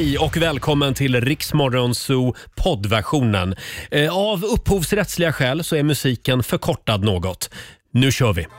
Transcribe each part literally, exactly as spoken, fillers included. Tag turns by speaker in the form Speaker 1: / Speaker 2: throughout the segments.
Speaker 1: Hej och välkommen till Rix Morgon Zoo poddversionen. Eh, av upphovsrättsliga skäl så är musiken förkortad något. Nu kör vi.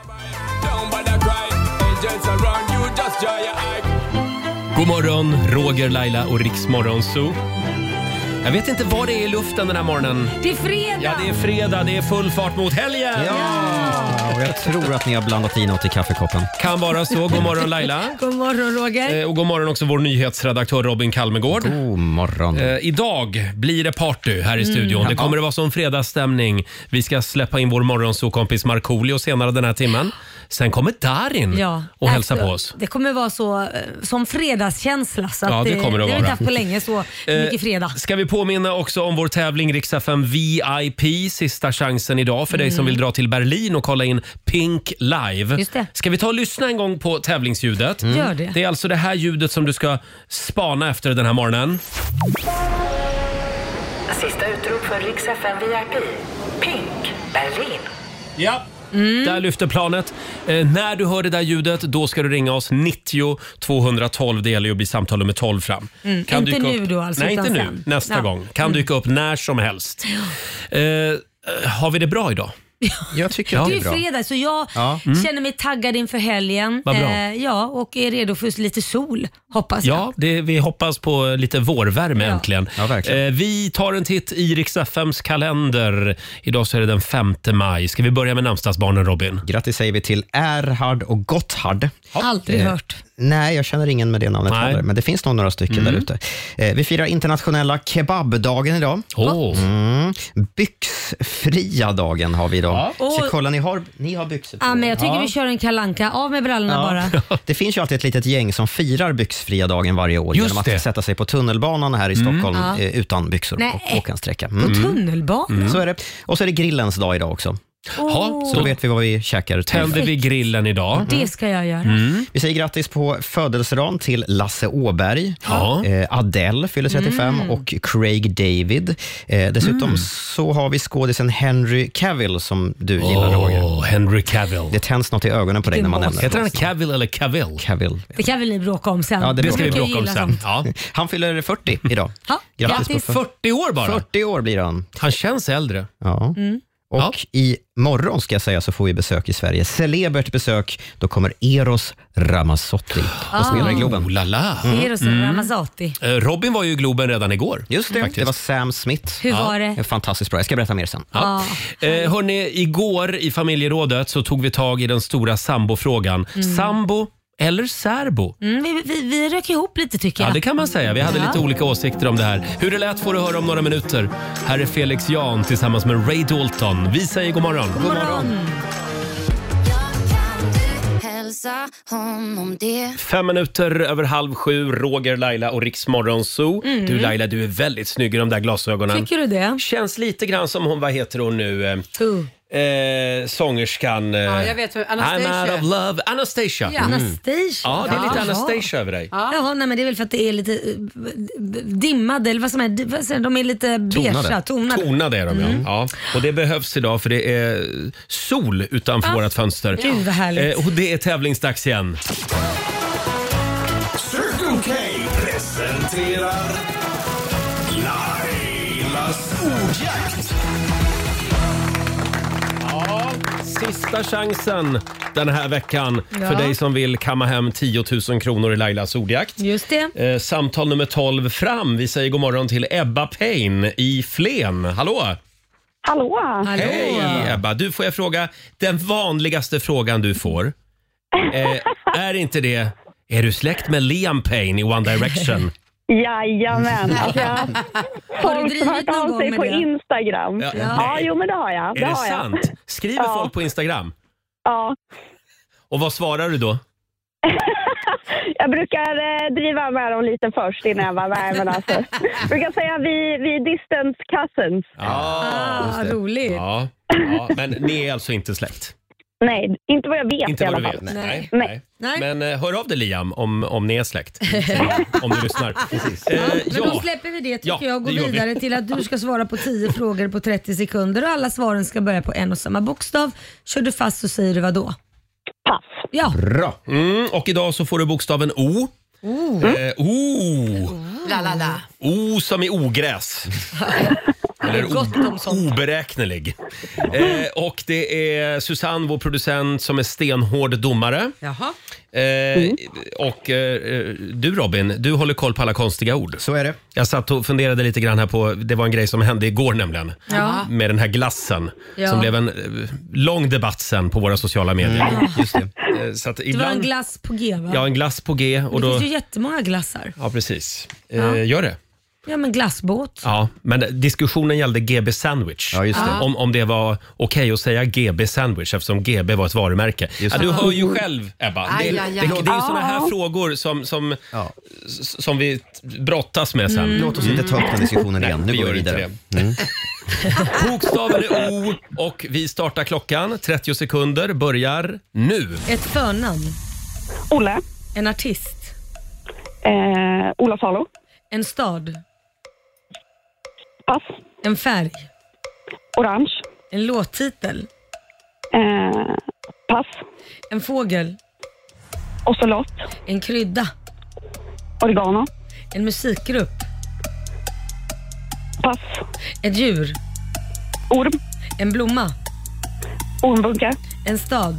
Speaker 1: God morgon, Roger, Laila och Rix Morgon Zoo. Jag vet inte vad det är i luften den här morgonen.
Speaker 2: Det är fredag!
Speaker 1: Ja, det är fredag. Det är full fart mot helgen.
Speaker 3: Ja, och jag tror att ni har blandat i något i kaffekoppen.
Speaker 1: Kan vara så. God morgon Laila.
Speaker 2: God morgon Roger.
Speaker 1: Eh, och god morgon också vår nyhetsredaktör Robin Kalmegård.
Speaker 3: God morgon.
Speaker 1: Eh, idag blir det party här i studion. Det kommer att vara som fredagsstämning. Vi ska släppa in vår morgonsåkompis Markoolio senare den här timmen. Sen kommer Darin
Speaker 2: Ja,
Speaker 1: och hälsa
Speaker 2: alltså,
Speaker 1: på oss.
Speaker 2: Det kommer vara så eh, som fredagskänsla. Så
Speaker 1: Ja,
Speaker 2: att
Speaker 1: det kommer det
Speaker 2: det har vi
Speaker 1: vara.
Speaker 2: inte haft på länge så mycket fredag.
Speaker 1: Ska vi påminna också om vår tävling Rix F M V I P. Sista chansen idag för dig som vill dra till Berlin och kolla in Pink live.
Speaker 2: Just det.
Speaker 1: Ska vi ta och lyssna en gång på tävlingsljudet?
Speaker 2: Gör det.
Speaker 1: Det är alltså det här ljudet som du ska spana efter den här morgonen.
Speaker 4: Sista utrop för Rix F M V I P. Pink, Berlin.
Speaker 1: Ja. Där lyfter planet. Eh, när du hör det där ljudet, då ska du ringa oss nittio tvåhundratolv. Det gäller ju att bli samtal nummer tolv fram.
Speaker 2: Mm,
Speaker 1: Kan
Speaker 2: inte
Speaker 1: dyka
Speaker 2: nu
Speaker 1: upp...
Speaker 2: då alltså,
Speaker 1: Nej,
Speaker 2: utan
Speaker 1: inte nu.
Speaker 2: sen.
Speaker 1: Nästa
Speaker 2: Ja.
Speaker 1: gång. Kan dyka upp när som helst. Eh, har vi det bra idag?
Speaker 3: Jag tycker
Speaker 1: Ja.
Speaker 3: att
Speaker 2: Det
Speaker 3: det
Speaker 2: är
Speaker 3: är bra.
Speaker 2: fredag så jag
Speaker 3: Ja.
Speaker 2: känner mig taggad inför helgen.
Speaker 1: Vad bra.
Speaker 2: Eh, ja, och är redo för lite sol, hoppas jag.
Speaker 1: Ja, det, vi hoppas på lite vårvärme
Speaker 2: Ja.
Speaker 1: äntligen.
Speaker 3: Ja, verkligen.
Speaker 1: Eh, vi tar en titt i Rix F M:s kalender. Idag så är det den femte maj. Ska vi börja med namnsdagsbarnen, Robin?
Speaker 3: Grattis säger vi till Erhard och Gotthard.
Speaker 2: Aldrig
Speaker 3: Eh,
Speaker 2: hört.
Speaker 3: Nej, jag känner ingen med det namnet
Speaker 1: Nej.
Speaker 3: heller, men det finns nog några stycken där ute. Eh, vi firar internationella kebabdagen idag.
Speaker 1: Åh.
Speaker 3: Mm. Byxfria dagen har vi idag.
Speaker 2: Ja.
Speaker 3: Så kolla, ni har, ni har byxor på.
Speaker 2: Ja, men jag tycker
Speaker 3: Ja.
Speaker 2: vi kör en kalanka. Av med brallorna
Speaker 3: Ja.
Speaker 2: bara.
Speaker 3: Det finns ju alltid ett litet gäng som firar byxfria dagen varje år
Speaker 1: Just
Speaker 3: genom att
Speaker 1: det.
Speaker 3: sätta sig på tunnelbanan här i Stockholm
Speaker 2: Ja.
Speaker 3: eh, utan byxor
Speaker 2: Nej.
Speaker 3: och åka en sträcka.
Speaker 2: På
Speaker 3: Mm.
Speaker 2: tunnelbanan.
Speaker 3: Så är det. Och så är det grillens dag idag också.
Speaker 1: Ja,
Speaker 2: Åh,
Speaker 3: Så då
Speaker 1: så
Speaker 3: vet vi vad vi käkar.
Speaker 1: tänder vi grillen idag.
Speaker 2: det ska jag göra.
Speaker 1: Mm.
Speaker 3: Vi säger grattis på födelsedagen till Lasse Åberg.
Speaker 1: Ja.
Speaker 3: Eh, Adele fyller trettiofem och Craig David. Eh, dessutom så har vi skådisen Henry Cavill som du gillar, Roger.
Speaker 1: Åh, Henry Cavill.
Speaker 3: Det tänds något i ögonen på dig
Speaker 2: Det
Speaker 3: när man
Speaker 2: måste-
Speaker 3: nämner
Speaker 1: Heter han
Speaker 3: det.
Speaker 1: Cavill eller Cavill?
Speaker 3: Cavill.
Speaker 2: Det kan väl ni bråka om sen.
Speaker 3: Ja, det
Speaker 1: Det ska vi
Speaker 2: brukar
Speaker 1: bråka om
Speaker 2: gilla
Speaker 1: sen.
Speaker 2: sånt.
Speaker 1: Ja.
Speaker 3: Han fyller fyrtio idag.
Speaker 2: Ja,
Speaker 3: Grattis
Speaker 2: grattis.
Speaker 3: på
Speaker 1: fyrtio år bara.
Speaker 3: fyrtio år blir han.
Speaker 1: Han känns äldre.
Speaker 3: Ja. Och
Speaker 1: Ja.
Speaker 3: i morgon ska jag säga så får vi besök i Sverige. Celebert besök. Då kommer Eros Ramazzotti och spelar i Globen.
Speaker 1: Oh la la.
Speaker 2: Eros Ramazzotti.
Speaker 1: Eh, Robin var ju i Globen redan igår.
Speaker 3: Just det,
Speaker 1: Faktiskt.
Speaker 3: det var Sam Smith.
Speaker 2: Hur
Speaker 1: Ja.
Speaker 2: var
Speaker 3: Det är
Speaker 2: det?
Speaker 3: fantastiskt bra. Jag ska berätta mer sen.
Speaker 2: Ja.
Speaker 1: Eh, hörni, igår i familjerådet så tog vi tag i den stora sambofrågan. Sambo eller särbo?
Speaker 2: Mm, vi, vi, vi rök ihop lite tycker jag.
Speaker 1: Ja, det kan man säga. Vi hade
Speaker 2: Ja.
Speaker 1: lite olika åsikter om det här. Hur det lät får du höra om några minuter. Här är Felix Jan tillsammans med Ray Dalton. Vi säger god morgon.
Speaker 2: God morgon.
Speaker 1: Fem minuter över halv sju. Roger, Laila och Rix Morgon Zoo. Du Laila, du är väldigt snygg i de där glasögonen.
Speaker 2: Tycker du det?
Speaker 1: Känns lite grann som hon, vad heter hon nu? Eh,
Speaker 2: Uh.
Speaker 1: Eh, sångerskan. Eh,
Speaker 5: Ja, jag vet hur- Anastasia.
Speaker 1: I'm out of love. Anastasia.
Speaker 5: Ja.
Speaker 2: Anastasia.
Speaker 1: Ja, det är lite
Speaker 2: Jaha.
Speaker 1: Anastasia över dig.
Speaker 2: Jaha, nej men det är väl för att det är lite eh, dimmade eller vad som är, vad säger, de är lite beigea, tonade.
Speaker 1: Tonade är de,
Speaker 2: Mm.
Speaker 1: ja. ja. Och det behövs idag för det är sol utanför vårt fönster.
Speaker 2: Gud, vad härligt.
Speaker 1: Eh, och det är tävlingsdags igen.
Speaker 6: Circle K presenterar Lailas ordjakt.
Speaker 1: Sista chansen den här veckan
Speaker 2: Ja.
Speaker 1: för dig som vill kamma hem tio tusen kronor i Lailas ordjakt.
Speaker 2: Just det.
Speaker 1: Eh, samtal nummer tolv fram. Vi säger god morgon till Ebba Payne i Flen. Hallå!
Speaker 7: Hallå!
Speaker 2: Hallå.
Speaker 1: Hej Ebba! Du, får jag fråga, den vanligaste frågan du får, eh, är inte det, är du släkt med Liam Payne i One Direction?
Speaker 7: Jajamän. Alltså, jag
Speaker 2: Har du
Speaker 7: folk
Speaker 2: drivit
Speaker 7: har hört
Speaker 2: någon
Speaker 7: av
Speaker 2: gång
Speaker 7: sig
Speaker 2: med
Speaker 7: på
Speaker 2: det?
Speaker 7: Instagram.
Speaker 1: Ja.
Speaker 7: Ja,
Speaker 1: Nej.
Speaker 7: jo men det har jag.
Speaker 1: Är det
Speaker 7: har jag.
Speaker 1: sant? Skriver
Speaker 7: Ja.
Speaker 1: folk på Instagram?
Speaker 7: Ja.
Speaker 1: Och vad svarar du då?
Speaker 7: Jag brukar eh, driva med dem lite först innan jag bara, nej men alltså. Jag brukar säga vi, vi är distance cousins.
Speaker 2: Ah, roligt.
Speaker 1: Ja, ja, men ni är alltså inte släkt?
Speaker 7: Nej, inte vad jag vet
Speaker 1: Inte
Speaker 7: i
Speaker 1: vad
Speaker 7: alla
Speaker 1: du
Speaker 7: fall.
Speaker 1: vet?
Speaker 2: Nej.
Speaker 1: Nej.
Speaker 2: Nej.
Speaker 1: Men eh, hör av dig Liam om, om ni är släkt. Om du lyssnar. Eh,
Speaker 2: Ja, men då
Speaker 1: ja.
Speaker 2: släpper vi det tycker
Speaker 1: Ja,
Speaker 2: jag och går
Speaker 1: det gör vi.
Speaker 2: vidare till att du ska svara på tio frågor på trettio sekunder och alla svaren ska börja på en och samma bokstav. Kör du fast så säger du vad då?
Speaker 7: Pass.
Speaker 2: Ja.
Speaker 3: Bra.
Speaker 1: Mm, och idag så får du bokstaven O.
Speaker 2: Oh.
Speaker 1: Eh, oh.
Speaker 5: La, la, la.
Speaker 1: O som i ogräs. Eller o- oberäknelig. Eh, och det är Susanne, vår producent, som är stenhård domare.
Speaker 5: Jaha.
Speaker 1: Eh, mm. Och eh, du Robin, du håller koll på alla konstiga ord.
Speaker 3: Så är det.
Speaker 1: Jag satt och funderade lite grann här på, det var en grej som hände igår nämligen.
Speaker 2: Ja.
Speaker 1: Med den här glassen.
Speaker 2: Ja.
Speaker 1: Som blev en eh, lång debatt sen på våra sociala medier.
Speaker 3: Mm, just det.
Speaker 1: Eh, så att
Speaker 2: Det
Speaker 1: ibland,
Speaker 2: var en glass på G, va?
Speaker 1: Ja, en glass på G. Och
Speaker 2: det
Speaker 1: då,
Speaker 2: finns ju jättemånga glassar.
Speaker 1: ja, precis. Eh,
Speaker 2: Ja.
Speaker 1: Gör det.
Speaker 2: Ja, men glassbåt.
Speaker 1: Ja, men diskussionen gällde G B Sandwich.
Speaker 3: Ja, just det.
Speaker 1: Om, om det var okej att säga G B Sandwich eftersom G B var ett varumärke.
Speaker 3: Just
Speaker 1: Ja,
Speaker 3: det.
Speaker 1: du hör ju själv, Ebba. Det,
Speaker 5: Aj,
Speaker 1: det,
Speaker 5: aj,
Speaker 1: det,
Speaker 5: aj.
Speaker 1: det är ju såna här frågor som, som,
Speaker 3: Ja.
Speaker 1: s- som vi brottas med sen.
Speaker 3: Låt oss inte ta upp den diskussionen igen. Nu
Speaker 1: vi
Speaker 3: går
Speaker 1: gör
Speaker 3: vi
Speaker 1: inte
Speaker 3: vidare.
Speaker 1: det.
Speaker 3: Mm.
Speaker 1: Bokstaven är O och vi startar klockan. trettio sekunder börjar nu.
Speaker 2: Ett förnamn.
Speaker 7: Olle.
Speaker 2: En artist.
Speaker 7: Eh, Ola Salo.
Speaker 2: En stad.
Speaker 7: Pass.
Speaker 2: En färg.
Speaker 7: Orange.
Speaker 2: En låttitel.
Speaker 7: Eh, pass.
Speaker 2: En fågel.
Speaker 7: Ocelot.
Speaker 2: En krydda.
Speaker 7: Oregano.
Speaker 2: En musikgrupp.
Speaker 7: Pass.
Speaker 2: Ett djur.
Speaker 7: Orm.
Speaker 2: En blomma.
Speaker 7: Ormbunke.
Speaker 2: En stad.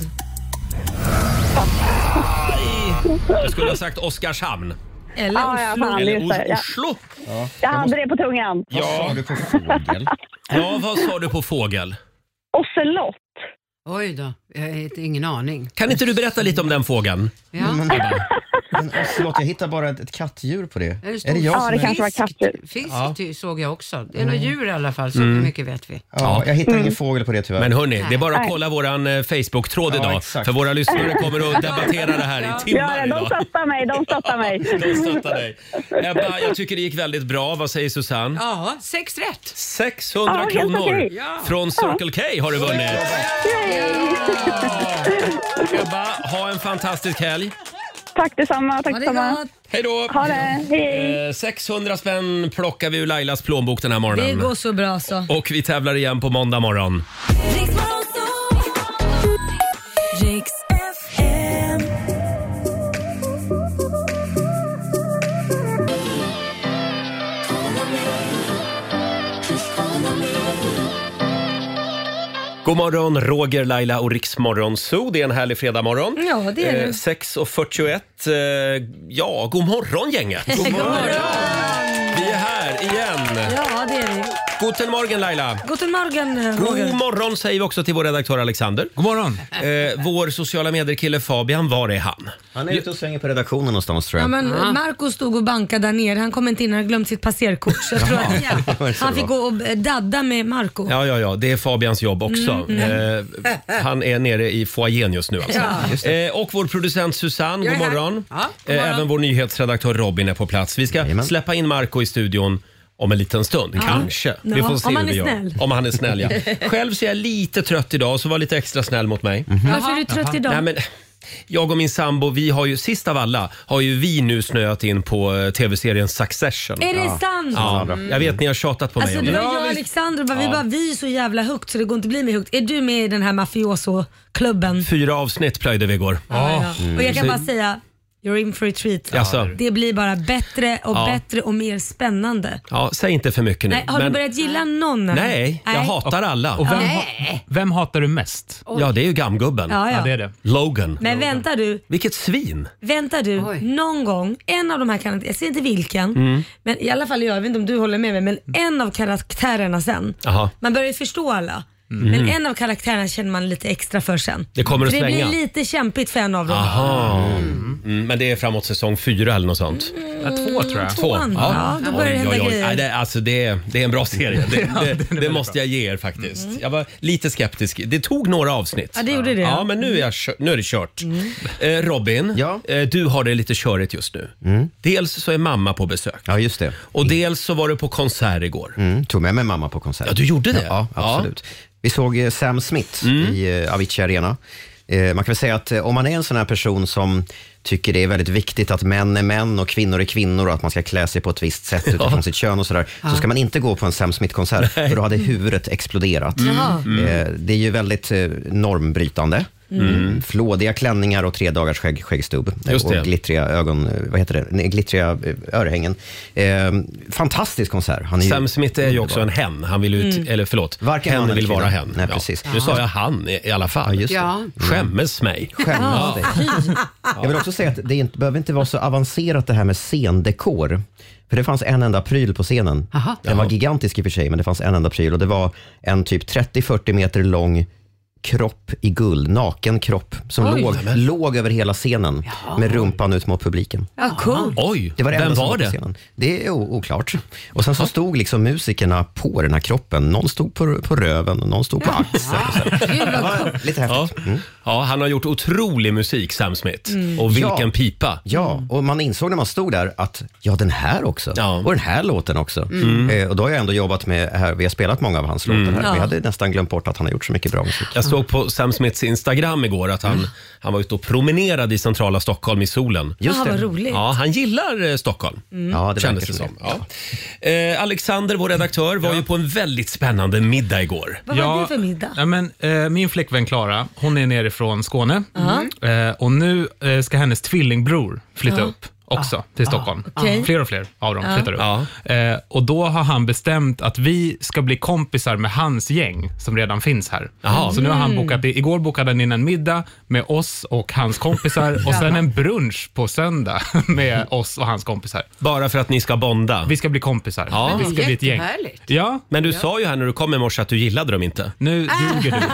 Speaker 1: Du skulle ha sagt Oskarshamn.
Speaker 2: Eller
Speaker 7: Ja, ja,
Speaker 2: Oslo.
Speaker 7: fan.
Speaker 1: Eller
Speaker 7: just det, ja.
Speaker 1: Oslo.
Speaker 7: Jag hade det på tungan.
Speaker 3: Vad sa du på fågel?
Speaker 1: Ja, vad sa du på fågel?
Speaker 7: Ocelot.
Speaker 5: Oj då, jag har ingen aning.
Speaker 1: Kan inte du berätta lite om den fågeln?
Speaker 5: Ja.
Speaker 3: Men, men, förlåt, jag hittar bara ett, ett kattdjur på det.
Speaker 5: Det står
Speaker 3: Är det jag
Speaker 7: Ja,
Speaker 3: som
Speaker 7: det
Speaker 3: är...
Speaker 7: kanske var katter.
Speaker 5: Fisk
Speaker 1: Ja.
Speaker 5: ty- såg jag också. Det är några djur i alla fall, så mycket vet vi.
Speaker 3: Ja, jag hittar ingen fågel på det tyvärr.
Speaker 1: Men hörni, det är bara att
Speaker 7: Nej.
Speaker 1: kolla våran eh, Facebook-tråd
Speaker 3: Ja,
Speaker 1: idag.
Speaker 3: exakt.
Speaker 1: För våra lyssnare kommer att debattera det här i
Speaker 7: Ja,
Speaker 1: timmar
Speaker 7: de
Speaker 1: idag.
Speaker 7: stöttar mig, de stöttar mig.
Speaker 1: De stöttar dig. Ebba, jag tycker det gick väldigt bra. Vad säger Susanne?
Speaker 5: Ja, sex rätt.
Speaker 1: sexhundra
Speaker 7: Ja, helt
Speaker 1: kronor
Speaker 7: okej.
Speaker 5: Ja.
Speaker 1: från Circle K har du vunnit. Ebba, ha en fantastisk helg.
Speaker 7: Tack detsamma, tack
Speaker 2: Ha det
Speaker 7: detsamma.
Speaker 2: gott.
Speaker 1: Hej då!
Speaker 7: Ha det, hej.
Speaker 1: Eh, sexhundra spänn plockar vi ur Lailas plånbok den här
Speaker 2: Det
Speaker 1: morgonen.
Speaker 2: går så bra så.
Speaker 1: Och vi tävlar igen på måndag morgon.
Speaker 8: Riks F M.
Speaker 1: God morgon, Roger, Laila och Riksmorgon Zoo. Det är en härlig fredagmorgon.
Speaker 2: Ja, det är det.
Speaker 1: Eh, sex och fyrtioett. Eh, ja, god morgon gänget.
Speaker 2: God morgon.
Speaker 1: Vi är här igen.
Speaker 2: Ja, det är vi.
Speaker 1: Guten Morgen Laila.
Speaker 2: Guten Morgen,
Speaker 1: God
Speaker 2: Roger.
Speaker 1: morgon säger vi också till vår redaktör Alexander.
Speaker 9: God morgon.
Speaker 1: Eh, vår sociala medier-kille Fabian, var är han?
Speaker 3: Han är ute och svänger på redaktionen någonstans tror
Speaker 2: Ja,
Speaker 3: jag.
Speaker 2: men Marco stod och bankade där nere. Han kom inte in, han hade glömt sitt passerkort. Så jag tror att han fick gå och dadda med Marco.
Speaker 1: Ja, ja, ja. Det är Fabians jobb också.
Speaker 2: Mm,
Speaker 1: Eh, han är nere i foajén just nu alltså.
Speaker 2: Ja.
Speaker 1: Eh, och vår producent Susanne,
Speaker 5: Jag
Speaker 1: god
Speaker 5: är här.
Speaker 1: morgon.
Speaker 5: Ja, god
Speaker 1: Eh,
Speaker 5: morgon.
Speaker 1: även vår nyhetsredaktör Robin är på plats. Vi ska
Speaker 3: Jajamän.
Speaker 1: släppa in Marco i studion om en liten stund, kanske. Vi
Speaker 2: Ja,
Speaker 1: får se
Speaker 2: om
Speaker 1: hur
Speaker 2: han
Speaker 1: vi
Speaker 2: är
Speaker 1: gör.
Speaker 2: snäll.
Speaker 1: Om han är snäll, ja. Själv så är jag lite trött idag, så var lite extra snäll mot mig.
Speaker 2: Varför är du trött idag?
Speaker 1: Nej, men, jag och min sambo, vi har ju sist av alla har ju vi nu snöat in på eh, tv-serien Succession.
Speaker 2: Är det sant?
Speaker 1: Ja, jag vet ni har tjatat på mig
Speaker 2: Alltså
Speaker 1: om
Speaker 2: det
Speaker 1: det.
Speaker 2: var jag och Alexander, bara, vi bara vi är så jävla högt så det går inte att bli mer högt. Är du med i den här mafioso-klubben?
Speaker 1: Fyra avsnitt plöjde vi igår.
Speaker 2: Ja, ja. Och jag kan
Speaker 1: Så-
Speaker 2: bara säga, you're in for a treat.
Speaker 1: Jaså?
Speaker 2: Det blir bara bättre och
Speaker 1: Ja.
Speaker 2: bättre och mer spännande.
Speaker 1: Ja, säg inte för mycket nu.
Speaker 2: Nej, har du
Speaker 1: men-
Speaker 2: börjat gilla någon?
Speaker 1: Nej, jag hatar alla.
Speaker 9: Och vem,
Speaker 2: Ja.
Speaker 9: ha, vem hatar du mest?
Speaker 1: Ja, det är ju gammgubben.
Speaker 2: Ja,
Speaker 9: Ja,
Speaker 2: ja.
Speaker 9: det är det.
Speaker 1: Logan.
Speaker 2: Men väntar du,
Speaker 1: Vilket svin.
Speaker 2: väntar du
Speaker 5: Oj.
Speaker 2: någon gång, en av de här karaktärerna, jag ser inte vilken,
Speaker 1: Mm.
Speaker 2: men i alla fall jag, jag vet inte om du håller med mig, men en av karaktärerna sen,
Speaker 1: Jaha.
Speaker 2: man börjar ju förstå alla. Men en av karaktärerna känner man lite extra för sen.
Speaker 1: Det kommer att
Speaker 2: för det
Speaker 1: svänga.
Speaker 2: blir lite kämpigt för en av dem.
Speaker 1: Aha. Mm, men det är framåt säsong fyra eller något sånt.
Speaker 9: Ja, två tror jag.
Speaker 1: Två.
Speaker 2: Tvåan, ja, då börjar det hända grejer.
Speaker 1: Nej, det, alltså det, är- det är en bra serie. Det, det, det
Speaker 9: väldigt
Speaker 1: måste jag ge er faktiskt. Jag var lite skeptisk. Det tog några avsnitt.
Speaker 2: Ja, det gjorde det.
Speaker 1: Ja, men nu är, jag, kö- nu är det kört. Eh, Robin,
Speaker 3: Ja.
Speaker 1: eh, du har det lite körigt just nu. Dels så är mamma på besök.
Speaker 3: Ja, just det.
Speaker 1: Och dels så var du på konsert igår.
Speaker 3: Mm, tog med mig mamma på konsert.
Speaker 1: Ja, du gjorde det?
Speaker 3: Ja, absolut. Vi såg eh, Sam Smith i eh, Avicii Arena. Eh, man kan väl säga att eh, om man är en sån här person som tycker det är väldigt viktigt att män är män och kvinnor är kvinnor och att man ska klä sig på ett visst sätt utifrån sitt kön och sådär, så ska man inte gå på en Sam Smith-konsert för då hade huvudet exploderat.
Speaker 2: Jaha.
Speaker 3: Eh, det är ju väldigt eh, normbrytande. Mm. Flådiga klänningar och tre dagars skägg, skäggstubb.
Speaker 1: Just det.
Speaker 3: Och glittriga ögon, vad heter det? Nej, glittriga örhängen. Eh, fantastisk konsert. Han är
Speaker 1: Sam
Speaker 3: ju
Speaker 1: Smith är ju också en hen. Han vill ut, eller förlåt,
Speaker 3: Varken
Speaker 1: hen
Speaker 3: han
Speaker 1: vill
Speaker 3: eller
Speaker 1: vara
Speaker 3: kvinna.
Speaker 1: hen.
Speaker 3: Nej,
Speaker 1: Ja.
Speaker 3: precis.
Speaker 1: Nu sa jag han i, i alla fall.
Speaker 3: Ja, just det.
Speaker 5: Ja.
Speaker 1: Skämmes mig.
Speaker 3: Skämmas dig. Jag vill också säga att det inte, behöver inte vara så avancerat det här med scendekor. För det fanns en enda pryl på scenen.
Speaker 5: Aha.
Speaker 3: Den var gigantisk i och för sig, men det fanns en enda pryl. Och det var en typ trettio till fyrtio meter lång kropp i guld, naken kropp som
Speaker 2: Oj.
Speaker 3: låg, låg över hela scenen med rumpan ut mot publiken.
Speaker 2: Ja, cool.
Speaker 1: Oj,
Speaker 3: Det var det
Speaker 1: vem
Speaker 3: enda som
Speaker 1: var
Speaker 3: på
Speaker 1: det?
Speaker 3: scenen. Det är o- oklart. Och sen så stod liksom musikerna på den här kroppen. Någon stod på, på röven och någon stod på axeln. Och så.
Speaker 2: Gud, vad
Speaker 3: Det var
Speaker 2: coolt.
Speaker 3: lite
Speaker 1: Ja.
Speaker 3: häftigt. Mm.
Speaker 1: ja, han har gjort otrolig musik, Sam Smith. Och vilken
Speaker 3: Ja.
Speaker 1: pipa.
Speaker 3: Ja, och man insåg när man stod där att ja, den här också.
Speaker 1: Ja.
Speaker 3: Och den här låten också. Eh, och då har jag ändå jobbat med, här, vi har spelat många av hans låtar här.
Speaker 2: Ja.
Speaker 3: Vi hade nästan glömt bort att han har gjort så mycket bra musik.
Speaker 1: Jag såg på Sam Smiths Instagram igår att han, han var ute och promenerade i centrala Stockholm i solen.
Speaker 3: Just
Speaker 2: Ja,
Speaker 3: det.
Speaker 2: vad roligt.
Speaker 1: Ja, han gillar eh, Stockholm.
Speaker 3: Ja, det
Speaker 1: Kändes
Speaker 3: verkar
Speaker 1: det
Speaker 3: som
Speaker 1: som.
Speaker 3: det.
Speaker 1: Ja. Eh, Alexander, vår redaktör, var ju på en väldigt spännande middag igår.
Speaker 2: Vad var det för middag?
Speaker 9: Ja, men, eh, min flickvän Klara, hon är nere från Skåne. Eh, och nu eh, ska hennes tvillingbror flytta upp också till Stockholm.
Speaker 2: Okej.
Speaker 9: Fler och fler av dem flyttar upp.
Speaker 1: Ja.
Speaker 9: Eh, och då har han bestämt att vi ska bli kompisar med hans gäng som redan finns här.
Speaker 1: Jaha.
Speaker 9: Så nu har han bokat, igår bokade han in en middag med oss och hans kompisar och sen en brunch på söndag med oss och hans kompisar.
Speaker 1: Bara för att ni ska bonda.
Speaker 9: Vi ska bli kompisar.
Speaker 1: Ja.
Speaker 9: Vi ska bli ett gäng.
Speaker 5: Jättehärligt.
Speaker 9: Ja,
Speaker 1: Men du sa ju här när du kom i morse att du gillade dem inte.
Speaker 9: nu ljuger du.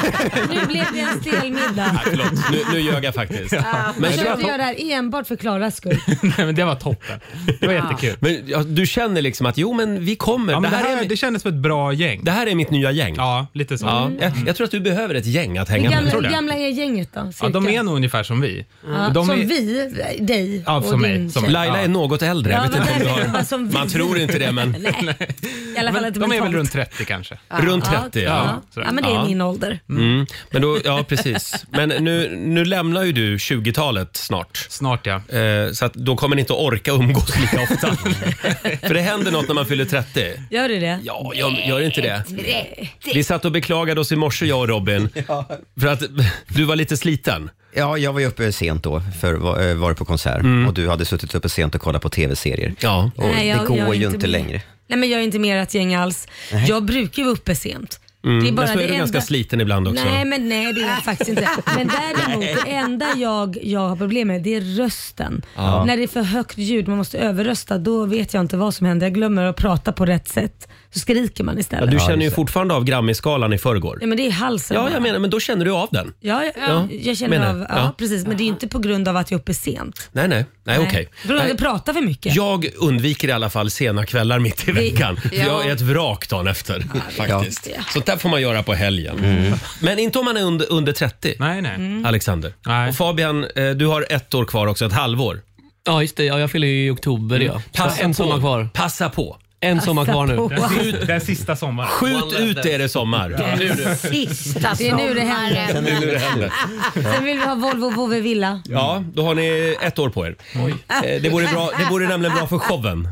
Speaker 2: Nu blev det en stel middag.
Speaker 1: Förlåt, nu, nu ljög jag faktiskt.
Speaker 2: Men
Speaker 1: Men,
Speaker 2: jag försökte göra det här enbart för Klaras skull.
Speaker 9: Nej, men det var toppen. Det var jättekul.
Speaker 1: men ja, du känner liksom att jo men vi kommer.
Speaker 9: Ja, men
Speaker 1: det,
Speaker 9: det,
Speaker 1: här
Speaker 9: här,
Speaker 1: är,
Speaker 9: det kändes som ett bra gäng.
Speaker 1: det här är mitt nya gäng.
Speaker 9: Ja, lite så.
Speaker 1: Ja, jag, jag tror att du behöver ett gäng att
Speaker 2: Hur
Speaker 1: hänga
Speaker 2: gamla,
Speaker 1: med.
Speaker 2: hur
Speaker 9: det.
Speaker 2: gamla är gänget då?
Speaker 9: Ja,
Speaker 2: Cirka?
Speaker 9: de är nog ungefär som vi.
Speaker 2: Ja,
Speaker 9: de
Speaker 2: som
Speaker 9: är,
Speaker 2: vi, dig
Speaker 9: Ja,
Speaker 2: och
Speaker 9: som mig,
Speaker 2: din
Speaker 9: som
Speaker 2: tjej.
Speaker 9: mig.
Speaker 1: Laila
Speaker 9: Ja.
Speaker 1: är något äldre. Jag
Speaker 2: Ja,
Speaker 1: vet inte om du
Speaker 2: men
Speaker 1: har,
Speaker 2: därför, som vi.
Speaker 1: man tror inte det men
Speaker 2: Nej, i alla fall
Speaker 9: Men
Speaker 2: inte
Speaker 9: de är väl
Speaker 2: mentalt.
Speaker 9: runt trettio kanske.
Speaker 1: runt
Speaker 2: Ja,
Speaker 1: trettio.
Speaker 2: ja.
Speaker 1: Ja.
Speaker 2: Ja. ja, men det är
Speaker 1: Ja.
Speaker 2: min ålder.
Speaker 1: Mm. Men då, ja, precis. Men nu, nu lämnar ju du tjugotalet snart.
Speaker 9: Snart ja.
Speaker 1: Eh, så att då kommer ni inte orka umgås lika ofta. För det händer något när man fyller trettio.
Speaker 2: Gör du det?
Speaker 1: Ja, gör, gör inte det. Vi satt och beklagade oss i morse, jag och Robin. För att du var lite sliten.
Speaker 3: Ja, jag var ju uppe sent då för var, var på konsert. Och du hade suttit uppe sent och kollat på tv-serier.
Speaker 1: Ja.
Speaker 3: Och
Speaker 2: Nej, jag-
Speaker 3: det går
Speaker 2: jag är
Speaker 3: ju
Speaker 2: inte
Speaker 3: inte
Speaker 2: med.
Speaker 3: längre.
Speaker 2: Nej, men jag är inte mer ett gäng alls. Jag brukar ju vara uppe sent. Det är
Speaker 1: Men
Speaker 2: bara
Speaker 1: så är
Speaker 2: det
Speaker 1: du
Speaker 2: enda...
Speaker 1: ganska sliten ibland också.
Speaker 2: Nej, men nej, det är jag faktiskt inte. Men däremot, det enda jag, jag har problem med, det är rösten. När det är för högt ljud, man måste överrösta, då vet jag inte vad som händer. Jag glömmer att prata på rätt sätt. Så skriker man
Speaker 1: Ja,
Speaker 2: istället.
Speaker 1: du
Speaker 2: Ja,
Speaker 1: känner ju
Speaker 3: just det.
Speaker 1: fortfarande av Grammy-skalan i förrgår.
Speaker 2: men det är halsen.
Speaker 1: Ja,
Speaker 2: bara.
Speaker 1: jag menar, men då känner du av den.
Speaker 2: Ja, ja,
Speaker 1: Ja,
Speaker 2: jag känner
Speaker 1: menar.
Speaker 2: av, ja,
Speaker 1: Ja.
Speaker 2: precis. Men det är inte på grund av att jag är uppe sent.
Speaker 1: Nej, nej. Nej, okej.
Speaker 2: På grund av
Speaker 1: Nej.
Speaker 2: att jag pratar för mycket.
Speaker 1: Jag undviker i alla fall sena kvällar mitt i veckan. För
Speaker 5: Ja.
Speaker 1: Jag är ett vrak dagen efter. Faktiskt.
Speaker 2: Ja.
Speaker 1: Sånt där får man göra på helgen. Men inte om man är under, under trettio,
Speaker 9: Nej, nej.
Speaker 2: Mm.
Speaker 1: Alexander.
Speaker 9: Nej.
Speaker 1: Och Fabian, eh, du har ett år kvar också, ett halvår.
Speaker 10: Ja, just det. Ja, jag fyller ju i oktober. Ja.
Speaker 1: Passa
Speaker 10: en
Speaker 1: på.
Speaker 10: sommar kvar.
Speaker 1: Passa på.
Speaker 10: En sommar kvar nu.
Speaker 2: på.
Speaker 9: Den, sista, den sista sommaren.
Speaker 1: Skjut ut er i sommar. Nu, nu.
Speaker 5: Sista
Speaker 2: Det är nu det händer.
Speaker 1: Det är nu det händer.
Speaker 2: Sen vill vi ha Volvo Vove Villa.
Speaker 1: Ja, då har ni ett år på er. Eh, Det vore, bra, det vore nämligen bra för showen.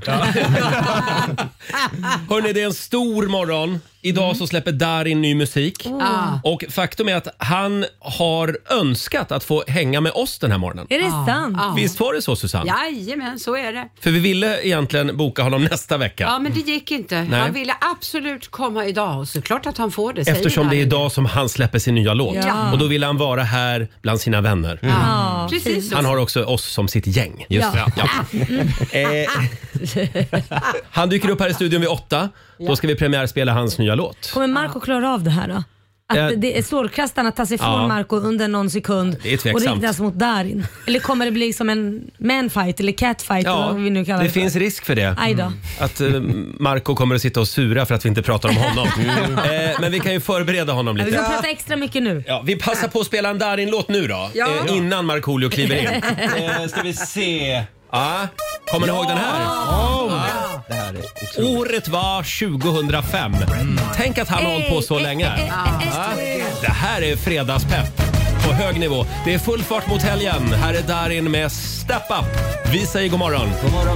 Speaker 1: Hörrni, det är en stor morgon. Idag så släpper Darin ny musik. Och faktum är att han har önskat att få hänga med oss den här morgonen.
Speaker 2: Är det sant?
Speaker 5: Ja.
Speaker 1: Visst var det så, Susanne?
Speaker 5: Jajamän, så är det.
Speaker 1: För vi ville egentligen boka honom nästa vecka.
Speaker 5: Ja, men det gick inte.
Speaker 1: Nej.
Speaker 5: Han ville absolut komma idag och såklart att han får det. säger
Speaker 1: Eftersom det är
Speaker 5: han.
Speaker 1: idag som han släpper sin nya låt.
Speaker 2: Ja.
Speaker 1: Och då vill han vara här bland sina vänner.
Speaker 2: Ja,
Speaker 5: Precis så.
Speaker 1: Han har också oss som sitt gäng.
Speaker 3: Just
Speaker 2: Ja.
Speaker 3: det.
Speaker 1: Eh, han dyker upp här i studion vid åtta. Då ska vi premiärspela hans nya låt.
Speaker 2: Kommer Marco klara av det här då? Att
Speaker 1: Eh,
Speaker 2: det är strålkastarna tar sig från
Speaker 1: ja.
Speaker 2: Marco under någon sekund
Speaker 1: Det är
Speaker 2: och
Speaker 1: tveksamt.
Speaker 2: riktas mot Darin. Eller kommer det bli som en manfight eller catfight eller
Speaker 1: Ja,
Speaker 2: vad vi nu kallar
Speaker 1: det
Speaker 2: det för?
Speaker 1: finns risk för det.
Speaker 2: Aj då.
Speaker 1: Att eh, Marco kommer att sitta och sura för att vi inte pratar om honom. Eh, men vi kan ju förbereda honom
Speaker 2: Vi
Speaker 1: lite.
Speaker 2: får prata extra mycket nu.
Speaker 1: Ja, vi passar på att spela en Darin-låt nu då.
Speaker 5: Ja.
Speaker 1: Eh, innan Markoolio kliver in. Eh, ska vi se. Ja, kommer ni ihåg den här?
Speaker 3: Det här är otroligt.
Speaker 1: Året var tjugohundrafem. Tänk att han har hållit på så länge. Ja. Det här är fredagspepp på hög nivå. Det är full fart mot helgen. Här är Darin med Step Up. Vi säger god morgon. God morgon.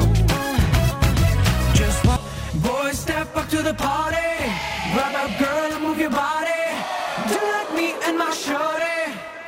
Speaker 6: Boy, step up to the party. Grab up, girl, and move your body. Do like me and my shorty.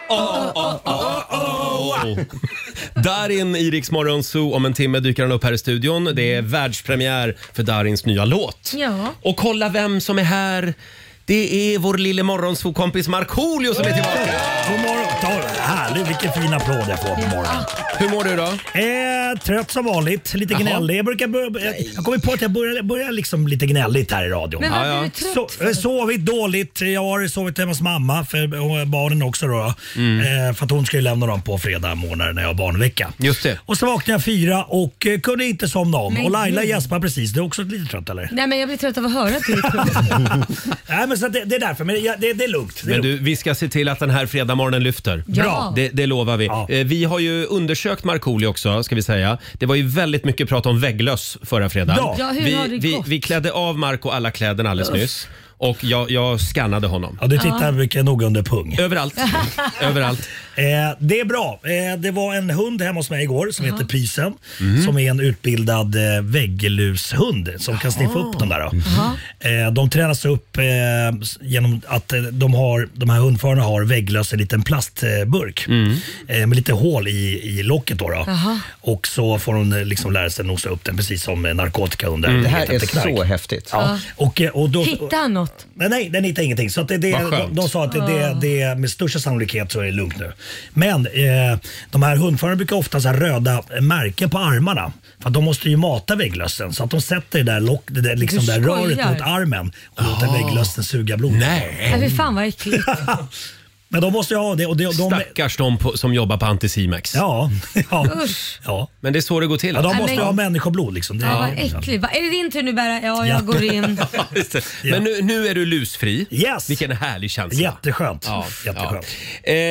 Speaker 1: oh, oh, oh, oh. Darin i Rix Morgon Zoo. Om en timme dyker han upp här i studion. Det är världspremiär för Darins nya låt.
Speaker 2: Ja.
Speaker 1: Och kolla vem som är här. Det är vår lille morgonzoo-kompis Markoolio som är tillbaka.
Speaker 11: God morgon. Härligt, vilken fin applåd jag får på morgonen.
Speaker 1: Hur mår du då?
Speaker 11: Eh, trött som vanligt, lite gnällig. Jag, brukar börja, jag kommer på att jag börjar, börjar liksom lite gnälligt här i radion.
Speaker 2: Men varför är du trött?
Speaker 11: Så, sovit dåligt. Jag har sovit hemma hos mamma, för barnen också då. Mm. Eh, för att hon ska ju lämna dem på fredag morgon när jag har barnvecka.
Speaker 1: Just det.
Speaker 11: Och så vaknade jag fyra och eh, kunde inte somna om.
Speaker 2: Men
Speaker 11: och Laila
Speaker 2: gud.
Speaker 11: gäspar precis. Du är också lite trött eller?
Speaker 2: Nej, men jag blir trött av att höra att du är trött.
Speaker 11: Nej, men så det, det är därför. Men det, det är lugnt. Det är
Speaker 1: Men du,
Speaker 11: lugnt.
Speaker 1: vi ska se till att den här fredagmorgonen lyfter.
Speaker 2: Ja.
Speaker 1: Det, det lovar vi.
Speaker 11: Ja.
Speaker 1: Eh, Vi har ju undersökt Markoolio också, ska vi säga. Det var ju väldigt mycket prat om vägglöss förra fredagen.
Speaker 11: Ja.
Speaker 2: Ja, hur
Speaker 1: vi,
Speaker 2: har det
Speaker 1: vi,
Speaker 2: gått?
Speaker 1: vi klädde av Marco alla kläderna alldeles nyss. Och jag, jag skannade honom.
Speaker 11: Ja, du tittar mycket noga under pung.
Speaker 1: Överallt. Överallt.
Speaker 11: Eh, det är bra. Eh, det var en hund hemma hos mig igår som heter Pysen.
Speaker 1: Mm.
Speaker 11: Som är en utbildad eh, väggelushund som kan sniffa upp dem där. Då. Eh, de tränas upp eh, genom att eh, de, har, de här hundförarna har vägglöss i en liten plastburk.
Speaker 1: Mm.
Speaker 11: Eh, med lite hål i, i locket. Då, då.
Speaker 2: Aha.
Speaker 11: Och så får de eh, liksom lära sig nosa upp den precis som eh, narkotikahundar.
Speaker 1: Mm.
Speaker 3: Det här är
Speaker 11: heter knark.
Speaker 3: så häftigt.
Speaker 11: Ja. Och, eh, och då,
Speaker 2: Hitta han något?
Speaker 11: Nej, nej, den hittar ingenting. Så att det, det,
Speaker 1: Vad
Speaker 11: de,
Speaker 1: skönt.
Speaker 11: de sa att det, det, det med största sannolikhet så är det lugnt nu. Men eh, de här hundförarna brukar ofta ha röda märken på armarna. För att de måste ju mata vägglössen. Så att de sätter det där, lock, det där, liksom
Speaker 2: Du
Speaker 11: där röret
Speaker 2: skojar.
Speaker 11: mot armen och låter vägglössen suga blod.
Speaker 1: Nej.
Speaker 2: Nej, fy fan vad äckligt.
Speaker 11: Men de måste ju ha det. Och det de,
Speaker 1: Stackars de på, som jobbar på Anticimex.
Speaker 11: ja, ja,
Speaker 2: Usch.
Speaker 11: ja.
Speaker 1: Men det är så det går till.
Speaker 11: ja, de
Speaker 2: Nej,
Speaker 11: måste ju
Speaker 2: men-
Speaker 11: ha människoblod liksom. Det,
Speaker 2: Ja, vad äckligt. Va, är det din tur nu Berra? Ja, jag går in.
Speaker 1: Just det. Men nu, nu är du lusfri.
Speaker 11: Yes.
Speaker 1: Vilken härlig känsla.
Speaker 11: Jätteskönt.
Speaker 1: Ja,
Speaker 11: Jätteskönt.
Speaker 1: ja. Eh,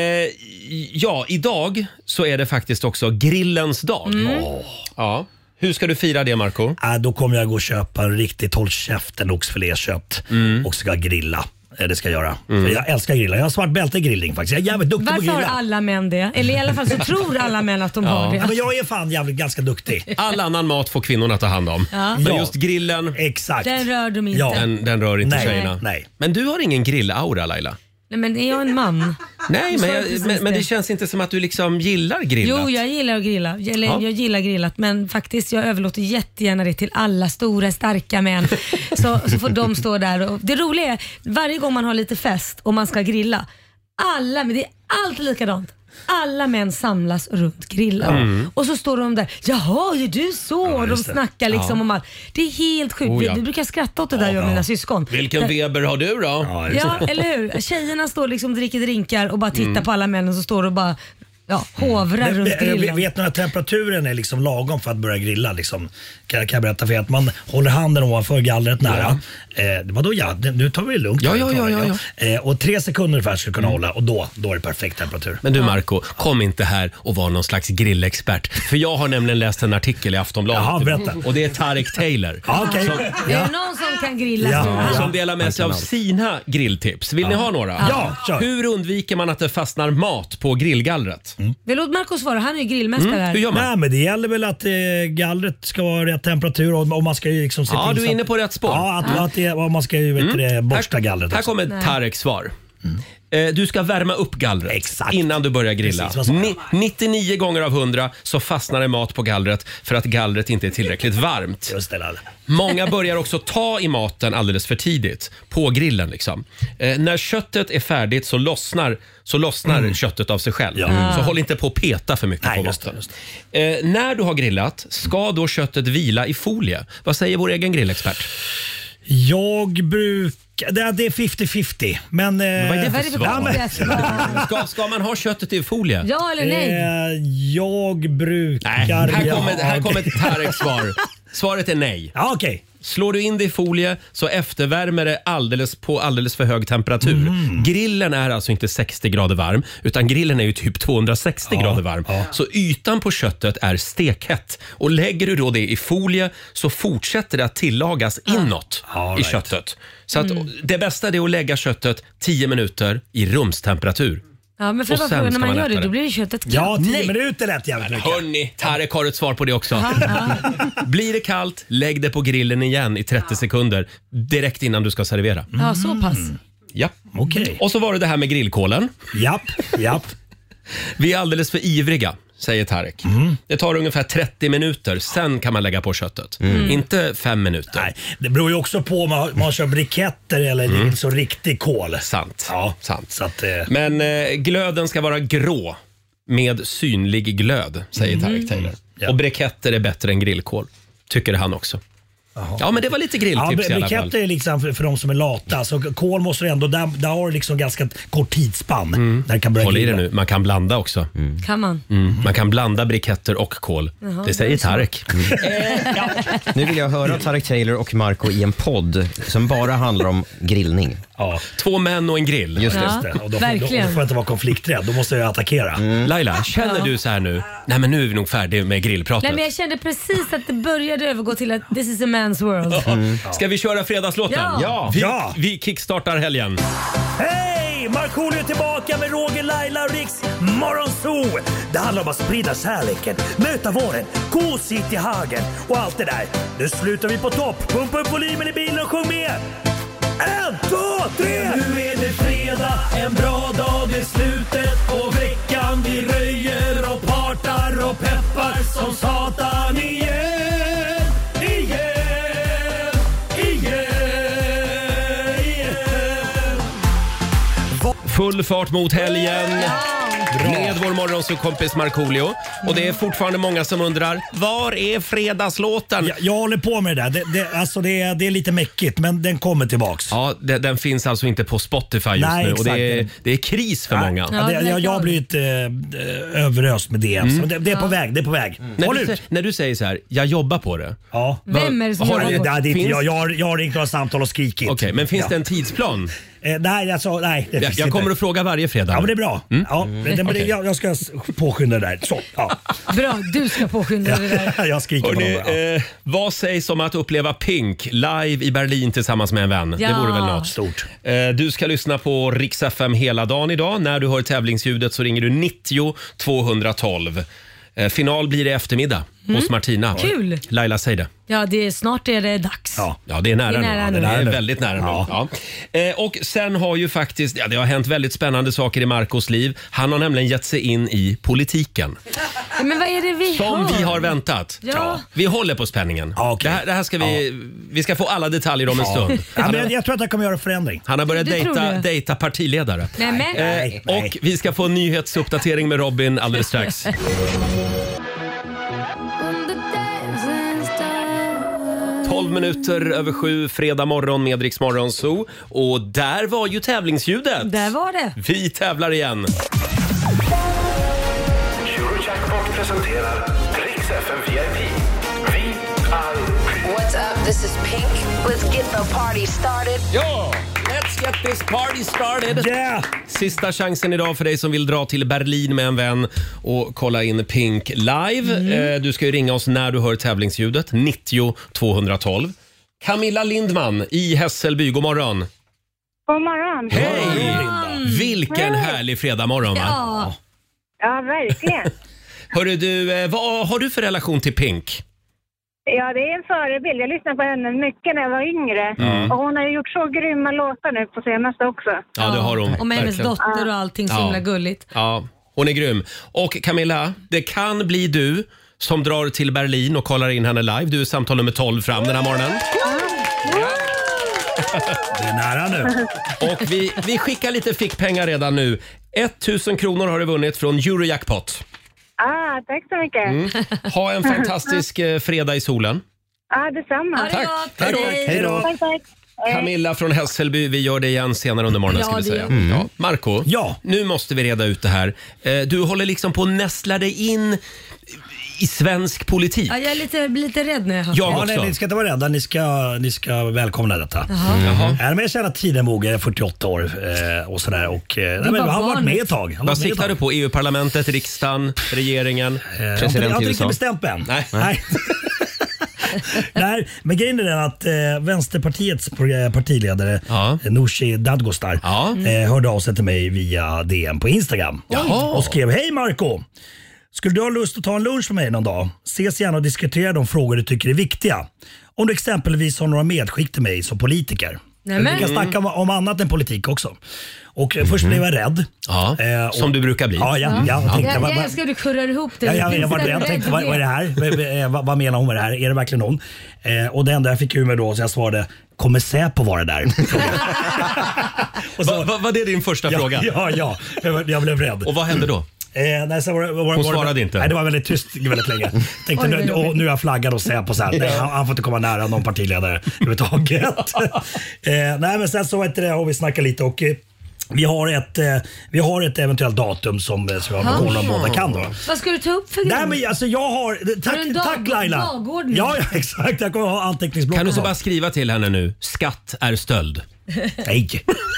Speaker 1: ja, idag så är det faktiskt också grillens dag.
Speaker 11: Åh.
Speaker 1: Ja. Hur ska du fira det, Marco?
Speaker 11: Äh, då kommer jag gå och köpa en riktigt håll käften oxfilékött
Speaker 1: Mm.
Speaker 11: och ska grilla. Eh, Det ska jag göra. För jag älskar grilla. Jag har svart bälte i grilling faktiskt. Jag är jävligt duktig på att
Speaker 2: Varför har
Speaker 11: grilla.
Speaker 2: alla män det? Eller i alla fall så tror alla män att de har
Speaker 11: Ja,
Speaker 2: det.
Speaker 11: men jag är fan jävligt ganska duktig.
Speaker 1: All annan mat får kvinnorna ta hand om.
Speaker 2: Ja.
Speaker 1: Men
Speaker 11: Ja.
Speaker 1: just grillen,
Speaker 11: Exakt.
Speaker 2: Den rör de inte.
Speaker 11: Ja.
Speaker 1: den, den rör inte
Speaker 11: Nej.
Speaker 1: tjejerna.
Speaker 11: Nej.
Speaker 1: Men du har ingen grillaura, Laila?
Speaker 2: Nej, men är jag en man?
Speaker 1: Nej, men,
Speaker 2: sa
Speaker 1: jag,
Speaker 2: precis
Speaker 1: men, men det
Speaker 2: det.
Speaker 1: känns inte som att du liksom gillar grillat.
Speaker 2: Jo, jag gillar att grilla. Eller,
Speaker 1: Ja.
Speaker 2: Jag gillar grillat, men faktiskt jag överlåter jättegärna det till alla stora starka män. så, så får de stå där. Och, det roliga är, varje gång man har lite fest och man ska grilla, alla, men det är alltid likadant. Alla män samlas runt grillen
Speaker 1: Mm.
Speaker 2: och så står de där. Jaha, gör du så?
Speaker 11: Ja,
Speaker 2: och de
Speaker 11: just det.
Speaker 2: snackar liksom
Speaker 1: Ja.
Speaker 2: om allt. Det är helt sjukt.
Speaker 1: Oh, ja.
Speaker 2: vi, vi brukar skratta åt det där,
Speaker 11: Ja,
Speaker 2: jag och
Speaker 11: ja.
Speaker 2: mina syskon.
Speaker 1: Vilken
Speaker 2: Där-
Speaker 1: Weber har du då?
Speaker 11: Ja, just
Speaker 2: Ja,
Speaker 11: det.
Speaker 2: eller hur? Tjejerna står liksom och dricker drinkar och bara tittar
Speaker 1: Mm.
Speaker 2: på alla männen som står och bara ja, hovrar
Speaker 11: Men,
Speaker 2: runt
Speaker 11: men,
Speaker 2: grillen.
Speaker 11: vet ni att temperaturen är liksom lagom för att börja grilla? Liksom, kan, kan jag berätta för er att man håller handen ovanför gallret nära. Ja. Eh, vadå ja? Det- Nu tar vi det lugnt.
Speaker 1: Ja, ja, ja, ja,
Speaker 11: Eh, och tre sekunder ungefär ska kunna hålla och då, då är det perfekt temperatur.
Speaker 1: Men du Marco, kom inte här och var någon slags grillexpert. För jag har nämligen läst en artikel i Aftonbladet.
Speaker 11: Jaha, berätta.
Speaker 1: Och det är Tarek Taylor.
Speaker 11: Ja, okej.
Speaker 1: Som,
Speaker 2: Är
Speaker 11: Ja.
Speaker 2: det någon som kan grilla
Speaker 11: Ja,
Speaker 2: så?
Speaker 11: ja.
Speaker 1: som delar med sig av sina grilltips. Vill ni ha några?
Speaker 11: Ja, kör.
Speaker 1: Hur undviker man att det fastnar mat på grillgallret?
Speaker 2: Vi låter Marco svara, han är ju grillmästare här.
Speaker 1: Hur gör man?
Speaker 11: Nej, men det gäller väl att eh, gallret ska vara rätt temperatur och, och man ska ju liksom se
Speaker 1: Ja,
Speaker 11: till
Speaker 1: du är
Speaker 11: så
Speaker 1: inne
Speaker 11: att,
Speaker 1: på rätt spår.
Speaker 11: Ja, att, att det, och man ska ju vet det, borsta gallret
Speaker 1: Här
Speaker 11: också.
Speaker 1: kommer
Speaker 2: Nej.
Speaker 1: Tareks svar. Eh, Du ska värma upp gallret
Speaker 11: Exakt.
Speaker 1: innan du börjar grilla.
Speaker 11: Precis, vad sa jag?
Speaker 1: Ni- nittionio gånger av hundra så fastnar det mat på gallret för att gallret inte är tillräckligt varmt.
Speaker 11: Just det, Lalle.
Speaker 1: Många börjar också ta i maten alldeles för tidigt på grillen. Liksom. Eh, när köttet är färdigt så lossnar, så lossnar köttet av sig själv.
Speaker 11: Ja.
Speaker 1: Så håll inte på att peta för mycket
Speaker 11: Nej,
Speaker 1: på
Speaker 11: just det,
Speaker 1: maten.
Speaker 11: just
Speaker 1: Eh, när du har grillat, ska då köttet vila i folie? Vad säger vår egen grillexpert?
Speaker 11: Jag brukar... Det, det är femtio femtio. Men... Eh,
Speaker 1: Vad är det
Speaker 2: Vad är
Speaker 1: för
Speaker 2: det för
Speaker 1: svar?
Speaker 2: konstiga svar?
Speaker 1: Ska, ska man ha köttet i folie?
Speaker 2: Ja eller nej?
Speaker 11: Eh, jag brukar...
Speaker 1: Nej, här kommer,
Speaker 11: ja,
Speaker 1: här
Speaker 11: okej.
Speaker 1: kommer Tareks svar. Svaret är nej.
Speaker 11: Ja, okej.
Speaker 1: Slår du in det i folie så eftervärmer det alldeles på alldeles för hög temperatur. Grillen är alltså inte sextio grader varm utan grillen är ju typ tvåhundrasextio grader varm.
Speaker 11: ja.
Speaker 1: Så ytan på köttet är stekhett. Och lägger du då det i folie så fortsätter det att tillagas inåt
Speaker 11: All
Speaker 1: i
Speaker 11: right.
Speaker 1: köttet. Så att det bästa är att lägga köttet tio minuter i rumstemperatur.
Speaker 2: Ja, men för
Speaker 1: Och
Speaker 2: bara
Speaker 1: sen
Speaker 2: fråga, när
Speaker 1: ska
Speaker 2: man
Speaker 1: man
Speaker 2: gör
Speaker 1: äta
Speaker 2: det
Speaker 1: det.
Speaker 2: då blir ju köttet kallt.
Speaker 11: Ja, tio
Speaker 1: Nej.
Speaker 11: minuter lät jävligt mycket.
Speaker 1: Hörni, Tarek har ett svar på det också. Blir det kallt, lägg det på grillen igen i trettio sekunder direkt innan du ska servera.
Speaker 2: Ja, så pass.
Speaker 1: Ja.
Speaker 11: Okej.
Speaker 1: Och så var det det här med grillkolen.
Speaker 11: Japp, japp.
Speaker 1: Vi är alldeles för ivriga, säger Tarek. Mm. Det tar ungefär trettio minuter, sen kan man lägga på köttet. Mm. Inte fem minuter.
Speaker 11: Nej, det beror ju också på om man, man kör briketter eller mm. så riktig kol.
Speaker 1: Sant.
Speaker 11: Ja,
Speaker 1: Sant.
Speaker 11: Så att, eh.
Speaker 1: Men eh, glöden ska vara grå med synlig glöd, säger Tarek mm. Taylor. Ja. Och briketter är bättre än grillkål, tycker han också. Aha. Ja, men det var lite grilltips ja, i alla fall.
Speaker 11: Briketter är liksom för, för de som är lata. Så kol måste ändå, där, där har liksom ganska kort tidsspann.
Speaker 1: Mm.
Speaker 11: Där kan börja
Speaker 1: Håll i det nu, man kan blanda också.
Speaker 2: Mm. Kan man?
Speaker 1: Mm. Man kan blanda briketter och kol. Jaha, det säger Tarek. Mm.
Speaker 3: ja. Nu vill jag höra Tarek Taylor och Marco i en podd som bara handlar om grillning.
Speaker 11: Ja.
Speaker 1: Två män och en grill.
Speaker 11: Just, ja, just det. Och då, då, då får jag inte vara konflikträdd. Då måste jag attackera.
Speaker 1: Mm. Laila, känner ja. du så här nu? Nej, men nu är vi nog färdiga med grillpratet.
Speaker 2: Nej, men jag kände precis att det började övergå till att this is a man's world.
Speaker 1: Mm. Ska vi köra fredagslåten?
Speaker 2: Ja.
Speaker 1: Ja. Vi, ja. vi kickstartar helgen.
Speaker 11: Hej! Markoolio är tillbaka med Roger, Laila och Riks Morgonzoo. Det handlar om att sprida kärleken, möta våren, gosigt i hagen och allt det där. Nu slutar vi på topp. Pumpa upp volymen i bilen och sjung med. En, två, tre! Nu är det fredag, en bra dag, det är slutet på veckan. Vi röjer och partar och peppar som satan igen. Igen, igen, igen.
Speaker 1: Full fart mot helgen. Med vår morgonsåkompis Markoolio. Och det är fortfarande många som undrar, var är fredagslåten?
Speaker 11: Jag, jag håller på med det där. Det, det, alltså det, är, det är lite mäckigt, men den kommer tillbaks.
Speaker 1: Ja, det, den finns alltså inte på Spotify just Nej, nu. Och det är, det är kris för Nej. många.
Speaker 11: Ja, det, jag, jag har blivit eh, överöst med D M. Mm. Det, det är på väg, det är på väg. Mm.
Speaker 1: När, du, när du säger så här, jag jobbar på det.
Speaker 11: Ja.
Speaker 2: Vem är det som
Speaker 11: har
Speaker 2: jobbar
Speaker 11: du,
Speaker 2: på
Speaker 11: det? det
Speaker 2: finns...
Speaker 11: jag, jag, har, jag har ringt några samtal och skrikit.
Speaker 1: Okej, okay, men finns
Speaker 11: ja.
Speaker 1: det en tidsplan?
Speaker 11: Eh, nej, alltså, nej. Det
Speaker 1: jag jag kommer att fråga varje fredag.
Speaker 11: Ja, men det är bra. Mm. Ja, det, det, okay. jag, jag ska påskynda det där. Så, ja.
Speaker 2: Bra, du ska påskynda det där.
Speaker 11: Jag skriker
Speaker 1: Hörrni,
Speaker 11: på dem. Ja.
Speaker 1: eh, vad sägs om att uppleva Pink live i Berlin tillsammans med en vän?
Speaker 2: Ja.
Speaker 1: Det vore väl något.
Speaker 11: Stort.
Speaker 1: Eh, du ska lyssna på Rix F M hela dagen idag. När du hör tävlingsljudet så ringer du nittio tvåhundratolv. Eh, final blir det eftermiddag mm. hos Martina.
Speaker 2: Kul!
Speaker 1: Laila, säg det.
Speaker 2: Ja, det är, snart är det dags.
Speaker 1: Ja, ja det är nära, det är nära nu.
Speaker 2: nu.
Speaker 1: Ja, det är väldigt nära ja. nu. Ja. Eh, och sen har ju faktiskt, ja, det har hänt väldigt spännande saker i Marcos liv. Han har nämligen gett sig in i politiken.
Speaker 2: Ja, men vad är det vi
Speaker 1: Som
Speaker 2: har?
Speaker 1: vi har väntat.
Speaker 2: Ja.
Speaker 1: Vi håller på spänningen.
Speaker 11: Ja, okay.
Speaker 1: det, här, det här ska vi, ja. vi ska få alla detaljer om en stund.
Speaker 11: Ja, men jag, jag tror att jag kommer göra förändring.
Speaker 1: Han har börjat dejta, dejta partiledare.
Speaker 2: Nej, men.
Speaker 1: Eh,
Speaker 11: nej, nej.
Speaker 1: Och vi ska få en nyhetsuppdatering med Robin alldeles strax. tolv minuter över sju, fredag morgon med Rix Morgonzoo. Och där var ju tävlingsljudet.
Speaker 2: Där var det.
Speaker 1: Vi tävlar igen.
Speaker 12: Eurojackpot presenterar Rix F M V I P. V I P.
Speaker 13: What's up? This is Pink. Let's get the party started.
Speaker 1: Ja! Let's get this party started.
Speaker 11: Yeah.
Speaker 1: Sista chansen idag för dig som vill dra till Berlin med en vän och kolla in Pink live. Mm. Eh, du ska ju ringa oss när du hör tävlingsljudet. nittio tvåhundratolv. Camilla Lindman i Hässelby, god morgon.
Speaker 7: God morgon.
Speaker 1: Hej! Vilken Hej. härlig fredagmorgon, va?
Speaker 7: Ja, ja verkligen.
Speaker 1: Hörru du, eh, vad har du för relation till Pink?
Speaker 7: Ja, det är en förebild. Jag lyssnade på henne mycket när jag var yngre. Mm. Och hon har gjort så grymma låtar nu på senaste också.
Speaker 1: Ja, det har hon.
Speaker 2: Och med hennes dotter och allting så himla gulligt.
Speaker 1: Ja, hon är grym. Och Camilla, det kan bli du som drar till Berlin och kollar in henne live. Du är samtal nummer tolv fram den här morgonen.
Speaker 11: Ja. Det är nära nu.
Speaker 1: Och vi, vi skickar lite fickpengar redan nu. tusen kronor har du vunnit från Eurojackpot.
Speaker 7: Ah, tack så mycket.
Speaker 1: Mm. Ha en fantastisk eh, fredag i solen.
Speaker 7: Ja, detsamma.
Speaker 2: Ha det
Speaker 1: Tack.
Speaker 2: gott.
Speaker 1: Tack.
Speaker 2: Hej.
Speaker 11: Hej då.
Speaker 7: Tack, tack.
Speaker 1: Camilla från Hässelby, vi gör det igen senare under morgonen.
Speaker 2: Ja,
Speaker 1: ska vi
Speaker 2: det
Speaker 1: säga.
Speaker 2: gör
Speaker 1: Mm. Ja. Marco,
Speaker 11: Ja.
Speaker 1: nu måste vi reda ut det här. Eh, Du håller liksom på att nästla dig in i svensk politik.
Speaker 2: Ja, jag är lite, blir lite rädd när jag hör
Speaker 1: Jag
Speaker 11: Ja,
Speaker 1: också.
Speaker 11: nej, ni ska inte vara rädda. Ni ska, ni ska välkomna detta.
Speaker 1: Jaha.
Speaker 11: Ja, men jag känner att tiden mogen. Jag är fyrtioåtta år eh, och sådär. Och, eh, nej, men jag har varit med ett tag. Jag har
Speaker 1: Vad
Speaker 11: varit med ett
Speaker 1: siktar
Speaker 11: tag.
Speaker 1: du på? E U-parlamentet, riksdagen, regeringen,
Speaker 11: Eh, Jag har
Speaker 1: president
Speaker 11: inte
Speaker 1: i U S
Speaker 11: riktigt
Speaker 1: A?
Speaker 11: bestämt mig än.
Speaker 1: Nej.
Speaker 11: Nej. Nej, men grejen är den att eh, Vänsterpartiets partiledare
Speaker 1: Ja.
Speaker 11: eh, Nooshi Dadgostar
Speaker 1: Ja.
Speaker 11: eh, hörde av sig till mig via D M på Instagram.
Speaker 1: Jaha.
Speaker 11: Och skrev: Hej Marco! Skulle du ha lust att ta en lunch med mig någon dag? Ses gärna och diskutera de frågor du tycker är viktiga. Om du exempelvis har några medskick till mig som politiker.
Speaker 2: Nej, men.
Speaker 11: Vi kan snacka om, om annat än politik också. Och mm. först blev jag rädd.
Speaker 1: Ja,
Speaker 11: eh, och,
Speaker 1: som du brukar bli.
Speaker 11: Ja, ja, ja. Jag tänkte,
Speaker 2: jag,
Speaker 11: vad,
Speaker 2: jag älskar att du kurrar ihop det.
Speaker 11: Ja, jag, jag var rädd. Jag tänkte, vad, vad är det här? vad, vad menar hon med det här? Är det verkligen hon? Eh, och det enda jag fick ur mig då, så jag svarade, kommer Säpo vara där?
Speaker 1: och så, va, va, var det din första
Speaker 11: ja,
Speaker 1: fråga?
Speaker 11: Ja, ja. Jag, jag blev rädd.
Speaker 1: Och vad hände då?
Speaker 11: Eh, nej, så var, var,
Speaker 1: Hon
Speaker 11: var,
Speaker 1: svarade
Speaker 11: var,
Speaker 1: inte?
Speaker 11: Nej, det var väldigt tyst väldigt länge. Tänkte, nu, och, nu är jag flaggad och Säpo så här. Nej, han, han får inte komma nära någon partiledare överhuvudtaget. eh, nej, men sen så vet det och vi snackade lite och eh, vi har ett, eh, vi har ett eventuellt datum som, eh, som jag har koll om båda kan då.
Speaker 2: Vad ska du ta upp för
Speaker 11: grej? Nej, men alltså jag har... Tack,
Speaker 2: har dag,
Speaker 11: tack Laila.
Speaker 2: Dagordning?
Speaker 11: Ja, ja, exakt. Jag kommer ha anteckningsblock.
Speaker 1: Kan du så bara skriva till henne nu? Skatt är stöld.
Speaker 11: Nej.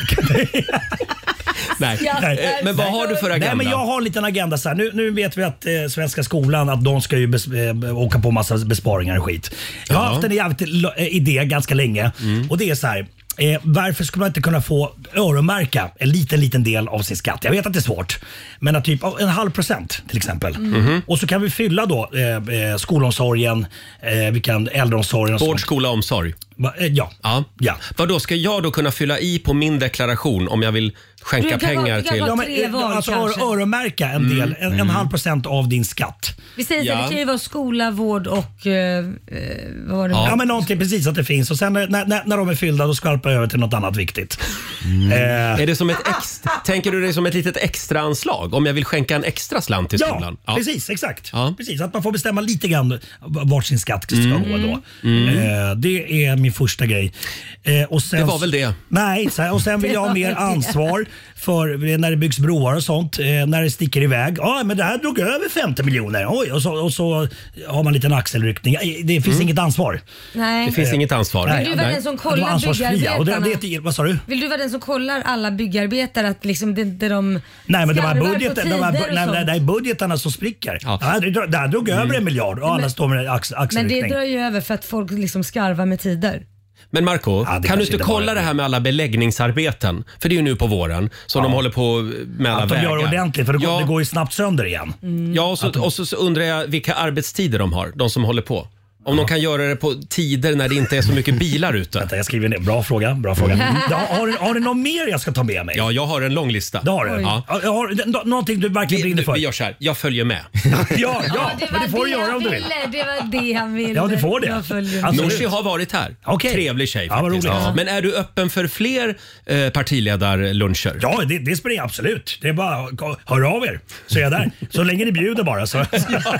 Speaker 1: Nej. Nej. Men vad har du för agenda?
Speaker 11: Nej, men jag har en liten agenda så här. Nu, nu vet vi att eh, Svenska skolan att de ska ju bes, eh, åka på massa besparingar och skit. Jag har
Speaker 1: ja.
Speaker 11: haft en jävligt idé ganska länge mm. och det är så här. Eh, varför skulle man inte kunna få öronmärka en liten, liten del av sin skatt? Jag vet att det är svårt, men att typ en halv procent till exempel. Mm. Och så kan vi fylla då eh, skolomsorgen, eh, vi kan äldreomsorgen.
Speaker 1: Vård, skola, omsorg.
Speaker 11: Va, eh, ja.
Speaker 1: ja.
Speaker 11: ja.
Speaker 1: Vad då ska jag då kunna fylla i på min deklaration om jag vill skänka pengar
Speaker 2: vara,
Speaker 1: till...
Speaker 2: Ja,
Speaker 11: men,
Speaker 2: val,
Speaker 11: alltså
Speaker 2: kanske.
Speaker 11: öronmärka en del,
Speaker 1: mm.
Speaker 11: en, en halv procent av din skatt.
Speaker 2: Vi säger
Speaker 1: ja.
Speaker 2: att det kan ju vara skola, vård och... Eh, vad var det?
Speaker 11: Ja. ja, men någonting precis att det finns. Och sen när, när, när de är fyllda då skvalpar jag över till något annat viktigt.
Speaker 1: Mm.
Speaker 11: Eh.
Speaker 1: Är det som ett extra, tänker du det som ett litet extra anslag om jag vill skänka en extra slant till skolan?
Speaker 11: Ja, precis. Exakt.
Speaker 1: Ja.
Speaker 11: Precis, att man får bestämma lite grann vart sin skatt ska mm. gå då. Mm. Eh, det är min första grej. Eh, och sen,
Speaker 1: det var väl det?
Speaker 11: Nej, och sen vill jag ha mer ansvar för när det byggs broar och sånt. Eh, när det sticker iväg. Ja, men det här drog över femtio miljoner. Oj, och så, och så har man en liten axelryckning. Det finns mm. inget ansvar.
Speaker 2: Nej.
Speaker 1: Det finns eh, inget ansvar.
Speaker 2: Vill du vara den som kollar byggarbetarna?
Speaker 11: Och det, det, vad sa du?
Speaker 2: Vill du vara den som kollar alla byggarbetare att liksom det, det de
Speaker 11: nej, men det var budgeten, de var, nej, det är budgetarna som spricker. Ja. Ja, det, det här drog mm. över en miljard och alla men, står med ax, axelryckning.
Speaker 2: Men det drar ju över för att folk liksom skarvar med tider.
Speaker 1: Men Marco, ja, kan du inte kolla det här med alla beläggningsarbeten? För det är ju nu på våren som ja. de håller på med alla
Speaker 11: att de
Speaker 1: vägar.
Speaker 11: gör ordentligt för det,
Speaker 1: ja.
Speaker 11: går, det går ju snabbt sönder igen.
Speaker 2: Mm.
Speaker 1: Ja, och så, de... och så undrar jag vilka arbetstider de har, de som håller på. Om ja. de kan göra det på tider när det inte är så mycket bilar ute.
Speaker 11: Vänta, jag skriver ner. Bra fråga. Bra fråga. Mm. Ja, har, har du något mer jag ska ta med mig?
Speaker 1: Ja, jag har en lång lista.
Speaker 11: Det har du? Ja. Jag har, någonting du verkligen brinner för?
Speaker 1: Vi gör så här. Jag följer med.
Speaker 11: ja, ja, ja
Speaker 2: det
Speaker 11: men det får du göra om du vill.
Speaker 2: Det var det han ville.
Speaker 11: Ja, du får det.
Speaker 1: Alltså, Nooshi har varit här.
Speaker 11: Okay.
Speaker 1: Trevlig tjej
Speaker 11: ja,
Speaker 1: faktiskt. Ja. Men är du öppen för fler eh, partiledarluncher?
Speaker 11: Ja, det, det spelar absolut. Det är bara hör av er så är jag där. Så länge ni bjuder bara. Så.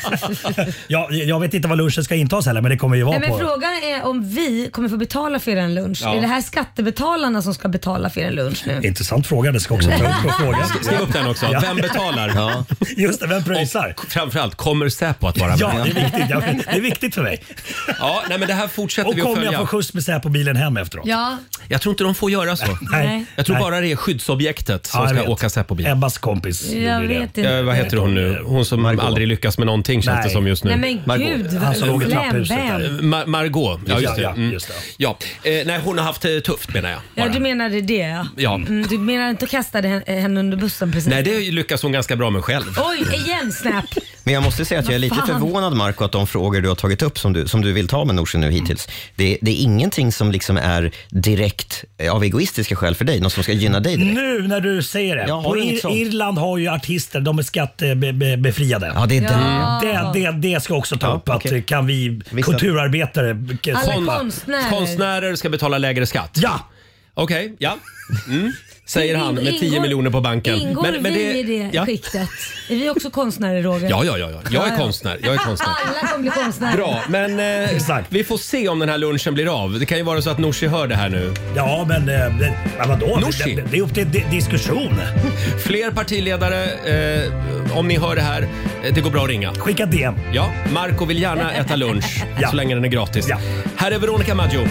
Speaker 11: ja, jag vet inte vad lunchen ska intas heller, men det kommer ju vara
Speaker 2: Nej,
Speaker 11: på.
Speaker 2: Frågan är om vi kommer få betala för en lunch. Ja. Är det här skattebetalarna som ska betala för en lunch nu?
Speaker 11: Intressant fråga, det ska också ta upp på frågan.
Speaker 1: Skriv upp den också. Ja. Vem betalar? Ja.
Speaker 11: Just det, vem pröjsar?
Speaker 1: Och framförallt, kommer Säpo att vara med?
Speaker 11: Ja, det är viktigt. Ja, det är viktigt för mig.
Speaker 1: Ja, nej, men det här fortsätter
Speaker 11: och
Speaker 1: vi att följa.
Speaker 11: Och kommer jag få skjuts med Säpo-bilen hem efteråt?
Speaker 2: Ja.
Speaker 1: Jag tror inte de får göra så.
Speaker 11: Nej.
Speaker 1: Jag tror
Speaker 11: nej.
Speaker 1: bara det är skyddsobjektet som
Speaker 11: ja,
Speaker 1: ska
Speaker 11: vet.
Speaker 1: åka Säpo-bil.
Speaker 11: Ebbas kompis.
Speaker 2: Jag vet inte.
Speaker 1: Ja, vad heter hon nu? Hon som Margot. aldrig lyckas med någonting känns det som just nu.
Speaker 2: Nej men
Speaker 1: Margot.
Speaker 2: gud,
Speaker 11: han som låg i trapphuset.
Speaker 1: Mar- Margot. Ja, just det.
Speaker 11: Ja,
Speaker 1: mm.
Speaker 11: just det.
Speaker 1: Ja. Eh, nej, hon har haft det tufft menar jag.
Speaker 2: Bara. Ja, du menade det ja.
Speaker 1: ja.
Speaker 2: Mm, du menar inte att kasta henne under bussen precis?
Speaker 1: Nej, det lyckas hon ganska bra med själv.
Speaker 2: Oj, igen snap.
Speaker 3: Men jag måste säga att jag är lite förvånad Marco att de frågor du har tagit upp som du, som du vill ta med Nooshi nu hittills. Det, det är ingenting som liksom är direkt av egoistiska skäl för dig, något som ska gynna dig direkt.
Speaker 11: Nu när du säger det.
Speaker 3: Ja,
Speaker 11: på Ir- Irland har ju artister, de är skattebefriade.
Speaker 3: Ja, det är
Speaker 2: ja.
Speaker 11: det. Det, det ska också ta
Speaker 3: ja,
Speaker 11: upp
Speaker 3: okay.
Speaker 11: att kan vi Vissa. kulturarbetare
Speaker 2: alla konstnärer.
Speaker 1: konstnärer ska betala lägre skatt.
Speaker 11: Ja.
Speaker 1: Okej, okay, ja. Mm. Säger han med tio
Speaker 2: ingår,
Speaker 1: miljoner på banken.
Speaker 2: Ingår men, men vi det, i det ja. skiktet? Är vi också konstnärer, Roger?
Speaker 1: Ja, ja, ja. ja. Jag är ja, konstnär. Jag är konstnär.
Speaker 2: Alla kommer bli konstnärer.
Speaker 1: Bra, men eh, vi får se om den här lunchen blir av. Det kan ju vara så att Nooshi hör det här nu.
Speaker 11: Ja, men, eh, men vadå?
Speaker 1: Nooshi.
Speaker 11: Det, det är upp till di- diskussion.
Speaker 1: Fler partiledare, eh, om ni hör det här, det går bra att ringa.
Speaker 11: Skicka D M.
Speaker 1: Ja, Marco vill gärna äta lunch
Speaker 11: ja.
Speaker 1: så länge den är gratis.
Speaker 11: Ja.
Speaker 1: Här är Veronica Maggio.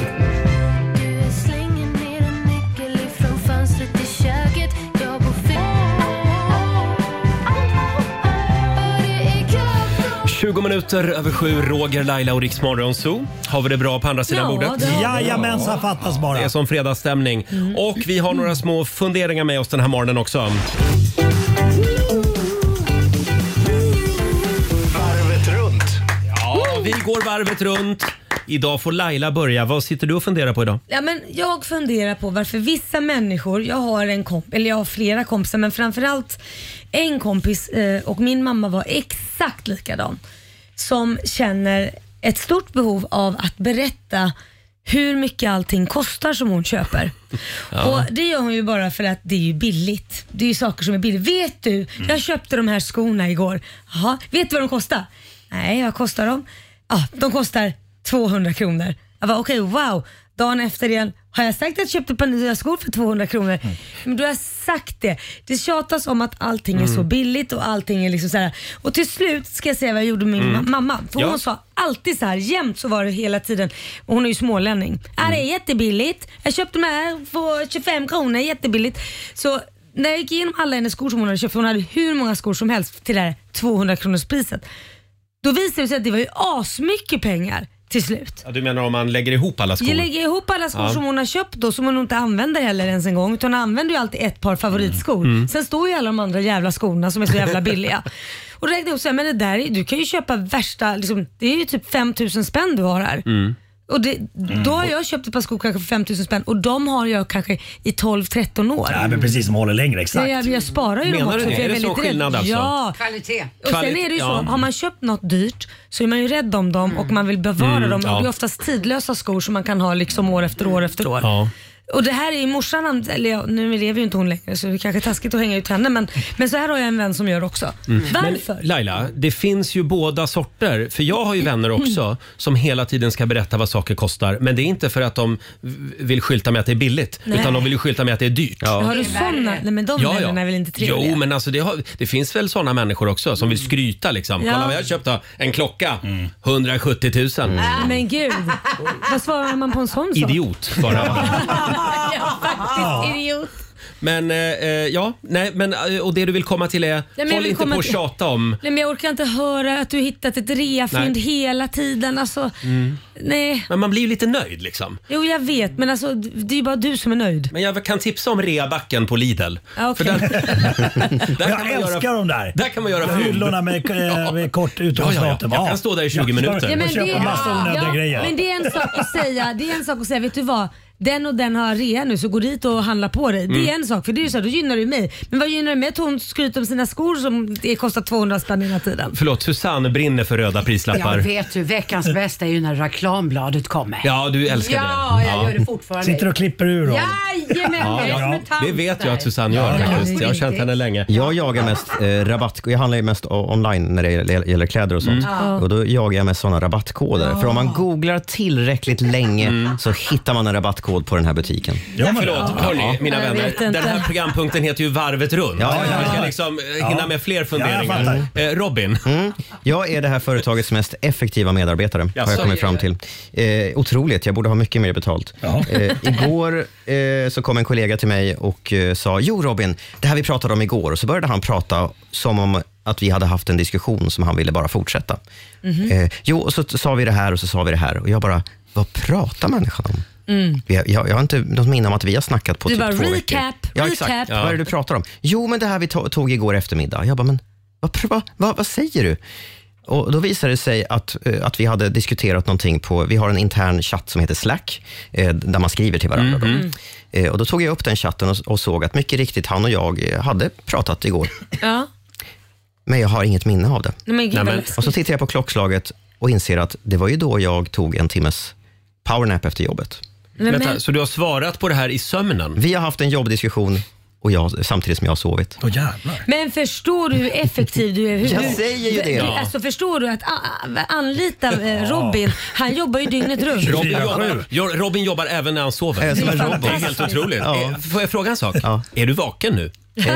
Speaker 1: tjugo minuter över sju, Roger, Laila och Rix Morgon Zoo. Har vi det bra på andra sidan
Speaker 2: ja,
Speaker 1: bordet?
Speaker 11: Jajamensan, fattas bara.
Speaker 1: Det är som fredagsstämning. Mm. Och vi har några små funderingar med oss den här morgonen också.
Speaker 12: Varvet runt.
Speaker 1: Ja, vi går varvet runt. Idag får Laila börja. Vad sitter du och funderar på idag?
Speaker 2: Ja, men jag funderar på varför vissa människor, jag har en kompis, eller jag har flera kompisar, men framförallt en kompis eh, och min mamma var exakt likadan, som känner ett stort behov av att berätta hur mycket allting kostar som hon köper. Ja. Och det gör hon ju bara för att det är ju billigt. Det är ju saker som är billigt. Vet du, mm. jag köpte de här skorna igår. Jaha, vet du vad de kostar? Nej, vad kostar de? Ja, de kostar tvåhundra kronor. Jag var okej, okay, wow. Dagen efter igen, har jag sagt att jag köpte ett par nya skor för tvåhundra kronor? Mm. Men du har sagt det. Det tjatas om att allting mm. är så billigt och allting är liksom så här. Och till slut ska jag säga vad jag gjorde med min mm. mamma. För ja. hon sa alltid så här, jämt så var det hela tiden. Och hon är ju smålänning. Mm. Ah, det är jättebilligt. Jag köpte de här för tjugofem kronor, jättebilligt. Så när jag gick igenom alla hennes skor som hon hade köpt, för hon hade hur många skor som helst till det här tvåhundra kronors priset. Då visade det sig att det var ju asmycket pengar till slut.
Speaker 1: Ja, du menar om man lägger ihop alla skor?
Speaker 2: Jag lägger ihop alla skor ja. som hon har köpt då, som hon inte använder heller ens en gång, utan hon använder ju alltid ett par favoritskor. Mm. Mm. Sen står ju alla de andra jävla skorna som är så jävla billiga. Och räkna upp så här, men det där, du kan ju köpa värsta, liksom, det är ju typ fem tusen spänn du har här. Mm. Och det, då har jag köpt ett par skor kanske för fem tusen spänn och de har jag kanske i tolv tretton år.
Speaker 11: Ja, men precis, som håller längre, exakt.
Speaker 2: Jag, jag sparar ju
Speaker 1: Menar
Speaker 2: dem också.
Speaker 1: Du det? Är det så skillnad alltså?
Speaker 2: Ja.
Speaker 5: Kvalitet.
Speaker 2: Och sen är det ju så, ja. har man köpt något dyrt så är man ju rädd om dem mm. och man vill bevara mm, dem. Ja. Och det är oftast tidlösa skor som man kan ha liksom år efter år efter år. Ja. Och det här är ju morsan, eller ja, nu lever ju inte hon längre så det är kanske taskigt att hänga ut henne, men, men så här har jag en vän som gör också. Mm. Varför?
Speaker 1: Men Laila, det finns ju båda sorter, för jag har ju vänner också som hela tiden ska berätta vad saker kostar, men det är inte för att de vill skylta med att det är billigt, Nej. utan de vill ju skylta med att det är dyrt.
Speaker 2: Ja. Har du sådana? Nej, men de
Speaker 1: ja,
Speaker 2: vännerna
Speaker 1: ja.
Speaker 2: är väl inte trevliga?
Speaker 1: Jo, men alltså det, har, det finns väl sådana människor också som vill skryta liksom. Ja. Kolla vad jag köpte, en klocka, mm. hundrasjuttio tusen. Mm.
Speaker 2: Men gud, vad svarar man på en sån sak?
Speaker 1: Idiot, bara.
Speaker 2: Faktiskt idiot.
Speaker 1: Men eh, ja, nej, men och det du vill komma till är, nej, håll inte på att tjata om.
Speaker 2: Nej, men jag orkar inte höra att du hittat ett reafynd hela tiden. Alltså, mm. nej.
Speaker 1: Men man blir ju lite nöjd liksom.
Speaker 2: Jo, jag vet, men alltså, det är ju bara du som är nöjd.
Speaker 1: Men jag kan tipsa om reabacken på Lidl.
Speaker 2: Ah, okay. För där,
Speaker 11: där jag kan älskar göra, dem där.
Speaker 1: Där kan man göra
Speaker 11: hyllorna med, med kort utgångsdatum.
Speaker 1: Ja, ja, ja. Jag kan stå där i tjugo minuter.
Speaker 2: Ja, men,
Speaker 11: och köpa
Speaker 2: det,
Speaker 11: massa onödiga
Speaker 2: ja,
Speaker 11: grejer.
Speaker 2: Men det är en sak att säga, det är en sak att säga, vet du vad? Den och den har rea nu, så gå dit och handla på dig. Mm. Det är en sak, för det är ju så här, då gynnar du mig. Men vad gynnar du mig att hon skryter om sina skor som det kostar tvåhundra spänn hela tiden?
Speaker 1: Förlåt, Susanne brinner för röda prislappar.
Speaker 5: Jag vet du, veckans bästa är ju när reklambladet kommer.
Speaker 1: Ja, du älskar
Speaker 5: ja,
Speaker 1: det.
Speaker 5: Ja, jag gör det fortfarande.
Speaker 11: Sitter och klipper ur dem.
Speaker 5: Jajamän, ja, ja.
Speaker 1: Ja. Det vet jag att Susanne gör ja, faktiskt. Jag har känt henne länge.
Speaker 3: Jag jagar mest eh, rabatt. Jag handlar ju mest online när det gäller kläder och sånt. Mm. Och då jagar jag mest sådana rabattkoder. Ja. För om man googlar tillräckligt länge mm. så hittar man en rabattkod på den här butiken.
Speaker 1: Ja, förlåt, hörni, mina vänner. Den här programpunkten heter ju Varvet runt. Ja, ja, ja. Vi ska liksom hinna med fler funderingar. Ja, eh, Robin?
Speaker 3: Mm. Jag är det här företagets mest effektiva medarbetare, ja, har jag kommit fram till. Eh, otroligt, jag borde ha mycket mer betalt. Ja. Eh, igår eh, så kom en kollega till mig och eh, sa, jo Robin, det här vi pratade om igår. Och så började han prata som om att vi hade haft en diskussion som han ville bara fortsätta. Mm-hmm. eh, jo, och så sa vi det här och så sa vi det här. Och jag bara, vad pratar människan om? Mm. Jag, jag, jag har inte något minne om att vi har snackat på
Speaker 2: du
Speaker 3: typ
Speaker 2: bara,
Speaker 3: två
Speaker 2: recap,
Speaker 3: veckor. Ja,
Speaker 2: recap.
Speaker 3: exakt. Ja. Vad är det du pratar om? Jo, men det här vi to- tog igår eftermiddag. Jag bara, men vad, vad, vad, vad säger du? Och då visade det sig att, att vi hade diskuterat någonting på, vi har en intern chatt som heter Slack, eh, där man skriver till varandra. Mm-hmm. Då. Eh, och då tog jag upp den chatten och, och såg att mycket riktigt han och jag hade pratat igår. Ja. Men jag har inget minne av det.
Speaker 2: Nej, men, Nej,
Speaker 3: och så tittar jag på klockslaget och inser att det var ju då jag tog en timmes powernap efter jobbet.
Speaker 1: Men, Vänta, så du har svarat på det här i sömnen?
Speaker 3: Vi har haft en jobbdiskussion och jag, samtidigt som jag har sovit.
Speaker 11: Åh, jävlar.
Speaker 2: Men förstår du hur effektiv du är? Hur,
Speaker 3: jag säger ju det.
Speaker 2: Ja. Alltså, förstår du att a- anlita eh, Robin, han jobbar ju dygnet runt.
Speaker 1: Robin jobbar, Robin jobbar även när han sover.
Speaker 3: Äh, som en
Speaker 1: det är helt otroligt. Ja. Får jag fråga en sak? Ja. Är du vaken nu?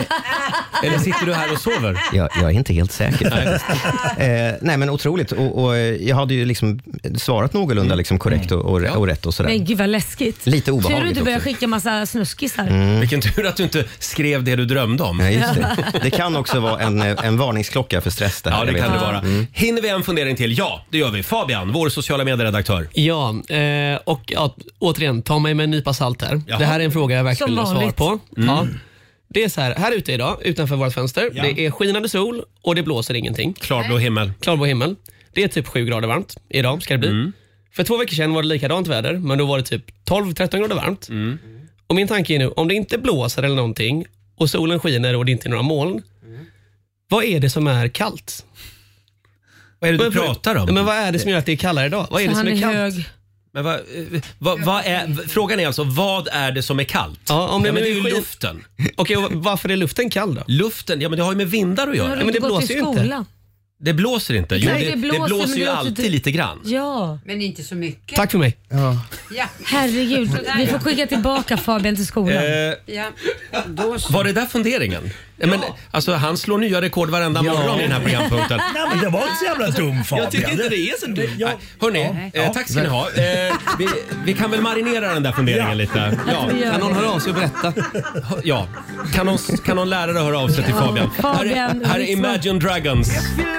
Speaker 1: Eller sitter du här och sover?
Speaker 3: Jag, jag är inte helt säker. Nej, eh, nej men otroligt. Och, och jag hade ju liksom svarat någorlunda liksom korrekt och, och, och rätt och sådär.
Speaker 2: Men gud vad läskigt.
Speaker 3: Lite obehagligt.
Speaker 2: Tur du inte började skicka massa snuskisar.
Speaker 1: Mm. Vilken tur att du inte skrev det du drömde om.
Speaker 3: Ja, just det. Det kan också vara en, en varningsklocka för stress. Det här,
Speaker 1: ja, det kan det vara. Mm. Hinner vi en fundering till? Ja, det gör vi. Fabian, vår sociala medieredaktör.
Speaker 10: Ja, eh, och ja, återigen, ta mig med en nypa salt här. Jaha. Det här är en fråga jag verkligen vill ha svar på. Mm. Ja. Det är så här, här ute idag, utanför vårt fönster, ja. Det är skinande sol och det blåser ingenting.
Speaker 1: Klarblå himmel.
Speaker 10: Klarblå himmel. Det är typ sju grader varmt idag, ska det bli. Mm. För två veckor sedan var det likadant väder, men då var det typ tolv tretton grader varmt.
Speaker 1: Mm.
Speaker 10: Och min tanke är nu, om det inte blåser eller någonting och solen skiner och det inte är några moln, mm. vad är det som är kallt?
Speaker 1: Vad är det du pratar om?
Speaker 10: Men vad är det som gör att det är kallare idag? Vad är det som är, är kallt? Hög.
Speaker 1: Men vad, vad, vad är, frågan är alltså, vad är det som är kallt?
Speaker 10: Ja, om det,
Speaker 1: ja, men det är ju
Speaker 10: skit...
Speaker 1: luften.
Speaker 10: Okej, och varför är luften kall då?
Speaker 1: Luften, ja men det har ju med vindar att göra.
Speaker 2: Men,
Speaker 10: men det blåser ju inte.
Speaker 1: Det blåser inte. Jo,
Speaker 2: Nej,
Speaker 1: det,
Speaker 2: det blåser,
Speaker 1: det blåser ju
Speaker 2: det
Speaker 1: alltid
Speaker 2: inte...
Speaker 1: lite grann.
Speaker 2: Ja.
Speaker 5: Men inte så mycket.
Speaker 10: Tack för mig.
Speaker 3: Ja.
Speaker 5: Ja.
Speaker 2: Herregud, vi får skicka tillbaka Fabian till skolan.
Speaker 1: Eh,
Speaker 5: ja. Då så.
Speaker 1: Var det där funderingen? Ja. Men, alltså, han slår nya rekord varenda ja. morgon i den här programpunkten.
Speaker 11: Nej, men det var inte så jävla dum, Fabian.
Speaker 10: Jag tycker inte det är så dumt.
Speaker 1: Ja. Hörrni, eh, tack ska ni ha. Eh, vi, vi kan väl marinera den där funderingen ja. lite. Ja.
Speaker 10: Kan någon höra av sig och berätta?
Speaker 1: Ja. Kan någon, kan någon lärare höra av sig till Fabian?
Speaker 2: Ja. Fabian
Speaker 1: här, här är Imagine Dragons.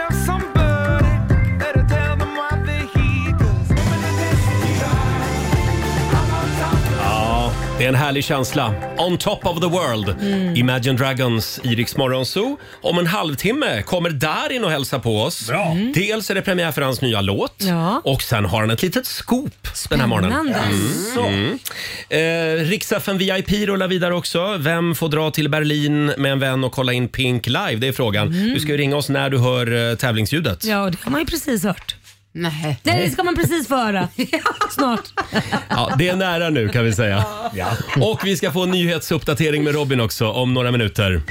Speaker 1: Det är en härlig känsla. On top of the world. Mm. Imagine Dragons i Rix Morgon Zoo. Om en halvtimme kommer Darin och hälsa på oss. Mm. Dels är det premiär för hans nya låt.
Speaker 2: Ja.
Speaker 1: Och sen har han ett litet scoop den här morgonen. Mm. Mm. Eh, Rix F M V I P rullar vidare också. Vem får dra till Berlin med en vän och kolla in Pink live? Det är frågan. Mm. Du ska ju ringa oss när du hör eh, tävlingsljudet.
Speaker 2: Ja, det har man ju precis hört.
Speaker 5: Nej.
Speaker 2: Det ska man precis få höra. Snart.
Speaker 1: Ja, det är nära nu kan vi säga. Ja. Och vi ska få en nyhetsuppdatering med Robin också om några minuter. Mm.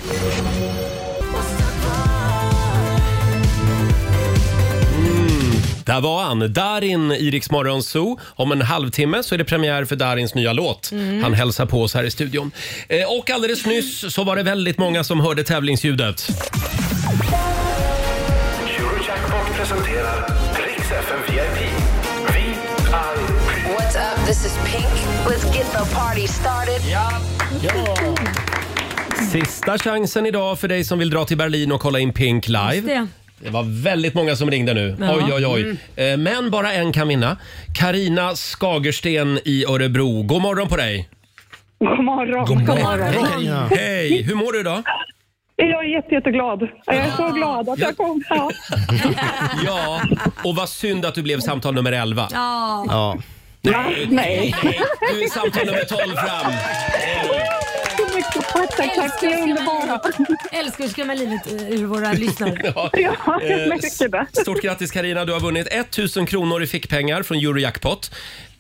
Speaker 1: Där var han, Darin i Rix Morgon Zoo. Om en halvtimme så är det premiär för Darins nya låt. Mm. Han hälsar på oss här i studion. Eh, och alldeles nyss så var det väldigt många som hörde tävlingsljudet.
Speaker 12: Eurojackpot presenterar Rix F M V I P. V I P.
Speaker 13: What's up? This is Pink. Let's get the party started.
Speaker 1: Ja. Ja. Sista chansen idag för dig som vill dra till Berlin och kolla in Pink live.
Speaker 2: Det.
Speaker 1: det var väldigt många som ringde nu. Ja. Oj, oj, oj. Mm. Men bara en kan vinna. Carina Skagersten i Örebro. God morgon på dig.
Speaker 7: God morgon.
Speaker 1: God morgon. God morgon. Hej, Hej, hur mår du idag?
Speaker 7: Jag är jätte, jätteglad. Jag är så glad att jag kom. Ja.
Speaker 1: Ja, och vad synd att du blev samtal nummer elva.
Speaker 2: Ja.
Speaker 3: Ja.
Speaker 1: Nej, nej. Du är samtal nummer tolv fram.
Speaker 7: Så mycket tack, tack, tack. Det är underbara.
Speaker 2: Älskar att skrämma livet ur våra lyssnare.
Speaker 7: Ja, ja, jag märker det.
Speaker 1: Stort grattis Carina, du har vunnit tusen kronor i fickpengar från Eurojackpot.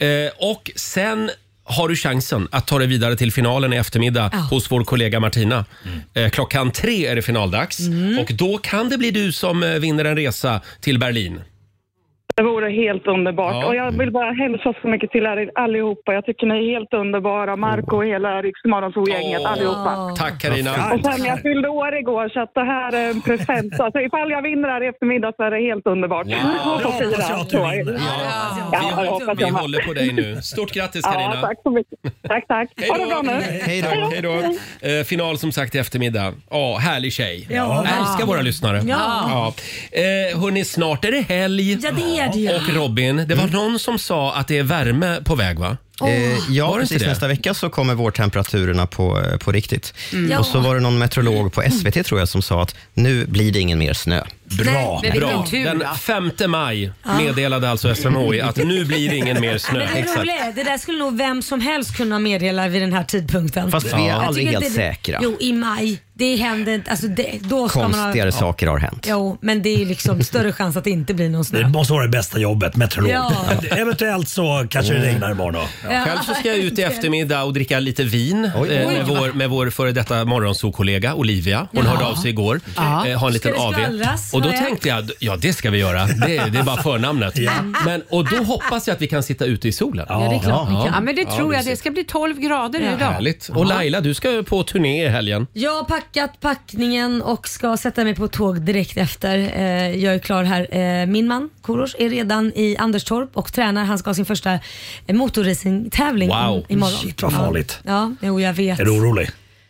Speaker 1: Och sen har du chansen att ta dig vidare till finalen i eftermiddag oh. hos vår kollega Martina. Mm. Klockan tre är det finaldags. Mm. Och då kan det bli du som vinner en resa till Berlin.
Speaker 7: Det vore helt underbart.
Speaker 1: Ja.
Speaker 7: Och jag vill bara hälsa så mycket till er allihopa. Jag tycker ni är helt underbara. Marco och hela Rix Morgonzoo-gänget, oh. allihopa.
Speaker 1: Tack Carina.
Speaker 7: Och sen jag fyllde år igår så att det här är en present. Så alltså, ifall jag vinner här i eftermiddag så är det helt underbart.
Speaker 1: Wow.
Speaker 7: Jag hoppas
Speaker 11: jag att du vinner.
Speaker 1: Ja. Ja. Vi, ja, håller, vi håller på dig nu. Stort grattis Carina.
Speaker 7: Ja, tack så mycket. Tack, tack. Ha det bra nu.
Speaker 1: Hej då. Hej då. Eh, final som sagt i eftermiddag. Ja, härlig tjej. Ja. Älskar våra lyssnare. Ja. Ja. Eh, hörni, snart är det helg.
Speaker 2: Ja, det är det.
Speaker 1: Och Robin, det var någon som sa att det är värme på väg, va?
Speaker 3: Oh. Eh, ja, precis. Nästa vecka så kommer vårtemperaturerna på, på riktigt. Mm. Och så var det någon meteorolog på S V T tror jag som sa att nu blir det ingen mer snö.
Speaker 1: Bra, Nej, bra. Den femte maj meddelade alltså S M H I att nu blir det ingen mer snö.
Speaker 2: Men det,
Speaker 1: Exakt.
Speaker 2: Roliga, det där skulle nog vem som helst kunna meddela vid den här tidpunkten.
Speaker 3: Fast vi är
Speaker 2: ja.
Speaker 3: aldrig helt
Speaker 2: det,
Speaker 3: säkra.
Speaker 2: Jo, i maj. Det händer inte. Alltså det, då ska
Speaker 3: Konstigare
Speaker 2: man ha,
Speaker 3: saker har hänt.
Speaker 2: Jo, men det är liksom större chans att det inte blir någon snö.
Speaker 11: Det måste vara det bästa jobbet, meteorolog.
Speaker 2: Ja.
Speaker 11: Eventuellt så kanske det regnar imorgon då.
Speaker 2: Ja.
Speaker 1: Själv så ska jag ut i eftermiddag och dricka lite vin
Speaker 3: Oj,
Speaker 1: eh,
Speaker 3: oj.
Speaker 1: med, vår, med vår före detta morgonsokollega Olivia. Hon
Speaker 2: Ja.
Speaker 1: hörde av sig igår.
Speaker 2: Ja.
Speaker 1: Eh, ha en liten
Speaker 2: Ska det
Speaker 1: A V.
Speaker 2: skvallras,
Speaker 1: Och då
Speaker 2: hör jag?
Speaker 1: tänkte jag, ja det ska vi göra. Det, det är bara förnamnet.
Speaker 11: Ja.
Speaker 1: Men, och då hoppas jag att vi kan sitta ute i solen.
Speaker 2: Ja, det är klart vi kan.
Speaker 5: Ja, men det
Speaker 1: Ja,
Speaker 5: tror jag.
Speaker 1: precis.
Speaker 5: Det ska bli tolv grader
Speaker 2: Ja.
Speaker 5: idag.
Speaker 1: Härligt. Och Laila, du ska på turné i helgen.
Speaker 2: Jag har packat packningen och ska sätta mig på tåg direkt efter. Eh, jag är klar här. Eh, min man, Korosh, är redan i Anderstorp och tränar. Han ska ha sin första eh, motorracing-tävling
Speaker 1: Wow.
Speaker 2: imorgon.
Speaker 11: Shit, vad farligt.
Speaker 2: Ja, jo, jag vet.
Speaker 11: Är du orolig?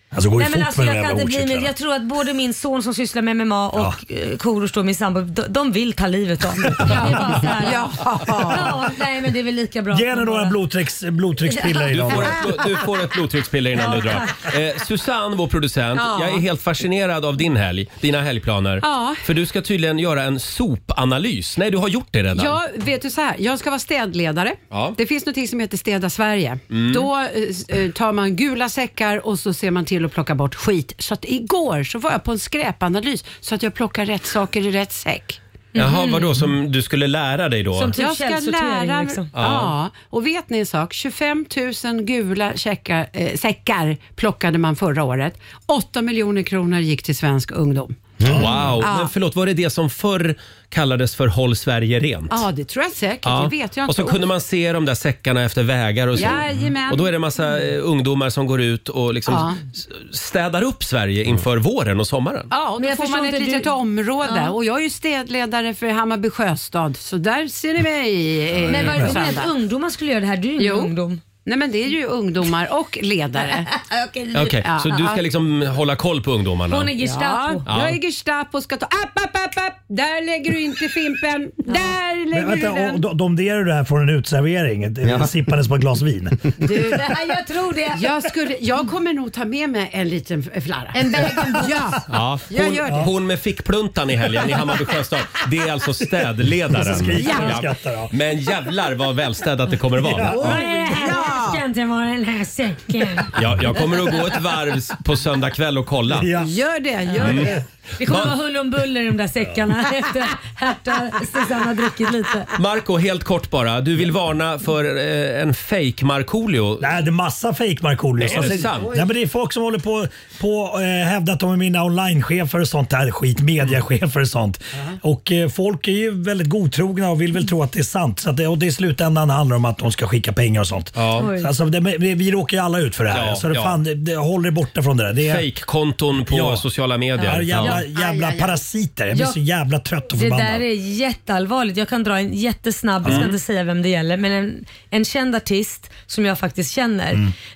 Speaker 11: Alltså, går
Speaker 2: Nej,
Speaker 11: ju
Speaker 2: men
Speaker 11: fort
Speaker 2: alltså,
Speaker 11: med de
Speaker 2: jag, kan
Speaker 11: jävla
Speaker 2: inte bli med,
Speaker 11: ordcyklarna.
Speaker 2: jag tror att både min son som sysslar med M M A och ja. Korosh då, min sambo, de, de vill ta livet av mig. Det är bara så här, ja. Ja, nej men det är väl lika bra.
Speaker 11: Ge henne några blodtrycks, blodtryckspiller
Speaker 1: du
Speaker 11: idag.
Speaker 1: får, ett, du får ett blodtryckspiller innan ja, du drar. Eh, Susanne, vår producent,
Speaker 5: ja.
Speaker 1: jag är helt fascinerad av din helg, dina helgplaner.
Speaker 5: Ja.
Speaker 1: För du ska tydligen göra en sopanalys. Nej, du har gjort det redan.
Speaker 5: Jag vet du så här, jag ska vara städledare.
Speaker 1: Ja.
Speaker 5: Det finns något som heter Städa Sverige.
Speaker 1: Mm.
Speaker 5: Då eh, tar man gula säckar och så ser man till att plocka bort skit. Så att igår så var jag på en skräpanalys så att jag plockar rätt saker i rätt säck.
Speaker 1: Jaha, vadå som du skulle lära dig då?
Speaker 2: Som typ
Speaker 5: jag ska lära
Speaker 2: liksom.
Speaker 5: ja. ja. Och vet ni en sak? tjugofem tusen gula säckar, äh, säckar plockade man förra året. åtta miljoner kronor gick till svensk ungdom.
Speaker 1: Mm. Wow,
Speaker 5: ja.
Speaker 1: men förlåt, var det det som förr kallades för Håll Sverige rent?
Speaker 5: Ja, det tror jag säkert.
Speaker 1: Ja.
Speaker 5: Det vet jag inte.
Speaker 1: Och så kunde man se de där säckarna efter vägar och så.
Speaker 5: Jajamän.
Speaker 1: Och då är det en massa eh, ungdomar som går ut och liksom
Speaker 5: Ja.
Speaker 1: s- städar upp Sverige inför våren och sommaren.
Speaker 5: Ja, och då
Speaker 2: Men jag
Speaker 5: får man
Speaker 2: förstår
Speaker 5: ett
Speaker 2: inte,
Speaker 5: litet
Speaker 2: du-
Speaker 5: område.
Speaker 2: Ja.
Speaker 5: Och jag är ju städledare för Hammarby Sjöstad. Så där ser ni mig. Eh,
Speaker 2: Men var det
Speaker 5: på
Speaker 2: så
Speaker 5: söndag.
Speaker 2: att ungdomar skulle göra det här? Du är ju ingen
Speaker 5: Jo.
Speaker 2: ungdom.
Speaker 5: Nej, men det är ju ungdomar och ledare.
Speaker 2: Okej,
Speaker 1: Okej,
Speaker 5: Ja.
Speaker 1: så du ska liksom hålla koll på ungdomarna?
Speaker 2: Hon är Gestapo.
Speaker 5: Ja, jag är Gestapo och ska ta... App, app, app, app. Där lägger du inte fimpen. Där lägger
Speaker 11: Men
Speaker 5: du
Speaker 11: vänta,
Speaker 5: den.
Speaker 11: och de- domderar du det här från en utservering? Ja. Sippandes på ett glas vin?
Speaker 5: Du,
Speaker 2: Jag tror det.
Speaker 5: jag, skulle, jag kommer nog ta med mig en liten f- flarra.
Speaker 2: En bag-in-box.
Speaker 5: Ja.
Speaker 1: Ja,
Speaker 5: Jag
Speaker 1: hon,
Speaker 5: gör det.
Speaker 1: hon med fickpluntan i helgen i Hammarby Sjöstad, det är alltså städledaren.
Speaker 11: Så skriker hon och
Speaker 1: Ja.
Speaker 11: skrattar, ja.
Speaker 1: Men jävlar vad välstädat det kommer att vara.
Speaker 2: Vad är det här? Det ska inte vara den här säcken.
Speaker 1: Jag, jag kommer att gå ett varv på söndag kväll och kolla.
Speaker 11: Ja.
Speaker 5: Gör det, gör
Speaker 1: Mm.
Speaker 5: det.
Speaker 2: Det kommer
Speaker 1: Va-
Speaker 2: vara huller om buller i de där säckarna efter Herta Susanne har druckit lite.
Speaker 1: Marco, helt kort bara. Du vill varna för eh, en fake Markoolio.
Speaker 11: Nej, det är massa fake Markoolio.
Speaker 1: Är det sant?
Speaker 11: Nej, men det är folk som håller på på eh, hävda att de är mina online-chefer och sånt där skit, mediachefer och sånt. Och eh, folk är ju väldigt godtrogna och vill väl tro att det är sant. Så att det, och det i slutändan handlar om att de ska skicka pengar och sånt.
Speaker 1: Ja.
Speaker 11: Så alltså, det, vi, vi råkar ju alla ut för det här.
Speaker 1: Ja,
Speaker 11: så det,
Speaker 1: ja.
Speaker 11: fan, det, det håller er borta från det där. Det är
Speaker 1: Fake-konton på
Speaker 11: Ja.
Speaker 1: sociala
Speaker 11: ja,
Speaker 1: medier.
Speaker 11: jävla,
Speaker 1: Ja.
Speaker 11: jävla parasiter. Jag blir
Speaker 2: Ja.
Speaker 11: så jävla trött och
Speaker 2: Det
Speaker 11: förbannad.
Speaker 2: där är jätteallvarligt. Jag kan dra en jättesnabb, jag ska inte säga vem det gäller, men en, en känd artist som jag faktiskt känner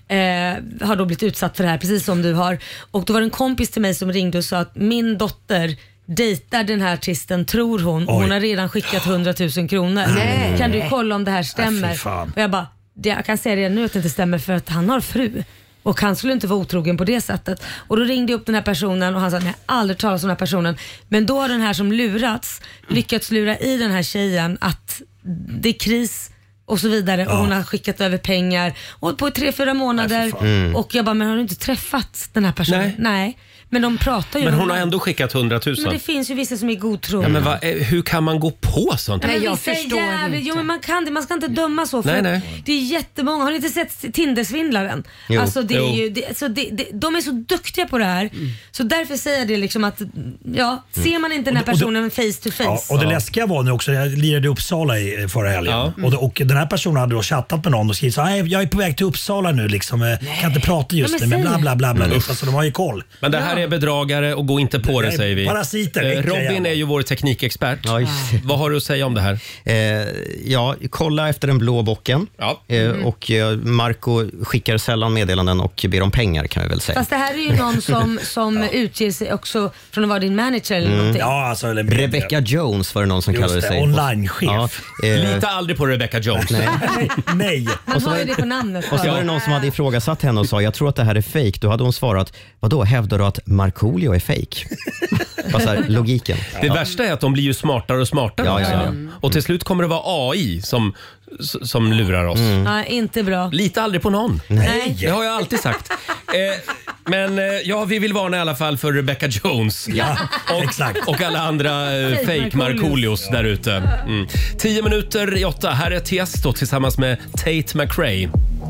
Speaker 2: eh, har då blivit utsatt för det här, precis som du har. Och då var det en kompis till mig som ringde och sa att min dotter dejtar den här artisten, tror hon. Och hon har redan skickat hundratusen kronor.
Speaker 5: Nej.
Speaker 2: Kan du kolla om det här
Speaker 11: Nej,
Speaker 2: stämmer?
Speaker 11: fy fan.
Speaker 2: Och jag bara, det, jag kan säga redan nu att det inte stämmer för att han har fru. Och han skulle inte vara otrogen på det sättet. Och då ringde jag upp den här personen och han sa, nej, jag har aldrig talat om den här personen. Men då har den här som lurats lyckats lura i den här tjejen att det är kris och så vidare. Och hon har skickat över pengar och på tre, fyra månader. Och jag bara, men har du inte träffat den här personen?
Speaker 1: Nej.
Speaker 2: Nej. Men de pratar ju
Speaker 1: Men
Speaker 2: om
Speaker 1: hon
Speaker 2: det.
Speaker 1: har ändå skickat hundratusen.
Speaker 2: Men det finns ju vissa som är godtrogna.
Speaker 1: Ja, men vad, eh, hur kan man gå på sånt här?
Speaker 5: Nej, jag
Speaker 2: vissa är
Speaker 5: förstår
Speaker 2: jävligt-
Speaker 5: inte.
Speaker 2: Jo, men man kan det. Man ska inte döma så. För
Speaker 1: Nej,
Speaker 2: att
Speaker 1: nej.
Speaker 2: Det är jättemånga. Har ni inte sett Tindersvindlaren?
Speaker 3: Jo.
Speaker 2: Alltså, det är
Speaker 1: Jo.
Speaker 2: ju, det, så det, det, de är så duktiga på det här. Så därför säger jag det liksom att ja, ser man inte den här
Speaker 11: Och det- och det-
Speaker 2: personen face to face.
Speaker 11: Ja, och det läskiga var nu också, jag lirade i Uppsala i förra helgen.
Speaker 1: Ja.
Speaker 11: Och, det- och den här personen hade då chattat med någon och skrivit så här, jag är på väg till Uppsala nu liksom, eh, kan inte prata just
Speaker 2: Ja,
Speaker 11: nu
Speaker 2: men
Speaker 11: men bla
Speaker 2: säg
Speaker 11: bla bla. bla liksom, så de har ju koll.
Speaker 1: Men det här är bedragare och gå inte på det,
Speaker 11: Nej,
Speaker 1: säger vi.
Speaker 11: parasiter,
Speaker 1: Eh,
Speaker 11: äckliga
Speaker 1: Robin
Speaker 11: jävlar.
Speaker 1: är ju vår teknikexpert.
Speaker 3: Ja, just det.
Speaker 1: Vad har du att säga om det här?
Speaker 3: Eh, ja, kolla efter den blå bocken.
Speaker 1: Ja.
Speaker 3: Eh, och eh, Marco skickar sällan meddelanden och ber om pengar kan vi väl säga.
Speaker 2: Fast det här är ju någon som, som utger sig också från att vara din manager eller någonting.
Speaker 11: Ja, alltså, eller
Speaker 3: Rebecca Jones var det någon som
Speaker 11: Just
Speaker 3: kallade
Speaker 11: det,
Speaker 3: sig.
Speaker 11: online-chef.
Speaker 3: Ja, eh,
Speaker 1: Lita aldrig på Rebecca Jones.
Speaker 3: nej.
Speaker 11: Nej.
Speaker 2: Han har ju det på namnet.
Speaker 3: Och så var det någon som hade ifrågasatt henne och sa, jag tror att det här är fake. Då hade hon svarat, vadå, hävdar du att Markoolio är fake? Bara så här, logiken.
Speaker 1: Det värsta är att de blir ju smartare och smartare.
Speaker 3: Ja, ja,
Speaker 1: också.
Speaker 3: ja.
Speaker 1: Och till slut kommer det vara A I som, som lurar oss.
Speaker 2: Nej, inte bra.
Speaker 1: Lita aldrig på någon.
Speaker 2: Nej.
Speaker 1: Det har jag alltid sagt. Eh, men eh, ja, vi vill varna i alla fall för Rebecca Jones.
Speaker 11: Ja,
Speaker 1: och,
Speaker 11: exakt.
Speaker 1: och alla andra eh,
Speaker 2: Fake
Speaker 1: fake Markoolios där ute. Mm. Tio minuter i åtta. Här är Tiesto tillsammans med Tate McRae.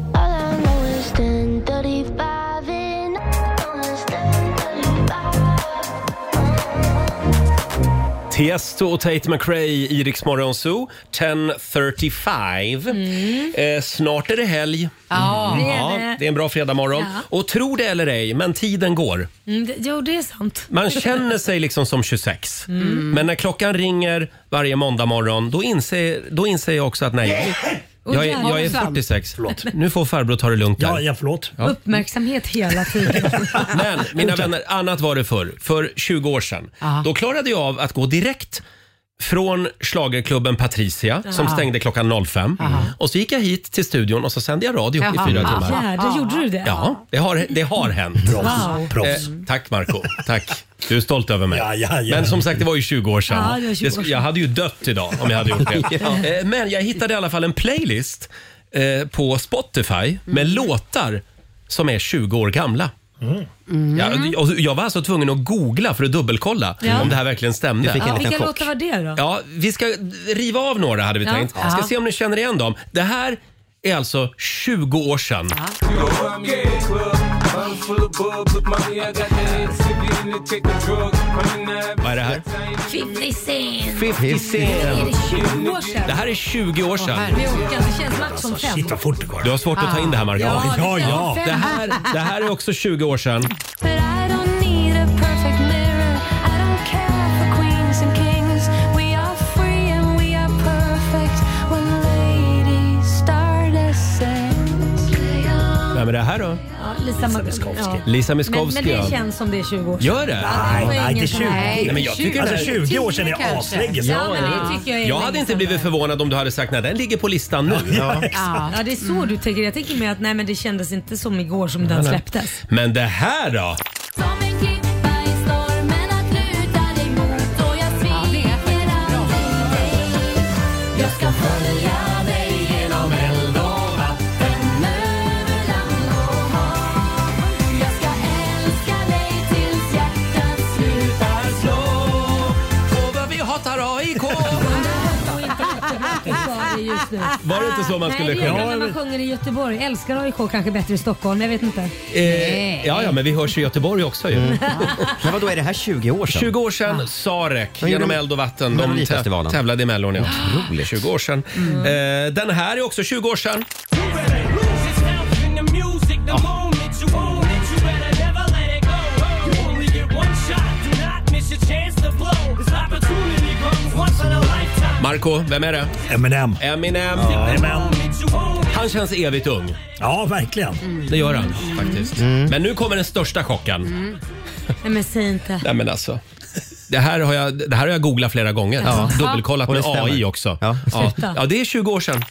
Speaker 1: Tiesto och Tate McRae i Rix Morgon Zoo. tio fyrtiofem. Eh, snart är det helg.
Speaker 2: Ja, det är
Speaker 1: Ja,
Speaker 2: det.
Speaker 1: det är en bra fredagmorgon.
Speaker 2: Ja.
Speaker 1: Och tro det eller ej, men tiden går.
Speaker 2: Mm, det, jo, det är sant.
Speaker 1: Man känner sig liksom som tjugosex. Men när klockan ringer varje måndag morgon, då inser, då inser jag också att nej, Jag är, jag är fyrtiosex. Förlåt. Nu får farbror ta det lugnt där.
Speaker 11: Ja, ja förlåt.
Speaker 1: Ja.
Speaker 2: Uppmärksamhet hela tiden.
Speaker 1: Men mina vänner, annat var det förr. För tjugo år sedan.
Speaker 2: Aha.
Speaker 1: Då klarade jag av att gå direkt från schlagerklubben Patricia som
Speaker 2: Aha.
Speaker 1: stängde klockan noll fem.
Speaker 2: Aha.
Speaker 1: Och så gick jag hit till studion och så sände jag radio
Speaker 2: Jaha.
Speaker 1: i fyra timmar.
Speaker 2: Jädrar, gjorde du det?
Speaker 1: Ja, det har, det har hänt.
Speaker 2: Wow.
Speaker 11: Proffs.
Speaker 1: Eh, tack Marco, tack. Du är stolt över mig.
Speaker 11: Ja, ja, ja.
Speaker 1: Men som sagt, det var ju tjugo år sedan.
Speaker 2: Ja, det var tjugo år sedan.
Speaker 1: Jag hade ju dött idag om jag hade gjort det.
Speaker 2: Ja.
Speaker 1: Eh, Men jag hittade i alla fall en playlist eh, på Spotify med låtar som är tjugo år gamla.
Speaker 11: Mm.
Speaker 1: Ja, och jag var alltså tvungen att googla för att dubbelkolla
Speaker 2: Ja.
Speaker 1: om det här verkligen stämde.
Speaker 2: Ja, vilka låtar var det då?
Speaker 1: Ja, vi ska riva av några hade vi
Speaker 2: Ja.
Speaker 1: tänkt.
Speaker 2: Ja.
Speaker 1: Ska se om ni känner igen dem. Det här är alltså tjugo år sedan. Vad är det här?
Speaker 2: femtio Cent.
Speaker 1: femtio Cent.
Speaker 2: Är det tjugo år sedan?
Speaker 1: Det här är tjugo år sedan.
Speaker 2: Vi orkar, det känns max som fem.
Speaker 11: Shit vad fort det går.
Speaker 1: Du har svårt att ta in det här, Marco.
Speaker 2: Ja, det
Speaker 11: Ja, ja.
Speaker 2: känns
Speaker 1: Det
Speaker 2: fem.
Speaker 1: här, det här är också tjugo år sedan.
Speaker 8: But I don't need a perfect mirror. I don't care for queens and kings. We are free and we are perfect. When ladies start as saints.
Speaker 1: Vem är det här då?
Speaker 2: Ja, Lisa Miskovsky. Ja.
Speaker 1: Lisa Miskovsky,
Speaker 2: Men, men
Speaker 1: ja.
Speaker 2: det känns som det är tjugo år sedan.
Speaker 1: Gör det?
Speaker 11: Nej, nej, inte tjugo.
Speaker 1: Nej, men jag tycker
Speaker 11: alltså
Speaker 1: det här-
Speaker 11: tjugo år sedan är
Speaker 5: kanske.
Speaker 11: aslänge
Speaker 2: Ja,
Speaker 11: sedan.
Speaker 2: men det tycker jag är
Speaker 1: Jag
Speaker 2: länge
Speaker 1: hade inte
Speaker 2: sedan.
Speaker 1: blivit förvånad om du hade sagt nej, den ligger på listan nu.
Speaker 11: Ja.
Speaker 2: Ja, det är så du tänker. Jag tänker med att nej, men det kändes inte som igår som den
Speaker 1: nej.
Speaker 2: släpptes.
Speaker 1: Men det här då?
Speaker 8: Som en klippa i stormen att luta dig mot. Och jag sviker alltid dig. Jag ska följa dig genom eld och vatten, över land och hav. Jag ska älska dig tills hjärtat slutar slå.
Speaker 1: Och vi hatar A I K!
Speaker 2: Just nu.
Speaker 1: Var det inte så man skulle
Speaker 2: Nej, det gör
Speaker 1: sjunga?
Speaker 2: man när man sjunger i Göteborg. Älskar A I K kanske bättre i Stockholm, jag vet inte.
Speaker 1: Eh, ja, ja, men vi hörs i Göteborg också ju.
Speaker 3: Men vadå, är det här tjugo år sedan?
Speaker 1: tjugo år sedan, Sarek,
Speaker 3: Vad
Speaker 1: genom
Speaker 3: gjorde de?
Speaker 1: eld och vatten. De
Speaker 3: Melodifestivalen.
Speaker 1: tä- tävlade i Mellon. Ja.
Speaker 3: Otroligt.
Speaker 1: tjugo år sedan. Eh, den här är också tjugo år sedan. Marco, vem är det?
Speaker 11: Eminem.
Speaker 1: Eminem.
Speaker 11: Eminem.
Speaker 1: Han känns evigt ung.
Speaker 11: Ja, verkligen.
Speaker 1: Det gör han faktiskt. Men nu kommer den största chocken.
Speaker 2: Nej men säg inte.
Speaker 1: Nej men alltså. Det här har jag, det här har jag googlat flera gånger.
Speaker 2: Ja.
Speaker 1: Dubbelkollat
Speaker 3: Och det
Speaker 1: med A I
Speaker 3: stämmer.
Speaker 1: också.
Speaker 3: Ja.
Speaker 1: Ja.
Speaker 2: Sluta.
Speaker 1: Ja, det är tjugo år sedan.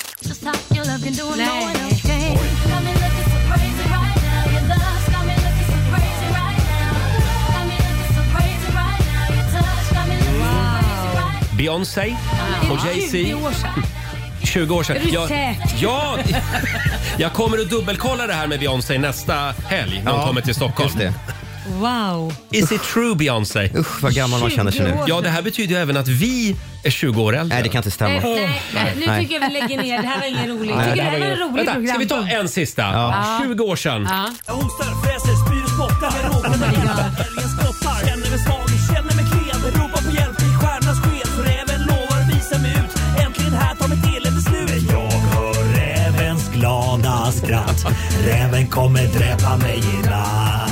Speaker 1: Beyoncé och Jay-Z.
Speaker 2: tjugo år sedan.
Speaker 1: tjugo år sedan.
Speaker 2: Är du
Speaker 1: Jag,
Speaker 2: säker?
Speaker 1: ja, jag kommer att dubbelkolla det här med Beyoncé nästa helg när hon
Speaker 3: Ja,
Speaker 1: kommer till Stockholm.
Speaker 3: Just det.
Speaker 2: Wow.
Speaker 1: Is it true Beyoncé?
Speaker 3: Usch, vad gammal man känner sig
Speaker 2: tjugo
Speaker 3: nu.
Speaker 2: år.
Speaker 1: Ja, det här betyder ju även att vi är tjugo år äldre.
Speaker 3: Nej, det kan inte stämma.
Speaker 2: Nej, nej, nu
Speaker 3: Nej.
Speaker 2: tycker jag vi lägger ner. Det här var ingen rolig.
Speaker 3: Nej,
Speaker 2: Tycker
Speaker 3: det
Speaker 2: det
Speaker 3: här
Speaker 2: här var en rolig
Speaker 1: Vänta,
Speaker 2: program.
Speaker 1: ska vi ta en sista?
Speaker 3: Ja.
Speaker 1: tjugo år sedan.
Speaker 2: Ja.
Speaker 11: Jag hostar, fräser, spyr, spottar. Jag råkar med helgen skottar. Känner mig svag, känner mig klen. Ropar på hjälp i stjärnornas sken. För räven lovar att visa mig ut. Äntligen här tar mitt elände slut. Jag hör rävens glada skratt. Räven kommer dräpa mig i natt.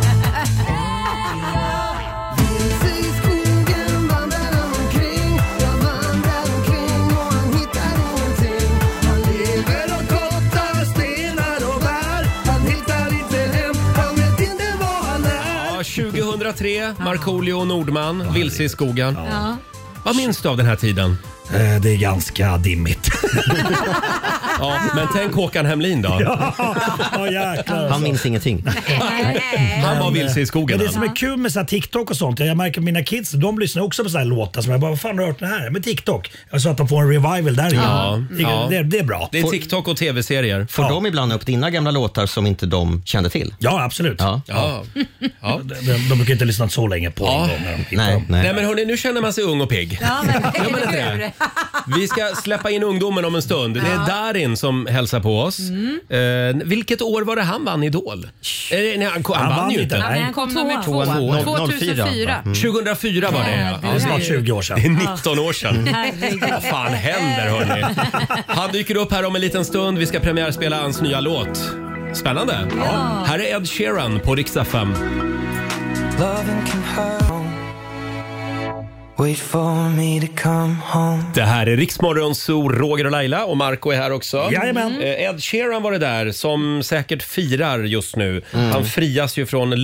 Speaker 1: Ja, tjugohundratre, Markoolio och Nordman, Vilse i skogen.
Speaker 2: Ja.
Speaker 1: Vad minns du av den här tiden?
Speaker 11: Eh, Det är ganska dimmigt.
Speaker 1: Ja, men tänk Håkan Hemlin då.
Speaker 11: Ja, jäklar.
Speaker 3: Han minns ingenting.
Speaker 1: Han var vilse i skogen.
Speaker 11: Men det som
Speaker 1: han.
Speaker 11: är kul med så här TikTok och sånt, jag märker att mina kids, de lyssnar också på så här låtar som jag bara, vad fan har du hört det här? Men TikTok. Jag sa att de får en revival där
Speaker 1: Ja,
Speaker 11: igen.
Speaker 1: ja.
Speaker 11: Det, det är bra.
Speaker 1: Det är TikTok och tv-serier.
Speaker 3: Får de ibland upp dina gamla låtar som inte de kände till?
Speaker 11: Ja, absolut.
Speaker 3: Ja.
Speaker 1: Ja. Ja.
Speaker 11: De, de, de brukar inte lyssna så länge på
Speaker 1: Ja.
Speaker 11: en gång när de hittar
Speaker 3: Nej,
Speaker 11: dem.
Speaker 3: nej.
Speaker 1: Nej men hörni, nu känner man sig ung och pigg.
Speaker 2: Ja, men,
Speaker 1: Ja, men det är det. Vi ska släppa in ungdomen om en stund. Det är Darin som hälsar på oss. Eh, vilket år var det han vann Idol? Eh, nej, han, han,
Speaker 11: Han
Speaker 1: vann
Speaker 11: vann
Speaker 1: ju
Speaker 11: inte.
Speaker 1: inte.
Speaker 11: Nej.
Speaker 5: Han kom nummer två.
Speaker 3: Tvåa.
Speaker 5: tjugohundrafyra.
Speaker 3: Mm.
Speaker 1: tjugohundrafyra var det ja.
Speaker 2: Ja,
Speaker 1: Ja,
Speaker 11: Snart tjugo år
Speaker 1: det är
Speaker 11: sedan.
Speaker 1: nitton år sedan.
Speaker 2: herregud.
Speaker 1: Vad fan händer hörni? Han dyker upp här om en liten stund. Vi ska premiärspela hans nya låt. Spännande.
Speaker 2: Ja.
Speaker 1: Här är Ed Sheeran på Rix F M.
Speaker 6: Wait for me to come home.
Speaker 1: Det här är Riksmorgon Zoo, Roger och Laila och Marco är här också.
Speaker 11: Jajamän.
Speaker 1: Eh, Ed Sheeran var det där som säkert firar just nu.
Speaker 3: Mm.
Speaker 1: Han frias ju från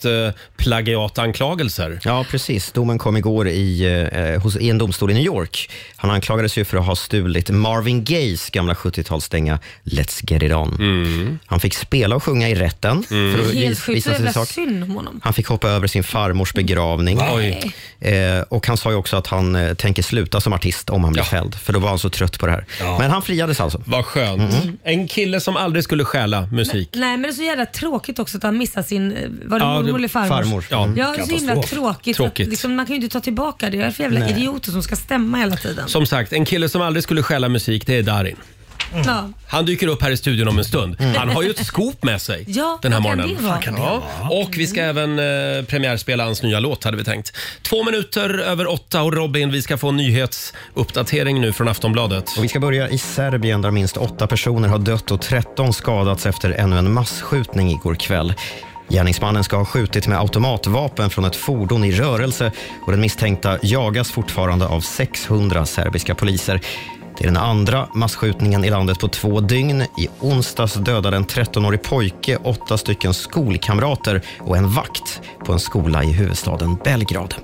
Speaker 1: låtplagiatanklagelser.
Speaker 3: Ja, precis. Domen kom igår i, eh, hos, i en domstol i New York. Han anklagades ju för att ha stulit Marvin Gayes gamla sjuttiotalsstänga Let's Get It On.
Speaker 1: Mm.
Speaker 3: Han fick spela och sjunga i rätten.
Speaker 1: Mm.
Speaker 3: För att
Speaker 2: Helt
Speaker 3: vis,
Speaker 2: sjukt, så
Speaker 3: visa sin
Speaker 2: jävla
Speaker 3: sak.
Speaker 2: synd om honom.
Speaker 3: Han fick hoppa över sin farmors begravning.
Speaker 1: Oj.
Speaker 3: Eh, och han sa ju också att han eh, tänker sluta som artist om han blir
Speaker 1: Ja.
Speaker 3: fälld. För då var han så trött på det här.
Speaker 1: Ja.
Speaker 3: Men han friades alltså.
Speaker 1: Vad skönt.
Speaker 3: Mm.
Speaker 1: En kille som aldrig skulle stjäla musik.
Speaker 2: Nej, men det är så jävla tråkigt också att han missar sin, eh, var det
Speaker 1: Ja,
Speaker 2: mormor
Speaker 1: det-
Speaker 2: eller farmor?
Speaker 3: farmor.
Speaker 1: Ja,
Speaker 2: Ja, det är så himla
Speaker 1: katastrof.
Speaker 2: tråkigt.
Speaker 1: Tråkigt.
Speaker 2: Att, liksom, man kan ju inte ta tillbaka det. Jag är för jävla
Speaker 3: Nej.
Speaker 2: idioter som ska stämma hela tiden.
Speaker 1: Som sagt, en kille som aldrig skulle stjäla musik, det är Darin.
Speaker 2: Ja.
Speaker 1: Han dyker upp här i studion om en stund. Han har ju ett scoop med sig
Speaker 2: Ja,
Speaker 1: den här
Speaker 2: vad kan
Speaker 1: morgonen.
Speaker 2: det vara?
Speaker 11: Kan det
Speaker 1: Ja.
Speaker 11: vara?
Speaker 1: Och vi ska även eh, premiärspela hans nya låt hade vi tänkt. Två minuter över åtta och Robin, vi ska få en nyhetsuppdatering nu från Aftonbladet.
Speaker 3: Och vi ska börja i Serbien där minst åtta personer har dött och tretton skadats efter ännu en massskjutning igår kväll. Gärningsmannen ska ha skjutit med automatvapen från ett fordon i rörelse och den misstänkta jagas fortfarande av sexhundra serbiska poliser. Det är den andra massskjutningen i landet på två dygn. I onsdags dödade en trettonårig pojke åtta stycken skolkamrater och en vakt på en skola i huvudstaden Belgrad.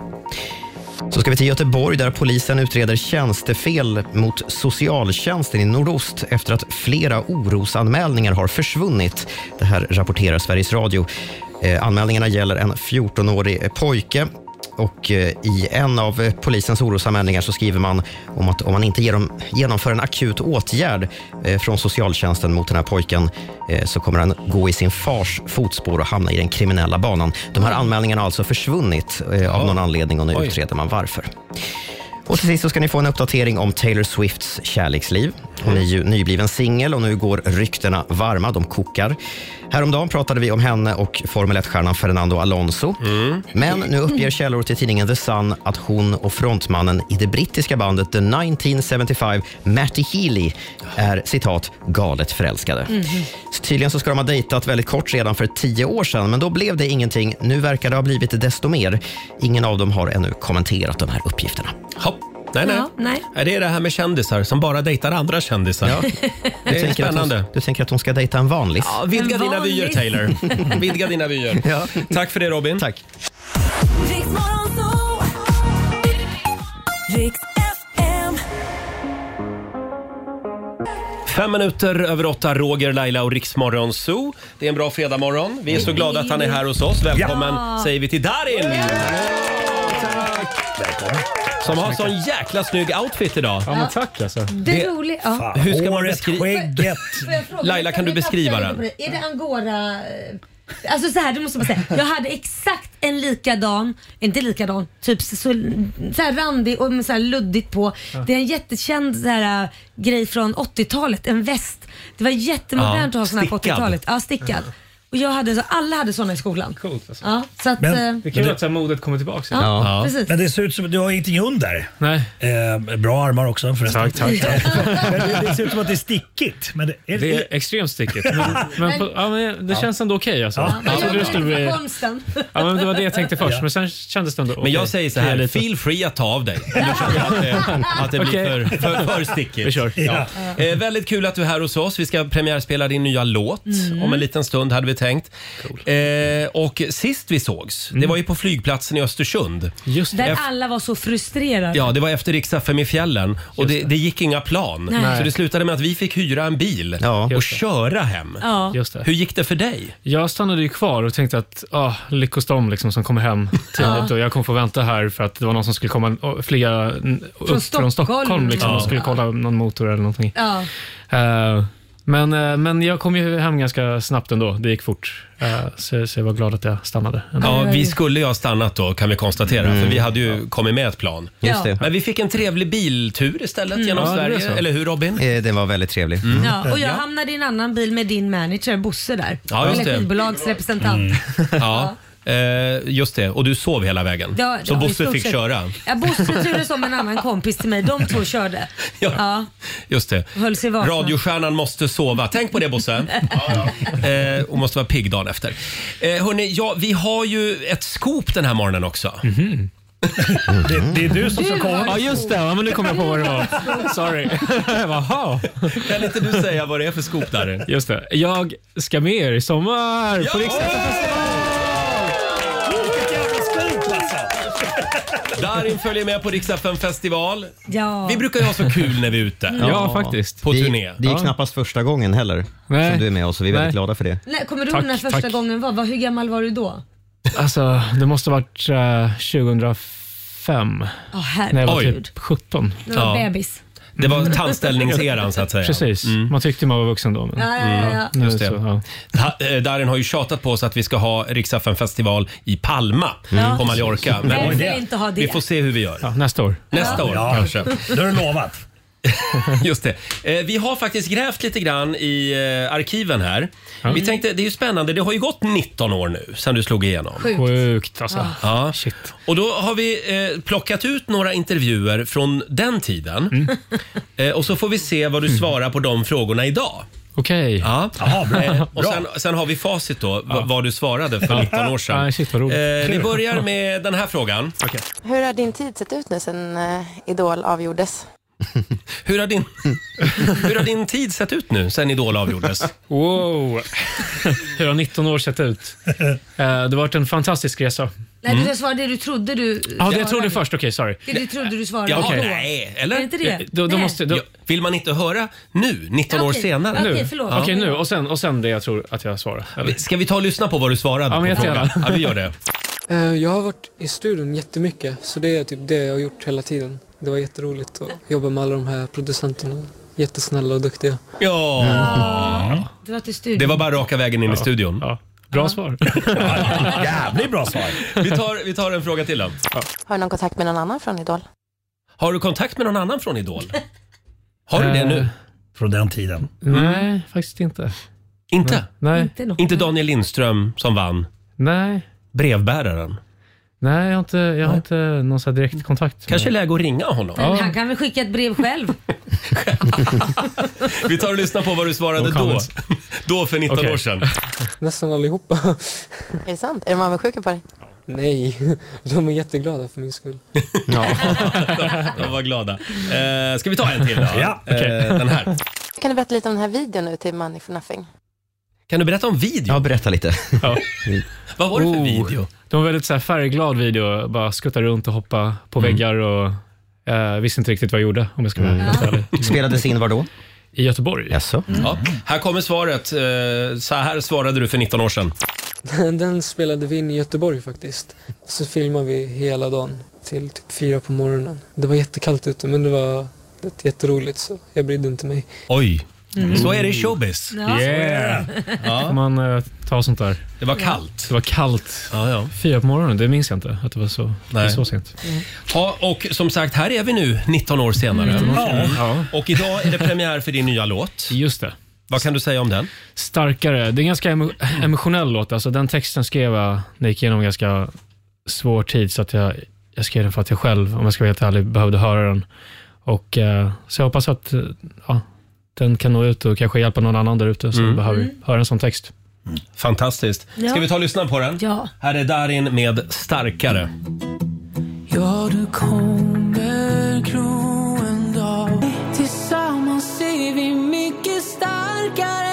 Speaker 3: Så ska vi till Göteborg där polisen utreder tjänstefel mot socialtjänsten i Nordost efter att flera orosanmälningar har försvunnit. Det här rapporterar Sveriges Radio. Eh, anmälningarna gäller en fjortonårig pojke. Och eh, i en av eh, polisens orosanmälningar så skriver man om att om man inte ger dem, genomför en akut åtgärd eh, från socialtjänsten mot den här pojken eh, så kommer han gå i sin fars fotspår och hamna i den kriminella banan. De här anmälningarna har alltså försvunnit eh, av någon anledning och nu
Speaker 1: Oj.
Speaker 3: utreder man varför. Och till sist så ska ni få en uppdatering om Taylor Swifts kärleksliv. Hon är ju nybliven singel och nu går ryktena varma, de kokar. Häromdagen pratade vi om henne och Formel ett-stjärnan Fernando Alonso.
Speaker 1: Mm.
Speaker 3: Men nu uppger källor till tidningen The Sun att hon och frontmannen i det brittiska bandet The nitton sjuttiofem, Matty Healy, är citat galet förälskade.
Speaker 2: Mhm.
Speaker 3: Så tydligen så ska de ha dejtat väldigt kort redan för tio år sedan, men då blev det ingenting. Nu verkar det ha blivit desto mer. Ingen av dem har ännu kommenterat de här uppgifterna.
Speaker 1: Hopp. Nej, nej.
Speaker 2: Ja, nej.
Speaker 1: Är det det här med kändisar som bara dejtar andra kändisar?
Speaker 3: Ja.
Speaker 1: Det är
Speaker 3: tänker att
Speaker 1: spännande.
Speaker 3: hon, du tänker att hon ska dejta en vanlig?
Speaker 1: Ja, vidga
Speaker 2: En
Speaker 1: dina
Speaker 2: vanlig.
Speaker 1: vyer, Taylor. Vidga dina vyer.
Speaker 3: Ja.
Speaker 1: Tack för det, Robin.
Speaker 3: Tack.
Speaker 1: Fem minuter över åtta, Roger, Laila och Riksmorgon Zoo. Det är en bra fredagmorgon. Vi är så glada att han är här hos oss. Välkommen
Speaker 2: Ja.
Speaker 1: säger vi till Darin!
Speaker 11: Välkommen.
Speaker 1: Som har sån jäkla snygg outfit idag.
Speaker 9: Ja, men tack alltså.
Speaker 2: Det
Speaker 1: Det-
Speaker 2: är roligt. Ja.
Speaker 11: Fan,
Speaker 1: Hur ska man
Speaker 11: håret,
Speaker 1: beskriva-
Speaker 11: skägget.
Speaker 2: Får jag fråga,
Speaker 1: Laila, kan du beskriva den?
Speaker 2: Är det angora... eh, Alltså så här, det måste man säga. Jag hade exakt en likadan, inte likadan, typ så, så här randig och med så här luddigt på. Det är en jättekänd så här, äh, grej från åttiotalet, en väst. Det var jättemodernt
Speaker 1: Ja,
Speaker 2: att ha sån här på
Speaker 1: stickad.
Speaker 2: åttiotalet. Ja, stickad. Och jag hade så, alla hade såna i skolan.
Speaker 9: Coolt alltså.
Speaker 2: Ja, så att...
Speaker 11: Men-
Speaker 2: eh,
Speaker 9: Det är kul att så här modet kommer tillbaka.
Speaker 2: ja,
Speaker 1: Ja.
Speaker 2: precis.
Speaker 11: Men det ser ut som att du har ingenting under.
Speaker 9: Nej.
Speaker 11: Eh, bra armar också förresten.
Speaker 9: Tack, tack, tack.
Speaker 11: Men det, det ser ut som att det är stickigt. Men det, är,
Speaker 9: Det är extremt stickigt. Men, men, på, ja, men det känns ändå okej alltså.
Speaker 11: Ja.
Speaker 9: Jag trodde det skulle bli...
Speaker 2: Konsten.
Speaker 9: Ja, men det var det jag tänkte först,
Speaker 11: Ja.
Speaker 9: men sen kändes det ändå okej.
Speaker 1: Men jag säger så här,
Speaker 9: Lite.
Speaker 1: feel free att ta av dig. Om du känner att det, att det blir
Speaker 9: Okej.
Speaker 1: för, för, för stickigt.
Speaker 9: Vi kör.
Speaker 11: Ja.
Speaker 1: Eh, väldigt kul att du är här hos oss. Vi ska premiärspela din nya låt om en liten stund hade vi tänkt. Eh, och sist vi sågs, det var ju på flygplatsen i Östersund.
Speaker 9: Just det.
Speaker 2: Där
Speaker 1: Efter-
Speaker 2: alla var så frustrerade.
Speaker 1: Ja, det var efter Rix F M i fjällen och det, det gick inga plan.
Speaker 2: Nej.
Speaker 1: Så det slutade med att vi fick hyra en bil
Speaker 3: Ja.
Speaker 1: och
Speaker 9: Just det.
Speaker 1: köra hem.
Speaker 2: Ja.
Speaker 9: Just det.
Speaker 1: Hur gick det för dig?
Speaker 9: Jag stannade ju kvar och tänkte att ah, lyckos de liksom, som kommer hem tidigt och jag kommer få vänta här för att det var någon som skulle komma och flyga n- upp från
Speaker 2: Stockholm.
Speaker 9: Stockholm liksom,
Speaker 1: Ja.
Speaker 9: och skulle kolla någon motor eller någonting.
Speaker 2: Ja.
Speaker 9: Eh, men, eh, men jag kom ju hem ganska snabbt ändå. Det gick fort. Eh, så, så jag var glad att jag stannade.
Speaker 1: Ja, vi skulle ju ha stannat då kan vi konstatera för vi hade ju kommit med ett plan.
Speaker 3: Just det.
Speaker 1: Men vi fick en trevlig biltur istället genom
Speaker 9: Ja, det är
Speaker 1: Sverige,
Speaker 9: så.
Speaker 1: eller hur Robin?
Speaker 3: Eh, Den var väldigt trevlig.
Speaker 2: Ja, och jag hamnade i en annan bil med din manager Bosse där.
Speaker 1: Ja, just det.
Speaker 2: Eller skivbolagsrepresentant.
Speaker 1: Ja, eh, just det. Och du sov hela vägen.
Speaker 2: Ja,
Speaker 1: Så
Speaker 2: ja, i
Speaker 1: Bosse
Speaker 2: stort
Speaker 1: fick
Speaker 2: sett.
Speaker 1: köra.
Speaker 2: Ja, Bosse turades om en annan kompis till mig. De två körde.
Speaker 1: Ja.
Speaker 2: Ja,
Speaker 1: Just det.
Speaker 2: höll sig vakna.
Speaker 1: Radiostjärnan måste sova. Tänk på det Bosse. eh, och måste vara pigg dagen efter. Eh, hörni, ja, vi har ju ett scoop den här morgonen också.
Speaker 11: det, det är du som ska komma.
Speaker 9: Ja, just det. Ja, men nu kommer jag på vad det var. Sorry. Jaha.
Speaker 1: Kan inte du säga vad det är för skop där?
Speaker 9: Just det. Jag ska med er i sommar
Speaker 1: ja!
Speaker 9: på Riksdagen.
Speaker 1: Darin följer med på Rix F M festival.
Speaker 2: Ja.
Speaker 1: Vi brukar ju ha så kul när vi är ute.
Speaker 9: Ja, ja faktiskt.
Speaker 1: På turné.
Speaker 3: Det, det är
Speaker 1: ja.
Speaker 3: knappast första gången heller
Speaker 9: Nej.
Speaker 3: som du är med oss och vi är
Speaker 9: Nej.
Speaker 3: väldigt glada för det.
Speaker 2: Nej, kommer du
Speaker 9: Tack,
Speaker 2: ihåg när första
Speaker 9: tack.
Speaker 2: gången var? var? Hur gammal var du då?
Speaker 9: Alltså, det måste ha varit uh, tjugohundrafem.
Speaker 2: Oh,
Speaker 9: när jag var
Speaker 2: herregud.
Speaker 9: typ sjutton.
Speaker 2: Du var ja. bebis.
Speaker 1: Det var tandställningseran så att säga.
Speaker 9: Precis, mm. man tyckte man var vuxen då. Men...
Speaker 2: Ja, ja, ja.
Speaker 1: Mm. Just det.
Speaker 9: Så, ja.
Speaker 1: Darin har ju tjatat på oss att vi ska ha Rix F M festival i Palma mm. på Mallorca.
Speaker 2: Men vi, vill inte ha det.
Speaker 1: vi får se hur vi gör.
Speaker 9: Ja, nästa år.
Speaker 1: Nästa
Speaker 11: ja.
Speaker 1: år
Speaker 11: ja.
Speaker 1: kanske.
Speaker 11: Det har du lovat.
Speaker 1: Just det. Eh, vi har faktiskt grävt lite grann i eh, arkiven här. Mm. Vi tänkte, det är ju spännande, det har ju gått nitton år nu sedan du slog igenom.
Speaker 2: Sjukt,
Speaker 9: Sjukt alltså.
Speaker 1: Ja.
Speaker 9: Shit.
Speaker 1: Och då har vi eh, plockat ut några intervjuer från den tiden. Mm. Eh, och så får vi se vad du svarar på de frågorna idag.
Speaker 9: Okej. Okay.
Speaker 1: Ja.
Speaker 11: Aha, bra.
Speaker 1: Eh, och sen, sen har vi facit då, ja. vad du svarade för nitton år sedan.
Speaker 9: Ja, shit, vad roligt.
Speaker 1: Eh, vi börjar med den här frågan.
Speaker 9: Okay.
Speaker 14: Hur har din tid sett ut nu sedan uh, Idol avgjordes?
Speaker 1: Hur har, din, hur har din tid sett ut nu sen Idol avgjordes?
Speaker 9: Wow. Hur har nitton år sett ut? Uh, det har varit en fantastisk resa.
Speaker 2: Nej, du ska svara det du trodde du
Speaker 9: Ja, det jag trodde först. Okej, okay, sorry.
Speaker 2: Det du trodde du svarade.
Speaker 1: Ja,
Speaker 2: okay.
Speaker 1: okay. Nej, eller?
Speaker 2: Är det inte det?
Speaker 9: Då, då måste, då...
Speaker 1: Vill man inte höra nu, nitton
Speaker 2: okay.
Speaker 1: år senare?
Speaker 2: Okej,
Speaker 9: okay,
Speaker 2: förlåt.
Speaker 9: Okej, okay, nu och sen, och sen det jag tror att jag svarar. Eller?
Speaker 1: Ska vi ta och lyssna på vad du svarade
Speaker 9: ja,
Speaker 1: på frågan? Ja, vi gör det.
Speaker 15: Jag har varit i studion jättemycket, så det är typ det jag har gjort hela tiden. Det var jätteroligt att jobba med alla de här producenterna. Jättesnälla och duktiga.
Speaker 1: Ja.
Speaker 2: ja. Det, var till studion.
Speaker 1: Det var bara raka vägen in
Speaker 9: ja.
Speaker 1: i studion.
Speaker 9: Ja. Bra ja. svar.
Speaker 11: Jävligt bra svar.
Speaker 1: Vi tar, vi tar en fråga till då. Ja.
Speaker 14: Har du någon kontakt med någon annan från Idol?
Speaker 1: Har du kontakt med någon annan från Idol? Har du det nu?
Speaker 11: Från den tiden?
Speaker 9: Mm. Nej, faktiskt inte.
Speaker 1: Inte?
Speaker 9: Nej.
Speaker 2: Inte,
Speaker 1: inte Daniel Lindström som vann?
Speaker 9: Nej.
Speaker 1: Brevbäraren?
Speaker 9: Nej, jag har inte, jag har inte någon så direkt kontakt.
Speaker 1: Kanske med. Läge att ringa honom.
Speaker 2: Men han kan väl skicka ett brev själv.
Speaker 1: Vi tar och lyssnar på vad du svarade då. Då för nitton
Speaker 9: okay.
Speaker 1: år sedan.
Speaker 15: Nästan allihopa.
Speaker 14: Är det sant? Är de avundsjuka på dig?
Speaker 15: Nej, de är jätteglada för min skull.
Speaker 1: Ja, de var glada. Eh, ska vi ta en till då?
Speaker 11: Ja,
Speaker 1: okay. eh, den här.
Speaker 14: Kan du berätta lite om den här videon nu till Money for Nothing?
Speaker 1: Kan du berätta om video?
Speaker 3: Ja, berätta lite.
Speaker 9: Ja.
Speaker 1: Vad var det för video?
Speaker 9: Det var väldigt så här färgglad video. Bara skutta runt och hoppa på mm. väggar och jag uh, visste inte riktigt vad jag gjorde, om jag ska vara mm. helt ärlig.
Speaker 3: Spelades in var då?
Speaker 9: I Göteborg.
Speaker 3: Jaså?
Speaker 1: Mm. Ja, här kommer svaret. Så här svarade du för nitton år sedan.
Speaker 15: Den spelade vi in i Göteborg faktiskt. Så filmade vi hela dagen till typ fyra på morgonen. Det var jättekallt ute, men det var jätteroligt, så jag brydde inte mig.
Speaker 1: Oj. Mm. Så är det i showbiz.
Speaker 2: Ja.
Speaker 9: Yeah. Ja. Får man uh, ta sånt där.
Speaker 1: Det var kallt.
Speaker 9: Det var kallt.
Speaker 1: Ja, ja.
Speaker 9: Fyra på morgonen, det minns jag inte att det var så, det var så sent.
Speaker 1: Mm. Ja, och som sagt, här är vi nu nitton år senare.
Speaker 9: Mm. Ja.
Speaker 1: Ja. Och idag är det premiär för din nya låt.
Speaker 9: Just det.
Speaker 1: Vad kan du säga om den?
Speaker 9: Starkare. Det är en ganska emo- emotionell låt. Alltså, den texten skrev jag när jag gick igenom en ganska svår tid, så att jag, jag skrev den för att jag själv, om jag ska vara helt ärlig, behövde höra den. Och uh, så jag hoppas att uh, ja, den kan nå ut och kanske hjälpa någon annan där ute som mm. behöver mm. höra en sån text.
Speaker 1: Mm. Fantastiskt. Ska
Speaker 2: ja.
Speaker 1: vi ta och lyssna på den?
Speaker 2: Ja.
Speaker 1: Här är Darin med Starkare.
Speaker 6: Ja, du kommer gro en dag. Tillsammans är vi mycket starkare.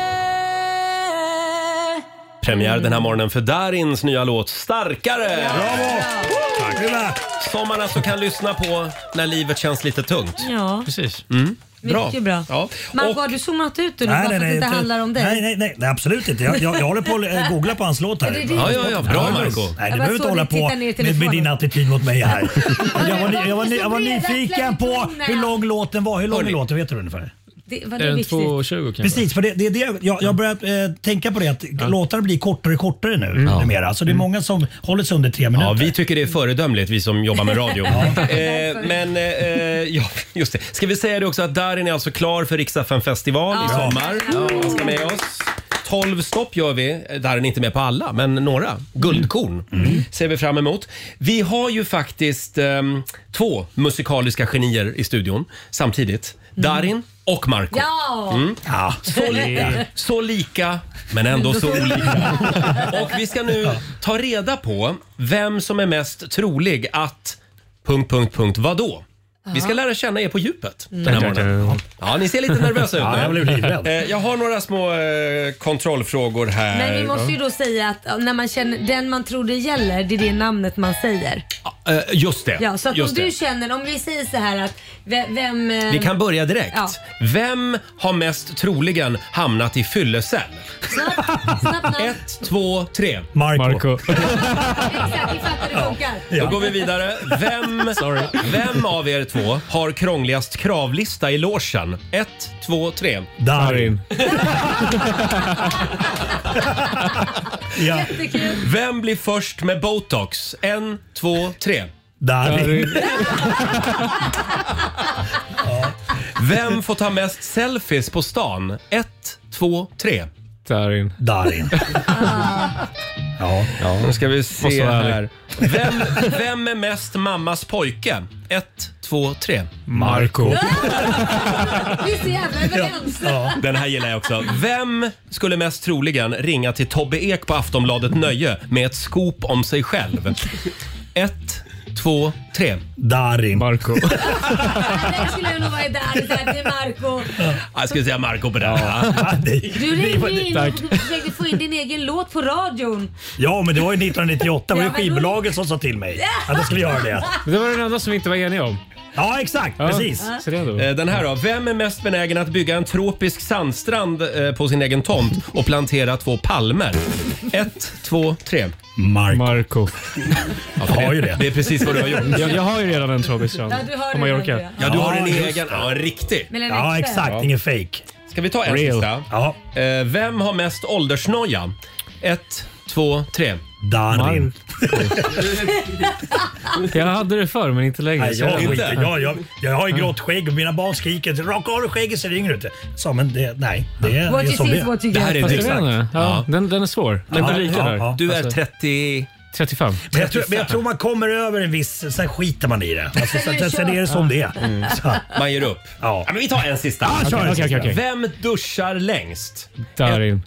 Speaker 1: Premiär den här morgonen för Darins nya låt Starkare.
Speaker 11: Bravo!
Speaker 1: Tack. Som man alltså kan lyssna på när livet känns lite tungt.
Speaker 2: Ja.
Speaker 1: Precis. Mm. Bra.
Speaker 2: Mycket bra.
Speaker 1: Ja.
Speaker 2: Marco, har du zoomat ut nu?
Speaker 11: Nej,
Speaker 2: bara
Speaker 11: nej,
Speaker 2: för att det inte
Speaker 11: inte,
Speaker 2: handlar om dig?
Speaker 11: Nej, nej, nej, nej absolut inte. Jag, jag, jag håller på att googla på hans låt här.
Speaker 2: Det det?
Speaker 1: Ja, ja, ja. Bra, Marco.
Speaker 11: Nej, du behöver inte hålla på med, med din attityd mot mig här. Jag var, jag var, jag var nyfiken på hur lång låten var. Hur lång är låten, vet du ungefär?
Speaker 2: Det, var det
Speaker 9: två tjugo kanske.
Speaker 11: Precis, för det, det, det, jag har börjat eh, tänka på det att ja. låtar blir kortare och kortare nu. Mm. Numera. Alltså, det är många som håller sig under tre minuter.
Speaker 1: Ja, vi tycker det är föredömligt, vi som jobbar med radio. ja. eh, men, eh, ja, just det. Ska vi säga det också att Darin är alltså klar för Rix F M festival ja. i sommar. Ja. Han ska med oss. tolv stopp gör vi. Darin är inte med på alla, men några. Guldkorn mm. ser vi fram emot. Vi har ju faktiskt eh, två musikaliska genier i studion samtidigt. Darin och Marco.
Speaker 2: Ja!
Speaker 1: Mm. Ja, så, li- så lika Men ändå så olika. Och vi ska nu ta reda på vem som är mest trolig att... Punkt, punkt, punkt, vadå? Vi ska lära känna er på djupet den här morgonen. Ja, ni ser lite nervösa ut.
Speaker 11: Ja, jag blev livrädd.
Speaker 1: Jag har några små eh, kontrollfrågor här.
Speaker 2: Men vi måste ju då säga att när man känner den man tror det gäller, det är det namnet man säger.
Speaker 1: Uh, just det.
Speaker 2: Ja, så att
Speaker 1: just
Speaker 2: om
Speaker 1: det.
Speaker 2: du känner, om vi säger så här att vem... vem eh,
Speaker 1: Vi kan börja direkt.
Speaker 2: Ja.
Speaker 1: Vem har mest troligen hamnat i fyllecell?
Speaker 2: Snabbt, snabbt,
Speaker 1: Ett, två, tre.
Speaker 11: Marco.
Speaker 9: Marco.
Speaker 2: Exakt, vi fattar det funkar.
Speaker 1: Då går vi vidare. Vem, vem av er två har krångligast kravlista i logen? Ett, två, tre.
Speaker 11: Darin. Ja.
Speaker 2: Jättekul.
Speaker 1: Vem blir först med botox? En, två, tre.
Speaker 11: Darin.
Speaker 1: Vem får ta mest selfies på stan? Ett, två, tre.
Speaker 9: Darin.
Speaker 11: Darin. Ja, ja.
Speaker 1: Nu ska vi
Speaker 9: Måste
Speaker 1: se
Speaker 9: vara
Speaker 1: här. Vem, vem är mest mammas pojke? Ett, två, tre.
Speaker 9: Marco.
Speaker 2: Vi är så jävla överens.
Speaker 11: Ja.
Speaker 1: Den här gillar jag också. Vem skulle mest troligen ringa till Tobbe Ek på Aftonbladet Nöje med ett scoop om sig själv? Ett, två, tre.
Speaker 11: Darin.
Speaker 9: Marco.
Speaker 2: Det skulle jag nog vara där. Det är Marco.
Speaker 1: Jag skulle säga Marco på den. Ja.
Speaker 2: Du ringde in och du försökte få in din egen låt på radion.
Speaker 11: Ja, men det var ju nittonhundranittioåtta. Det var ju
Speaker 2: Ja, men då-
Speaker 11: skivbolaget som sa till mig att jag skulle göra det.
Speaker 9: Det var den enda som vi inte var eniga om.
Speaker 11: Ja, exakt.
Speaker 9: Ja.
Speaker 11: Precis.
Speaker 9: Så det är då.
Speaker 1: Eh, Den här då. Vem är mest benägen att bygga en tropisk sandstrand eh, på sin egen tomt och plantera två palmer? Ett, två, tre.
Speaker 11: Marco.
Speaker 9: Marco.
Speaker 1: Ja,
Speaker 11: Jag har ju det.
Speaker 1: Det är precis vad du har gjort.
Speaker 9: Jag, jag har ju redan en tropisk strand
Speaker 2: Ja, du har
Speaker 9: på
Speaker 2: det
Speaker 9: Mallorca.
Speaker 2: redan,
Speaker 1: Ja, du har en
Speaker 11: Ja, just
Speaker 1: egen. Ja, en riktig.
Speaker 2: Men en
Speaker 11: Ja,
Speaker 2: extra.
Speaker 11: exakt. Ingen fake.
Speaker 1: Ska vi ta en
Speaker 9: Real.
Speaker 1: sista?
Speaker 11: Ja.
Speaker 1: Eh, Vem har mest åldersnoja? Ett, två, tre.
Speaker 11: Darin.
Speaker 9: Jag hade det förr men inte längre.
Speaker 11: Nej,
Speaker 9: så
Speaker 11: jag,
Speaker 9: jag-
Speaker 11: jag, inte. Jag, jag, jag har ju grått skägg och mina barn skriker raka av dig skägget ser yngre ut. Så men det, nej, det, är-
Speaker 2: What
Speaker 11: det är
Speaker 2: you
Speaker 11: som
Speaker 2: see
Speaker 11: det
Speaker 2: is
Speaker 11: är.
Speaker 2: what you
Speaker 1: Det här
Speaker 2: get.
Speaker 1: är
Speaker 9: Fast jag
Speaker 1: exakt.
Speaker 9: vet inte. Ja,
Speaker 1: Ja.
Speaker 9: den, den är svår. Den
Speaker 11: Ja,
Speaker 9: är lika
Speaker 11: ja,
Speaker 9: där.
Speaker 11: ja.
Speaker 1: Du är
Speaker 9: Alltså,
Speaker 1: trettio...
Speaker 9: trettiofem.
Speaker 11: Men jag, tror, men jag tror man kommer över en viss, sen skiter man i det. Alltså, sen, sen är det som det är. Så,
Speaker 1: Man ger upp.
Speaker 11: ja.
Speaker 1: Ja, men vi tar en sista.
Speaker 11: Ja, kör en
Speaker 9: Okej, okej, okej.
Speaker 1: Vem duschar längst?
Speaker 9: Darin.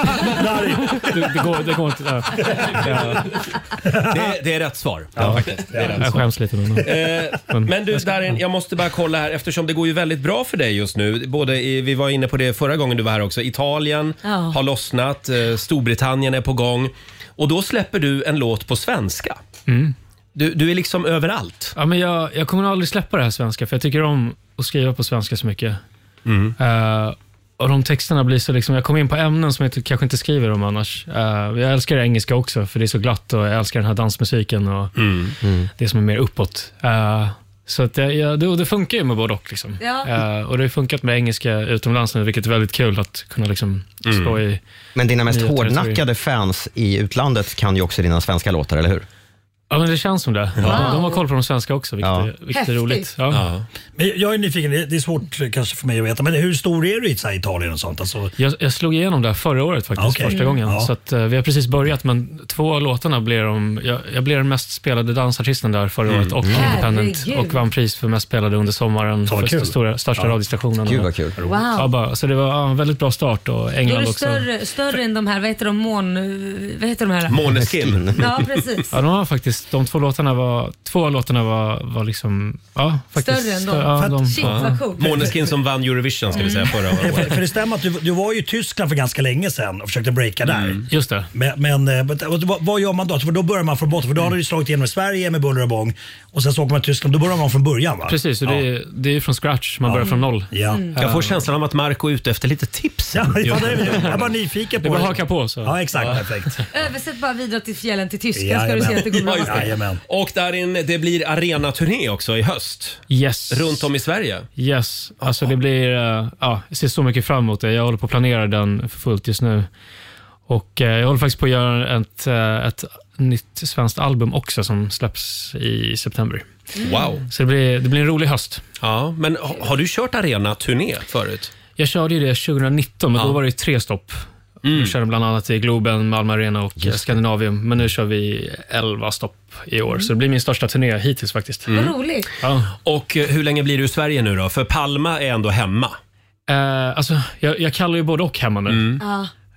Speaker 11: Darin.
Speaker 9: Det, det, går, det går inte. Ja. Ja.
Speaker 1: Det, det är rätt svar. Ja, faktiskt. Det är rätt
Speaker 9: Jag
Speaker 1: svar.
Speaker 9: skäms lite. Men,
Speaker 1: Eh, men du Darin, jag måste bara kolla här eftersom det går ju väldigt bra för dig just nu. Både i, vi var inne på det förra gången du var här också. Italien
Speaker 2: Ja.
Speaker 1: har lossnat, eh, Storbritannien är på gång. Och då släpper du en låt på svenska.
Speaker 9: Mm.
Speaker 1: Du, du är liksom överallt.
Speaker 9: Ja, men jag, jag kommer aldrig släppa det här svenska för jag tycker om att skriva på svenska så mycket.
Speaker 1: Mm.
Speaker 9: Eh, och de texterna blir så liksom, jag kommer in på ämnen som jag inte- kanske inte skriver om annars. Eh, jag älskar det engelska också för det är så glatt och jag älskar den här dansmusiken och
Speaker 1: Mm. Mm.
Speaker 9: det som är mer uppåt. Eh, så att det, ja, det, det funkar ju med både och. Liksom.
Speaker 2: Ja.
Speaker 9: Eh, och det har funkat med engelska utomlands nu, vilket är väldigt kul att kunna liksom
Speaker 3: Mm.
Speaker 9: stå i.
Speaker 3: Men dina mest
Speaker 9: nya territorier.
Speaker 3: hårdnackade fans i utlandet kan ju också dina svenska låtar, eller hur?
Speaker 9: Ja, men det känns som det.
Speaker 3: Wow.
Speaker 9: De, de har koll på de svenska också, vilket,
Speaker 3: Ja.
Speaker 9: är, vilket är
Speaker 2: Häftigt.
Speaker 9: roligt. Ja.
Speaker 1: Ja.
Speaker 11: Men jag är nyfiken, det det är svårt kanske för mig att veta, men hur stor är du i så här Italien och sånt? Alltså,
Speaker 9: Jag, jag slog igenom det förra året faktiskt,
Speaker 11: Okej.
Speaker 9: första gången.
Speaker 11: Ja.
Speaker 9: Så att, eh, vi har precis börjat, men två av låtarna blev de, jag, jag blev den mest spelade dansartisten där förra året och
Speaker 3: Mm.
Speaker 9: Independent
Speaker 2: Herregud.
Speaker 9: och vann pris för mest spelade under sommaren
Speaker 11: Så
Speaker 9: för
Speaker 11: kul.
Speaker 9: stora, största
Speaker 11: Ja.
Speaker 9: radiostationen.
Speaker 3: Gud
Speaker 9: Och-
Speaker 3: vad kul.
Speaker 2: Wow.
Speaker 9: Ja, bara, så det var ja, en väldigt bra start och
Speaker 2: Då är
Speaker 9: England
Speaker 2: du
Speaker 9: också.
Speaker 2: större, större än de här, vad heter de, mån... Vad heter de här?
Speaker 1: Måneskin.
Speaker 2: Ja, precis.
Speaker 9: Ja, de var faktiskt, de två låtarna var, två av låtarna var, var liksom, ja faktiskt.
Speaker 2: Större än dem.
Speaker 9: stö- ja,
Speaker 11: För att-
Speaker 9: de,
Speaker 2: Shit, vad coolt.
Speaker 1: Måneskin som vann Eurovision ska vi säga förra
Speaker 11: för,
Speaker 1: året.
Speaker 11: för det stämmer att du, du var ju i Tyskland för ganska länge sedan och försökte breaka där.
Speaker 9: Just det.
Speaker 11: Men, men eh, vad, vad- vad gör man då? För då börjar man från botten, för då har du ju slagit igenom i Sverige med buller och bång och sen så åker man till Tyskland, då börjar man från början va?
Speaker 9: Precis, så det, är, det är ju från scratch, man börjar från noll.
Speaker 11: Ja.
Speaker 1: Jag får känslan av att Marco är ute efter lite tips.
Speaker 11: Ja, ja, det är, jag är bara nyfiken
Speaker 9: Det
Speaker 11: på
Speaker 9: är bara haka på så.
Speaker 11: Ja, exakt. Perfekt.
Speaker 2: Översätt bara vidare till fjällen till tyska
Speaker 11: Ja,
Speaker 2: ska du se
Speaker 11: jajamän.
Speaker 2: att det går bra.
Speaker 1: Ja, just det.
Speaker 11: Jajamän.
Speaker 1: Och där in, det blir arenaturné också i höst.
Speaker 9: Yes.
Speaker 1: Runt om i Sverige.
Speaker 9: Yes, alltså det blir, eh, ja, jag ser så mycket fram emot det. Jag håller på att planera den för fullt just nu. Och eh, jag håller faktiskt på att göra ett, eh, ett nytt svenskt album också som släpps i september.
Speaker 1: Wow.
Speaker 9: Så det blir, det blir en rolig höst.
Speaker 1: Ja, men ha- har du kört arenaturné förut?
Speaker 9: Jag körde ju det tjugonitton, men
Speaker 1: Ja.
Speaker 9: då var det ju tre stopp. Vi körde bland annat i Globen, Malmö Arena och Skandinavium. Men nu kör vi elva stopp i år. Så det blir min största turné hittills faktiskt.
Speaker 2: Vad roligt.
Speaker 9: Ja.
Speaker 1: Och eh, hur länge blir du i Sverige nu då? För Palma är ändå hemma.
Speaker 9: Eh, alltså, jag, jag kallar ju både och hemma nu.
Speaker 2: Ja.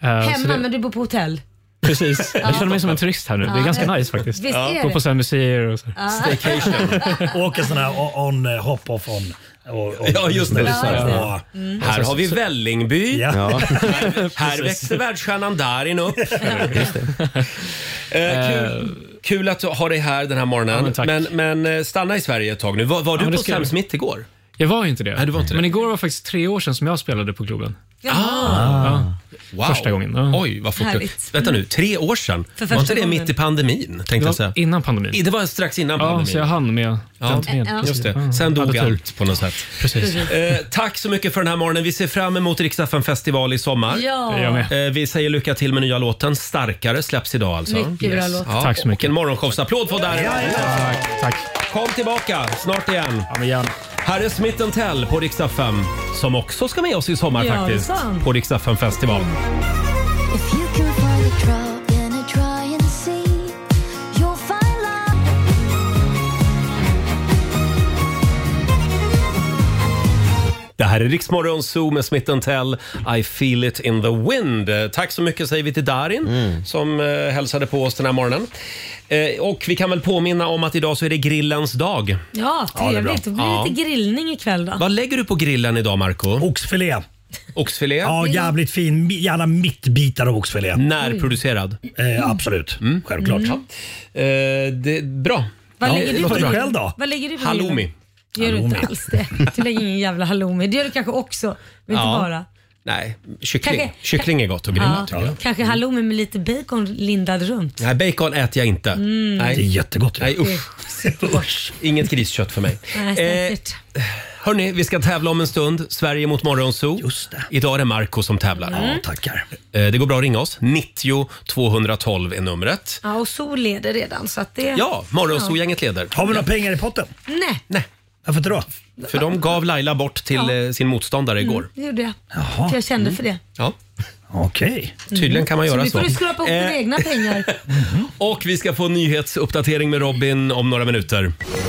Speaker 2: Hemma,
Speaker 9: det...
Speaker 2: men du bor på hotell?
Speaker 9: Precis, jag känner mig som en turist här nu. Det är
Speaker 2: ja.
Speaker 9: ganska nice faktiskt.
Speaker 2: Visst är det?
Speaker 9: Gå på så här museer och så.
Speaker 2: Ja.
Speaker 11: Staycation. Åker sån här on, hop off on. Och, och,
Speaker 1: ja, just det.
Speaker 11: Ja,
Speaker 1: ja. Mm. Här har vi Vällingby. Ja. Ja. här här växer världsstjärnan Darin upp. Just det. Eh, kul, kul att ha dig här den här morgonen. Ja, men, men, men stanna i Sverige ett tag nu. Var, var du ja, på Sam Smith igår?
Speaker 9: Jag var inte det.
Speaker 1: Nej, du var inte
Speaker 9: men
Speaker 1: det.
Speaker 9: igår var faktiskt tre år sedan som jag spelade på klubben.
Speaker 1: Ah. Ah. Wow.
Speaker 9: Första gången. Ja.
Speaker 1: Oj, vad fort. Vänta nu, tre år sedan. Var inte det
Speaker 2: gången.
Speaker 1: mitt i pandemin? Tänkte jag säga.
Speaker 9: Innan pandemin.
Speaker 1: Det var strax innan
Speaker 9: ja,
Speaker 1: pandemin.
Speaker 9: Så jag hann med
Speaker 1: ja.
Speaker 9: den turnén.
Speaker 2: Ja.
Speaker 1: Just det. Sen dog allt på något sätt.
Speaker 9: Precis.
Speaker 1: Eh, tack så mycket för den här morgonen. Vi ser fram emot Rix F M-festival i sommar.
Speaker 2: Ja.
Speaker 9: Jag med.
Speaker 1: Eh, vi säger lycka till med nya låten. Starkare släpps idag alltså.
Speaker 2: Mycket bra låt.
Speaker 1: Ja,
Speaker 9: tack så mycket.
Speaker 1: Och en morgonshowsapplåd på där.
Speaker 11: Ja, ja.
Speaker 9: Tack, tack.
Speaker 1: Kom tillbaka snart igen.
Speaker 9: Ja, men gärna.
Speaker 1: Här är Smith and Tell på Rix F M som också ska med oss i sommar
Speaker 2: Ja,
Speaker 1: faktiskt.
Speaker 2: sant.
Speaker 1: På Rix F M-festival.
Speaker 8: If you can find a drop in a dry and sea, you'll find love.
Speaker 1: Det här är Rix Morgon Zoo med Smith and Tell. I feel it in the wind. Tack så mycket säger vi till Darin mm. som eh, hälsade på oss den här morgonen. Eh, och vi kan väl påminna om att idag så är det grillens dag.
Speaker 2: Ja, trevligt. Det blir
Speaker 1: Ja.
Speaker 2: lite grillning ikväll då.
Speaker 1: Vad lägger du på grillen idag, Marco?
Speaker 11: Oxfilé.
Speaker 1: Oxfilé?
Speaker 11: Ja, jävligt fin. Gärna mittbitar av oxfilé.
Speaker 1: Närproducerad?
Speaker 11: Eh, absolut, mm. självklart.
Speaker 1: Mm. Ja. Eh, det är bra.
Speaker 2: Vad
Speaker 11: Ja,
Speaker 2: lägger du
Speaker 11: låter
Speaker 2: på
Speaker 11: du
Speaker 2: grillen?
Speaker 11: själv då?
Speaker 2: Vad lägger du på
Speaker 1: Halloumi.
Speaker 2: grillen? Gör du inte alls det? Du lägger ingen jävla halloumi. Det gör du kanske också, men
Speaker 1: Ja.
Speaker 2: inte bara.
Speaker 1: Nej, kyckling.
Speaker 2: Kanske-
Speaker 1: Kyckling är gott att grilla
Speaker 2: Ja,
Speaker 1: tycker jag.
Speaker 2: kanske halloumi med lite bacon lindad runt.
Speaker 1: Nej, bacon äter jag inte.
Speaker 2: Mm.
Speaker 1: Nej.
Speaker 11: Det är jättegott.
Speaker 1: Nej, usch. Inget griskött för mig.
Speaker 2: Nej, säkert.
Speaker 1: Eh, hörni, vi ska tävla om en stund. Sverige mot Morgonzoo.
Speaker 11: Just det.
Speaker 1: Idag är det Marco som tävlar.
Speaker 2: Mm.
Speaker 11: Ja, tackar.
Speaker 1: Eh, det går bra att ringa oss. nittio tvåhundratolv är numret.
Speaker 2: Ja, och Sol leder redan så att det...
Speaker 1: Ja, Morgonzoo-gänget leder.
Speaker 11: Har vi några pengar i potten?
Speaker 2: Nej,
Speaker 1: Nej,
Speaker 11: Varför inte då?
Speaker 1: för de gav Laila bort till
Speaker 2: Ja.
Speaker 1: eh, sin motståndare igår.
Speaker 2: det gjorde jag.
Speaker 11: Jaha.
Speaker 2: För jag kände för det.
Speaker 1: Ja,
Speaker 11: Okej.
Speaker 1: tydligen kan man
Speaker 2: Så
Speaker 1: göra
Speaker 2: nu
Speaker 1: så.
Speaker 2: får du skrapa ihop dina
Speaker 1: Eh,
Speaker 2: egna pengar.
Speaker 1: Och vi ska få en nyhetsuppdatering med Robin om några minuter.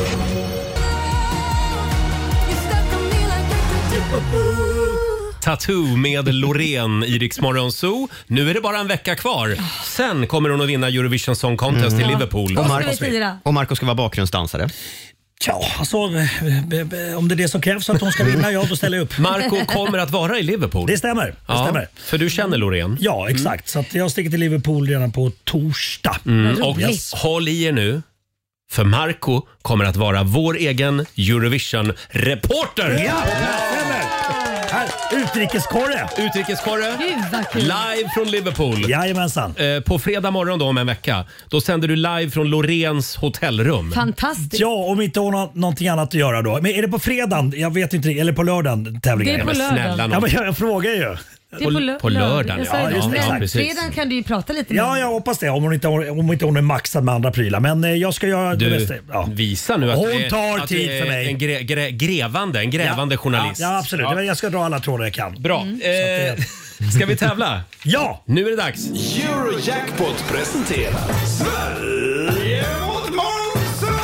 Speaker 1: Tattoo med Loreen i Rix Morgon Zoo. Nu är det bara en vecka kvar. Sen kommer hon att vinna Eurovision Song Contest i Liverpool.
Speaker 3: Och
Speaker 2: Vad ska
Speaker 3: Marco,
Speaker 2: vi fira?
Speaker 3: och Marco ska vara bakgrundsdansare.
Speaker 11: Ja, alltså, eh, eh, eh, om det är det som krävs för att hon ska vinna, ja, då ställer jag upp.
Speaker 1: Marco kommer att vara i Liverpool.
Speaker 11: Det stämmer. Det
Speaker 1: Ja,
Speaker 11: stämmer.
Speaker 1: för du känner Loreen.
Speaker 11: Ja, exakt. Så att jag sticker till Liverpool redan på torsdag.
Speaker 1: Mm, och
Speaker 11: Yes.
Speaker 1: håll i er nu. För Marco kommer att vara vår egen Eurovision-reporter.
Speaker 11: Ja, det stämmer. Här, utrikeskorre.
Speaker 1: Utrikeskorre.
Speaker 2: Gud vad kul.
Speaker 1: Live från Liverpool.
Speaker 11: Jajamensan.
Speaker 1: Eh, på fredag morgon då om en vecka. Då sänder du live från Loreens hotellrum.
Speaker 2: Fantastiskt.
Speaker 11: Ja, om inte hon har någonting annat att göra då. Men är det på fredagen? Jag vet inte. Eller på lördagen tävlingen?
Speaker 2: Det är på
Speaker 1: Men
Speaker 2: lördagen.
Speaker 1: snälla
Speaker 11: Ja,
Speaker 1: nån.
Speaker 11: men jag, jag frågar ju.
Speaker 2: Det är
Speaker 1: på-
Speaker 2: lö-
Speaker 1: på lördagen,
Speaker 2: Jag sa
Speaker 1: ja,
Speaker 2: ju
Speaker 11: just
Speaker 2: det.
Speaker 11: det.
Speaker 1: Ja,
Speaker 2: Men
Speaker 1: precis.
Speaker 2: fredagen kan du ju prata lite mer.
Speaker 11: Ja, jag hoppas det. Om hon inte, om inte hon är maxad med andra prylar. Men eh, jag ska göra det
Speaker 1: Du,
Speaker 11: bästa. Ja.
Speaker 1: visa nu att
Speaker 11: Hon
Speaker 1: du är,
Speaker 11: tar
Speaker 1: att du
Speaker 11: tid
Speaker 1: är
Speaker 11: för mig.
Speaker 1: en gre, gre, grevande, en grävande
Speaker 11: ja.
Speaker 1: journalist.
Speaker 11: Ja, ja absolut.
Speaker 1: Ja.
Speaker 11: Jag ska dra alla trådar jag kan.
Speaker 1: Bra. Eh, ska vi tävla?
Speaker 11: Ja!
Speaker 1: Nu är det dags.
Speaker 12: Eurojackpot presenterar Sverige mot Morgonzoo!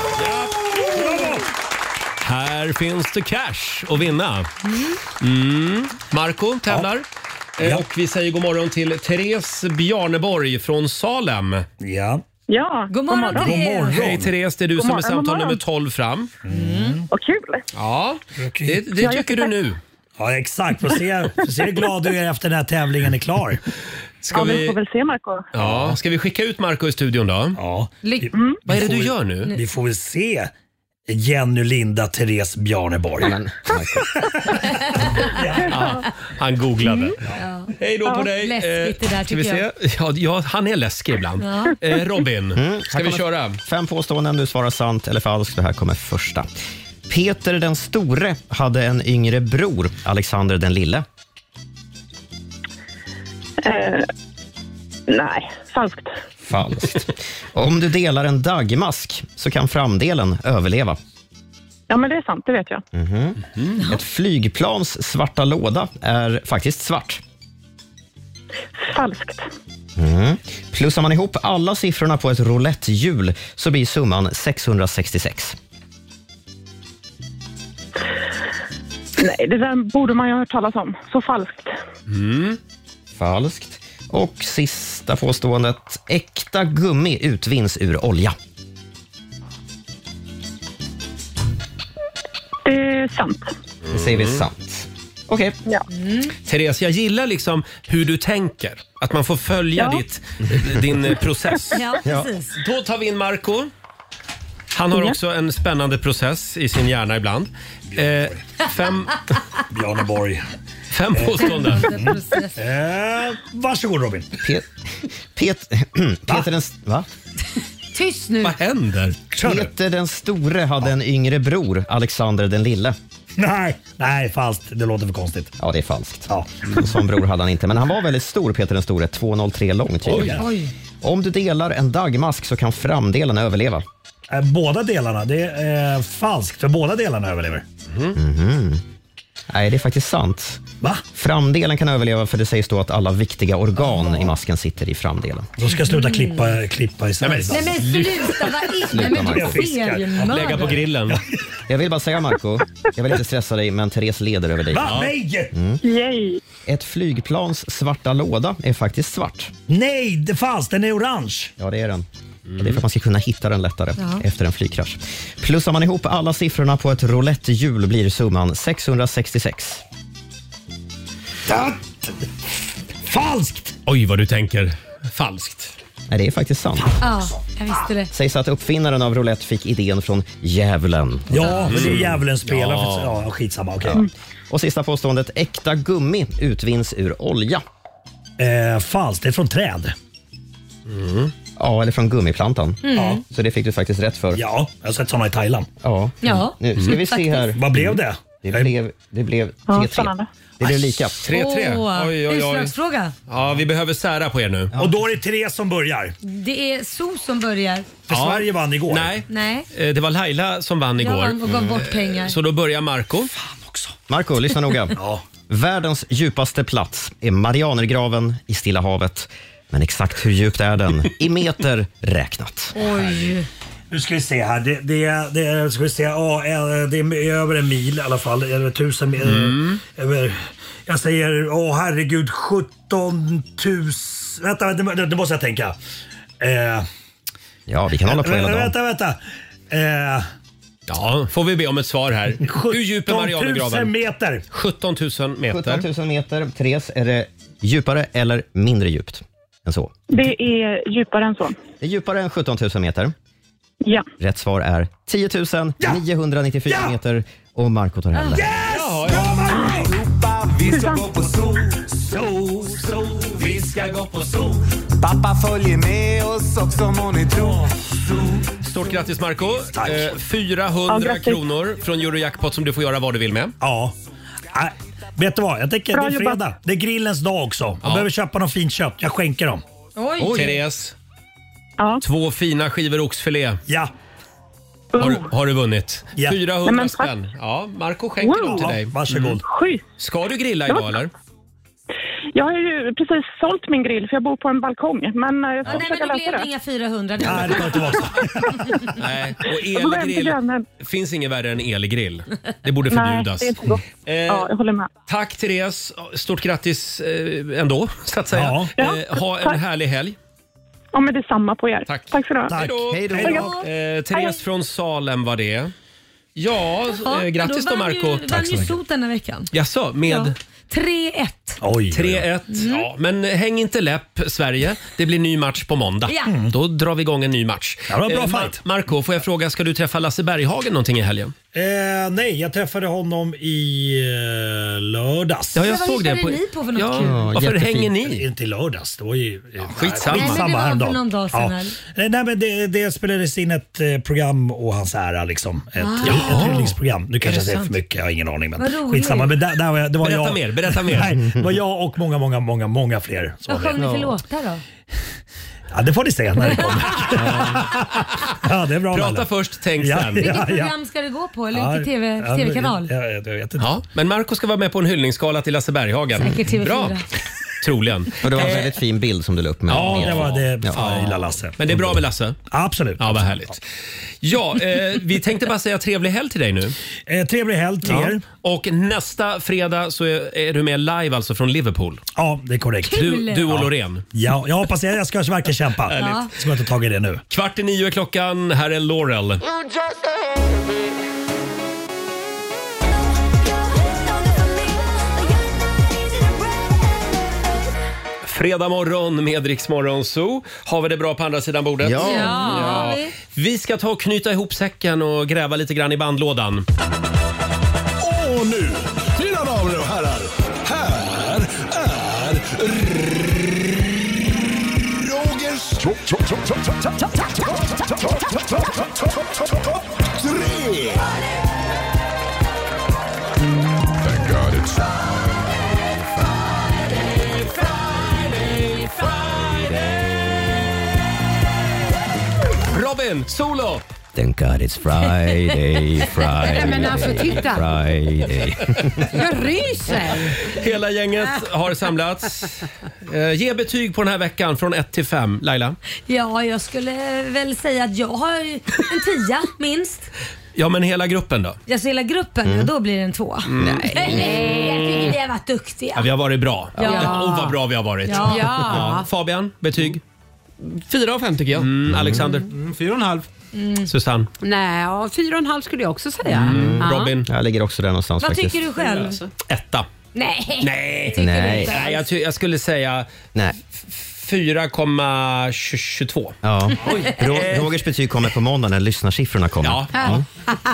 Speaker 1: Här finns det cash att vinna. Mm. Marco tävlar. Eh,
Speaker 11: Ja.
Speaker 1: Och vi säger god morgon till Therese Bjarneborg från Salem.
Speaker 11: Ja.
Speaker 7: Ja,
Speaker 2: God morgon,
Speaker 11: God
Speaker 2: Therese.
Speaker 11: morgon.
Speaker 1: Hej Therese, det är du som är
Speaker 7: morgon, god
Speaker 1: samtal
Speaker 7: morgon.
Speaker 1: nummer tolv fram.
Speaker 7: vad kul.
Speaker 1: Ja, det, det
Speaker 7: Ja,
Speaker 1: tycker du nu.
Speaker 11: Ja, exakt. Får se, får se hur glad du är efter den här tävlingen är klar.
Speaker 1: Ska
Speaker 7: Ja, vi
Speaker 1: vi,
Speaker 7: får väl se, Marco.
Speaker 1: ja, ska vi skicka ut Marco i studion då?
Speaker 11: Ja.
Speaker 2: Lyck-
Speaker 11: Vi-
Speaker 1: Vad är det
Speaker 11: vi
Speaker 1: du
Speaker 11: får-
Speaker 1: gör nu?
Speaker 11: Vi får väl se Jenny, Linda, Therese Bjarneborg.
Speaker 3: Men,
Speaker 1: Ja, han googlade. Hej då på
Speaker 2: Ja,
Speaker 1: dig.
Speaker 2: läskigt det där,
Speaker 1: ska vi
Speaker 2: tycker
Speaker 1: se? Ja, ja, han är läskig ibland.
Speaker 2: Ja.
Speaker 1: Eh, Robin,
Speaker 3: Mm,
Speaker 1: ska
Speaker 3: här
Speaker 1: vi
Speaker 3: kommer
Speaker 1: köra?
Speaker 3: Fem påståenden, du svarar sant eller falskt. Det här kommer första. Peter den store hade en yngre bror, Alexander den lille.
Speaker 7: Eh, nej, falskt.
Speaker 3: Falskt. Om du delar en dagmask så kan framdelen överleva.
Speaker 7: Ja, men det är sant, det vet jag.
Speaker 3: Mhm. Ett flygplans svarta låda är faktiskt svart.
Speaker 7: Falskt.
Speaker 3: Mm. Plussar man ihop alla siffrorna på ett roulettehjul så blir summan sexhundrasextiosex.
Speaker 7: Nej, det där borde man ju ha hört talas om. Så falskt.
Speaker 3: Mm. Falskt. Och sista påståendet. Äkta gummi utvinns ur olja.
Speaker 7: Det är sant.
Speaker 3: Det säger vi sant. Okej.
Speaker 7: Ja.
Speaker 2: Mm.
Speaker 1: Therese, jag gillar liksom hur du tänker. Att man får följa
Speaker 7: Ja.
Speaker 1: ditt, din process.
Speaker 2: Ja, precis.
Speaker 1: Då tar vi in Marco. Han har
Speaker 7: Ja.
Speaker 1: också en spännande process i sin hjärna ibland. Eh, fem...
Speaker 11: Bjarneborg.
Speaker 1: Fem påståenden.
Speaker 11: Eh, varsågod Robin.
Speaker 3: Pet, Pet, Peter den... Va?
Speaker 2: Tyst nu.
Speaker 1: Vad händer?
Speaker 3: Peter den store hade en yngre bror, Alexander den lille.
Speaker 11: Nej, nej, falskt. Det låter för konstigt.
Speaker 3: Ja, det är falskt.
Speaker 11: Ja.
Speaker 3: En sån bror hade han inte. Men han var väldigt stor, Peter den store. två komma noll tre lång tydligen.
Speaker 2: Oj.
Speaker 3: Om du delar en dagmask så kan framdelen överleva.
Speaker 11: Eh, Båda delarna. Det är eh, falskt, för båda delarna överlever.
Speaker 3: Mhm. Nej, det är faktiskt sant.
Speaker 11: Va?
Speaker 3: Framdelen kan överleva för det sägs då att alla viktiga organ i masken sitter i framdelen.
Speaker 11: Då ska jag sluta klippa, klippa i Sverige.
Speaker 2: Nej men sluta, vad är det? Men du ser ju
Speaker 1: Lägga på grillen.
Speaker 3: Jag vill bara säga, Marco, jag vill inte stressa dig, men Therese leder över dig.
Speaker 11: Va? Nej!
Speaker 3: Mm.
Speaker 7: Yay.
Speaker 3: Ett flygplans svarta låda är faktiskt svart.
Speaker 11: Nej, det fanns. Den är orange.
Speaker 3: Ja, det är den. Och det är för att man ska kunna hitta den lättare
Speaker 2: Ja.
Speaker 3: efter en flygkrasch. Plussar man ihop alla siffrorna på ett roulette-hjul blir summan sexhundrasextiosex.
Speaker 11: Ja. Falskt!
Speaker 1: Oj, vad du tänker. Falskt.
Speaker 3: Nej, det är faktiskt sant.
Speaker 2: Ja, jag visste det.
Speaker 3: Sägs att uppfinnaren av roulette fick idén från djävulen.
Speaker 11: Ja, men det är djävulen spelar.
Speaker 1: Ja.
Speaker 11: Ja, ja skitsamma. Okej.
Speaker 3: Ja. Och sista påståendet. Äkta gummi utvinns ur olja.
Speaker 11: Eh, falskt. Det är från träd.
Speaker 3: Mm. Ja, eller från gummiplantan.
Speaker 2: Mm.
Speaker 11: Ja.
Speaker 3: Så det fick du faktiskt rätt för.
Speaker 11: Ja, jag har sett såna i Thailand.
Speaker 3: Ja.
Speaker 2: Ja.
Speaker 3: Nu ska vi se här.
Speaker 11: Vad blev det?
Speaker 3: Det blev, det blev
Speaker 7: Ja,
Speaker 3: tre tre.
Speaker 7: spännande.
Speaker 3: Det blev lika.
Speaker 1: tre tre.
Speaker 2: Åh,
Speaker 1: Oj, oj, oj.
Speaker 2: utslagsfråga.
Speaker 1: Ja, vi behöver sära på er nu.
Speaker 11: Och då är det Therese som börjar.
Speaker 2: Det är So som börjar.
Speaker 11: För
Speaker 1: Ja.
Speaker 11: Sverige vann igår.
Speaker 1: Nej,
Speaker 2: Nej,
Speaker 1: eh, det var Laila som vann
Speaker 2: jag
Speaker 1: igår.
Speaker 2: vann och gav bort pengar.
Speaker 1: Så då börjar Marco.
Speaker 3: Marco, lyssna noga.
Speaker 11: Ja.
Speaker 3: Världens djupaste plats är Marianergraven i Stilla havet. Men exakt hur djupt är den? I meter räknat.
Speaker 2: Oj.
Speaker 11: Nu ska vi se här. Det, det, det, ska vi se. Ja, det är över en mil i alla fall. Över tusen mil.
Speaker 1: Mm.
Speaker 11: Över, jag säger, åh herregud, sjutton tusen. Vänta, vänta, det måste jag tänka. Eh,
Speaker 3: Ja, vi kan hålla på hela dagen.
Speaker 11: vänta, vänta. Eh,
Speaker 1: Ja, får vi be om ett svar här. Hur djup är
Speaker 11: sjutton tusen
Speaker 1: Marianergraven?
Speaker 11: meter.
Speaker 1: sjutton tusen meter.
Speaker 3: sjutton tusen meter. Therese, är det djupare eller mindre djupt än så?
Speaker 7: Det är djupare än så.
Speaker 3: Det är djupare än sjutton tusen meter.
Speaker 7: Ja.
Speaker 3: Rätt svar är tio tusen niohundranittiofyra
Speaker 11: Ja!
Speaker 3: meter och Marco tar hem det.
Speaker 11: Yes!
Speaker 6: Vi ska gå på zoo, zoo, zoo. Vi ska gå på zoo. Pappa följer med oss också må ni tro.
Speaker 1: Stort grattis Marco.
Speaker 11: Tack.
Speaker 1: Eh,
Speaker 7: Ja,
Speaker 1: fyrahundra
Speaker 7: grattis.
Speaker 1: kronor från Eurojackpot som du får göra vad du vill med.
Speaker 11: Ja. Äh, vet du vad? Jag tänker
Speaker 7: Bra
Speaker 11: det är
Speaker 7: jobbat.
Speaker 11: fredag. Det är grillens dag också. Jag
Speaker 1: Ja.
Speaker 11: behöver köpa något fint kött. Jag skänker dem.
Speaker 2: Oj.
Speaker 1: Therese,
Speaker 7: Ja.
Speaker 1: två fina skivor oxfilé
Speaker 11: Ja.
Speaker 1: har, du- har du vunnit.
Speaker 11: Ja.
Speaker 1: fyrahundra
Speaker 7: Nej, men tack.
Speaker 1: spänn. Ja, Marco skänker
Speaker 7: Wow.
Speaker 1: dem till
Speaker 11: Ja,
Speaker 1: dig.
Speaker 11: varsågod.
Speaker 7: Schysst.
Speaker 1: Ska du grilla idag eller?
Speaker 7: Jag har ju precis sålt min grill för jag bor på en balkong. Men eh, jag ska
Speaker 2: Ja, nej,
Speaker 7: försöka
Speaker 2: men då
Speaker 7: lösa
Speaker 2: blev det
Speaker 7: det.
Speaker 2: inga fyrahundra. Det
Speaker 11: Nej, det kommer tillbaka.
Speaker 1: Nej, och
Speaker 7: Jag får hem till
Speaker 1: elgrill.
Speaker 7: grannen.
Speaker 1: Finns inget värre än elgrill. Det borde
Speaker 7: Nej,
Speaker 1: förbjudas.
Speaker 7: det är inte gott.
Speaker 1: Eh,
Speaker 7: Ja, jag håller med.
Speaker 1: Tack Therese. Stort grattis eh, ändå, så att säga.
Speaker 11: Ja.
Speaker 7: Ja,
Speaker 1: Eh, ha en
Speaker 7: tack.
Speaker 1: härlig helg.
Speaker 7: Ja, men detsamma på er.
Speaker 1: Tack.
Speaker 7: Tack så du ha.
Speaker 11: Tack.
Speaker 1: Hej då.
Speaker 11: Hej då.
Speaker 1: Eh, Therese från Salem var det. Ja,
Speaker 2: Ja,
Speaker 1: eh, grattis då
Speaker 2: vann
Speaker 1: Marco.
Speaker 2: Ju, vann ju Sot den här veckan.
Speaker 1: Jaså, med
Speaker 2: Ja. tre ett.
Speaker 11: Oj.
Speaker 1: tre ett. Ja, men häng inte läpp Sverige. Det blir ny match på måndag.
Speaker 2: Ja.
Speaker 1: Mm. Då drar vi igång en ny match.
Speaker 11: Ja, det var bra
Speaker 1: Eh, Mar-
Speaker 11: fight.
Speaker 1: Marco, får jag fråga, ska du träffa Lasse Berghagen någonting i helgen?
Speaker 11: Eh, nej, jag träffade honom i eh, lördags.
Speaker 1: Ja, jag
Speaker 2: Men vad
Speaker 1: såg det.
Speaker 2: hittade
Speaker 1: På...
Speaker 2: ni på för något
Speaker 1: ja,
Speaker 2: kul?
Speaker 1: Varför
Speaker 3: jättefint.
Speaker 1: hänger ni?
Speaker 11: Inte i lördags. Det var ju... Ja,
Speaker 1: skitsamma.
Speaker 2: Nej, men det var
Speaker 11: häromdagen.
Speaker 2: för någon dag sedan,
Speaker 11: Ja.
Speaker 2: eller?
Speaker 11: Eh, Nej, men det, det spelades in ett eh, program och hans ära. Liksom. Ett,
Speaker 2: Ah.
Speaker 11: ett hyllningsprogram. Nu kanske jag säger
Speaker 1: sant?
Speaker 11: för mycket, jag har ingen aning. Men
Speaker 2: Vad roligt.
Speaker 11: skitsamma. Men där, där var jag, det var
Speaker 1: Berätta
Speaker 11: jag,
Speaker 1: mer, berätta mer.
Speaker 11: Nej, det var jag och många, många, många, många fler. som
Speaker 2: Vad
Speaker 11: var
Speaker 2: sjöng
Speaker 11: med.
Speaker 2: ni för låtar då?
Speaker 11: Ja, det får ni se när det kommer. Ja, det är bra.
Speaker 1: Prata
Speaker 11: Laila.
Speaker 1: först, tänk
Speaker 11: Ja,
Speaker 1: sen.
Speaker 2: Vilket
Speaker 11: ja.
Speaker 2: program ska det gå på? Eller
Speaker 11: Ja,
Speaker 2: vilken TV,
Speaker 11: ja,
Speaker 2: tv-kanal?
Speaker 11: Jag, jag, jag vet inte.
Speaker 1: Ja, men Marco ska vara med på en hyllningsgala till Lasse Berghagen.
Speaker 2: Säkert T V fyra.
Speaker 1: Bra. Troligen.
Speaker 3: Och det var en väldigt fin bild som du la upp med.
Speaker 11: Ja, det var det.
Speaker 3: Ja.
Speaker 11: Fan, jag gillar Lasse.
Speaker 1: Men det är bra med Lasse?
Speaker 11: Absolut.
Speaker 1: Ja, vad härligt. Ja, eh, vi tänkte bara säga trevlig helg till dig nu.
Speaker 11: Eh, trevlig helg till er.
Speaker 1: Och nästa fredag så är, är du med live alltså från Liverpool.
Speaker 11: Ja, det är korrekt.
Speaker 1: Du, du och
Speaker 11: ja.
Speaker 1: Loreen.
Speaker 11: Ja, jag hoppas det. Jag ska verkligen kämpa.
Speaker 1: Ja.
Speaker 11: Ska jag ta tag i det nu.
Speaker 1: Kvart i nio är klockan. Här är Laurel. Fredag morgon med Rix Morgon Zoo. Har vi det bra på andra sidan bordet?
Speaker 3: Ja.
Speaker 1: ja. Vi ska ta och knyta ihop säcken och gräva lite grann i bandlådan.
Speaker 12: Och nu, mina damer och herrar, här är Rogers tre. Thank God it's
Speaker 1: Robin, solo!
Speaker 3: Thank God it's Friday, Friday,
Speaker 5: Men alltså, titta.
Speaker 3: Friday.
Speaker 5: Jag ryser.
Speaker 1: Hela gänget har samlats. Eh, ge betyg på den här veckan från ett till fem. Laila?
Speaker 2: Ja, jag skulle väl säga att jag har en tia minst.
Speaker 1: Ja, men hela gruppen då?
Speaker 2: Jag ser hela gruppen,
Speaker 1: Mm.
Speaker 2: ja, då blir det en två.
Speaker 1: Mm.
Speaker 2: Nej, jag tycker vi har varit duktiga.
Speaker 1: Ja, vi har varit bra.
Speaker 2: Ja.
Speaker 1: Och vad bra vi har varit.
Speaker 2: Ja. Ja.
Speaker 1: Fabian, betyg?
Speaker 10: Fyra av fem tycker jag.
Speaker 1: Mm, Alexander?
Speaker 11: Mm, fyra och en halv.
Speaker 5: Mm.
Speaker 1: Susanne?
Speaker 5: Nej, ja, fyra och en halv skulle jag också säga.
Speaker 1: Mm.
Speaker 5: Ja.
Speaker 1: Robin?
Speaker 3: Jag ligger också där någonstans
Speaker 2: Vad
Speaker 3: faktiskt.
Speaker 2: tycker du själv?
Speaker 1: Etta.
Speaker 2: Nej.
Speaker 1: Nej.
Speaker 2: Tycker
Speaker 3: Nej.
Speaker 2: du inte alls?
Speaker 1: Nej, jag, ty- jag skulle säga
Speaker 3: Nej.
Speaker 1: fyra komma tjugotvå.
Speaker 3: Ja. Ro- Rogers betyg kommer på måndag när lyssnarsiffrorna kommer.
Speaker 1: Ja. Ja.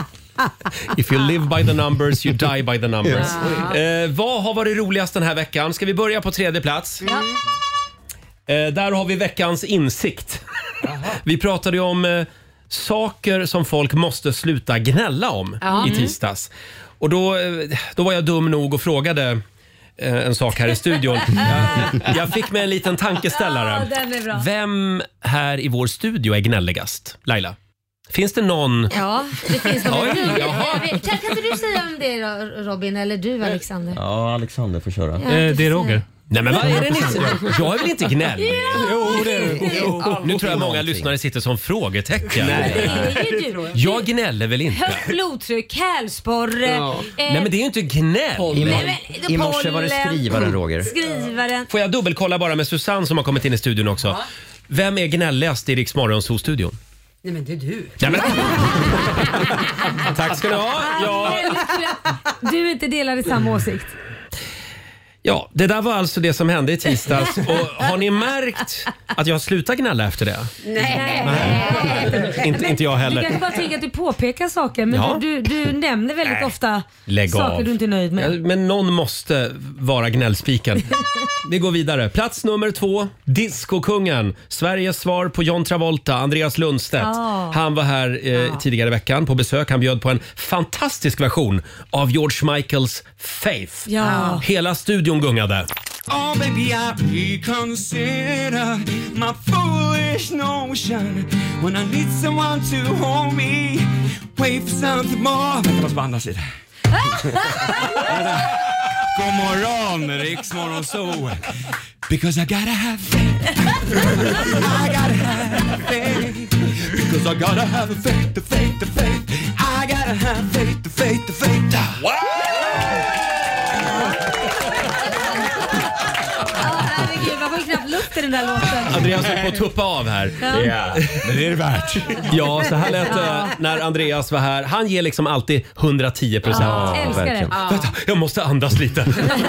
Speaker 1: If you live by the numbers, you die by the numbers. Eh, vad har varit roligast den här veckan? Ska vi börja på tredje plats?
Speaker 2: Ja.
Speaker 1: Eh, där har vi veckans insikt. Vi pratade ju om eh, saker som folk måste sluta gnälla om
Speaker 5: Ja.
Speaker 1: i tisdags. Och då, eh, då var jag dum nog och frågade eh, en sak här i studion. Jag, jag fick med en liten tankeställare.
Speaker 2: Ja, den är bra.
Speaker 1: Vem här i vår studio är gnälligast? Laila? Finns det någon?
Speaker 2: Ja, det finns det.
Speaker 1: Oj,
Speaker 2: Du,
Speaker 1: jaha.
Speaker 2: kan, kan inte du säga om det då, Robin, eller du Alexander?
Speaker 3: Ja, Alexander får köra.
Speaker 2: Ja,
Speaker 9: Eh, det är Roger.
Speaker 1: Nej, men vad är det ni Jag är väl inte gnällig?
Speaker 2: Jo,
Speaker 1: det är Nu tror jag många lyssnare sitter som frågetecken.
Speaker 2: Det är ju du.
Speaker 1: Jag gnäller väl inte?
Speaker 2: Högt blodtryck, hälsporre.
Speaker 1: Ja.
Speaker 2: Eh,
Speaker 1: Nej, men det är ju inte gnäll.
Speaker 3: I,
Speaker 2: Nej, men,
Speaker 3: I morse var det
Speaker 2: pollen.
Speaker 3: skrivaren, Roger.
Speaker 2: Skrivaren.
Speaker 1: Får jag dubbelkolla bara med Susanne som har kommit in i studion också. Vem är gnälligast i Rix Morgonzoo-studion?
Speaker 5: Nej, men det är du.
Speaker 1: Nej, men... Tack ska ni ha. Ja.
Speaker 2: Du inte delar i samma åsikt.
Speaker 1: Ja, det där var alltså det som hände i tisdags. Och har ni märkt att jag har slutat gnälla efter det?
Speaker 2: Nej.
Speaker 1: Nej. Inte, inte jag
Speaker 2: Du
Speaker 1: heller.
Speaker 2: kanske bara tänker att du påpekar saker, men
Speaker 1: Ja.
Speaker 2: du, du, du nämner väldigt
Speaker 1: Nej.
Speaker 2: ofta
Speaker 1: Lägg
Speaker 2: saker
Speaker 1: av.
Speaker 2: du inte är nöjd med.
Speaker 1: Ja, men någon måste vara gnällspiken. Vi går vidare. Plats nummer två. Discokungen. Sveriges svar på John Travolta, Andreas Lundstedt.
Speaker 2: Ja.
Speaker 1: Han var här eh, tidigare i veckan på besök. Han bjöd på en fantastisk version av George Michaels Faith.
Speaker 2: Ja.
Speaker 1: Hela studion gungade.
Speaker 6: Oh baby, I reconsider my foolish notion when I need someone to hold me. Wait for something more. Vänta, jag måste bara andas lite. God morgon, Rix Morgon Zoo. Because I gotta have faith. I gotta have faith. Because I gotta have faith, the faith, the faith. I gotta have faith, the faith, the faith. Wow!
Speaker 2: Herregud, man får ju knappt luft i den där låten.
Speaker 1: Andreas höll på att tuppa av här.
Speaker 2: Ja.
Speaker 1: Ja, men det är det värt. Ja, så här lät det när Andreas var här. Han ger liksom alltid hundratio procent.
Speaker 2: Ja, älskar det. Ja.
Speaker 1: Vänta, jag måste andas lite.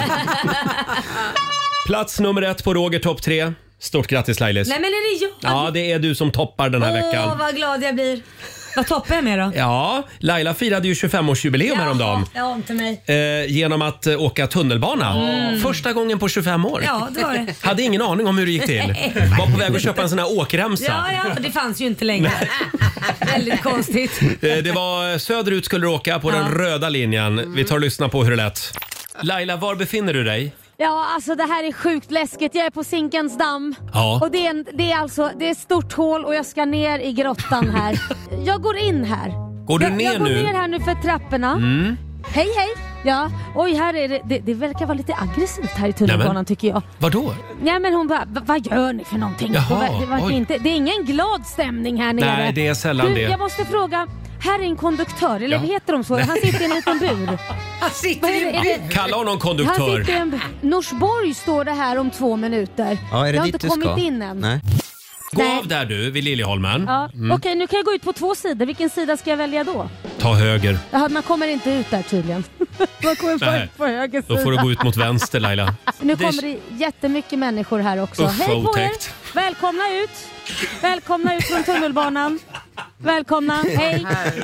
Speaker 1: Plats nummer ett på Roger topp tre. Stort grattis Lailis.
Speaker 2: Nej, men är det jag?
Speaker 1: Ja, det är du som toppar den här
Speaker 2: Åh,
Speaker 1: veckan.
Speaker 2: vad glad jag blir. Vad toppar jag med då?
Speaker 1: Ja, Laila firade ju tjugofemårsjubileum häromdagen.
Speaker 2: Ja, inte mig.
Speaker 1: Eh, genom att eh, åka tunnelbana.
Speaker 2: Mm.
Speaker 1: Första gången på tjugofem år.
Speaker 2: Ja, det var det.
Speaker 1: Hade ingen aning om hur det gick till. Var på väg att köpa en sån här åkremsa.
Speaker 2: Ja, ja, och det fanns ju inte längre. Väldigt konstigt.
Speaker 1: Eh, Det var söderut skulle du åka på den röda linjen. Vi tar och lyssnar på hur det lät. Laila, var befinner du dig?
Speaker 16: Ja, alltså det här är sjukt läskigt. Jag är på Zinkens damm.
Speaker 1: Ja.
Speaker 16: Och det är, en, det är alltså det är ett stort hål och jag ska ner i grottan här. Jag går in här.
Speaker 1: Går du
Speaker 16: jag,
Speaker 1: ner
Speaker 16: jag går
Speaker 1: nu?
Speaker 16: ner här nu för trapporna.
Speaker 1: Mm.
Speaker 16: Hej, hej. Ja, oj här är det, det, det verkar vara lite aggressivt här i tunnelbanan.
Speaker 1: Nämen.
Speaker 16: Tycker jag.
Speaker 1: Vadå?
Speaker 16: Ja men hon bara, "Va- vad gör ni för någonting?
Speaker 1: Jaha,
Speaker 16: det, var
Speaker 1: oj.
Speaker 16: inte, det är ingen glad stämning här nere.
Speaker 1: Nej, det är sällan
Speaker 16: du,
Speaker 1: det.
Speaker 16: Jag måste fråga, här är en konduktör, eller
Speaker 1: Ja.
Speaker 16: heter de så? Han sitter i en liten bur.
Speaker 5: Han sitter i en
Speaker 16: bur?
Speaker 1: Kalla honom
Speaker 16: Han
Speaker 1: konduktör.
Speaker 16: sitter i en bur. Norsborg står det här om två minuter.
Speaker 3: Ja, är det
Speaker 16: jag har
Speaker 3: dit
Speaker 16: inte
Speaker 3: du
Speaker 16: kommit
Speaker 3: ska?
Speaker 16: in än.
Speaker 3: Nej.
Speaker 1: Gå
Speaker 16: Nej.
Speaker 1: av där du, vid Liljeholmen.
Speaker 16: Ja.
Speaker 1: Mm.
Speaker 16: Okej, nu kan jag gå ut på två sidor. Vilken sida ska jag välja då?
Speaker 1: Ta höger.
Speaker 16: Jaha, man kommer inte ut där tydligen. Man kommer bara
Speaker 1: Nej.
Speaker 16: ut på höger
Speaker 1: Då
Speaker 16: sida.
Speaker 1: får du gå ut mot vänster, Laila.
Speaker 16: Nu
Speaker 1: Det-
Speaker 16: kommer det jättemycket människor här också.
Speaker 1: Usch,
Speaker 16: Hej
Speaker 1: vad
Speaker 16: på er!
Speaker 1: otäckt.
Speaker 16: Välkomna ut! Välkomna ut från tunnelbanan. Välkomna, hej!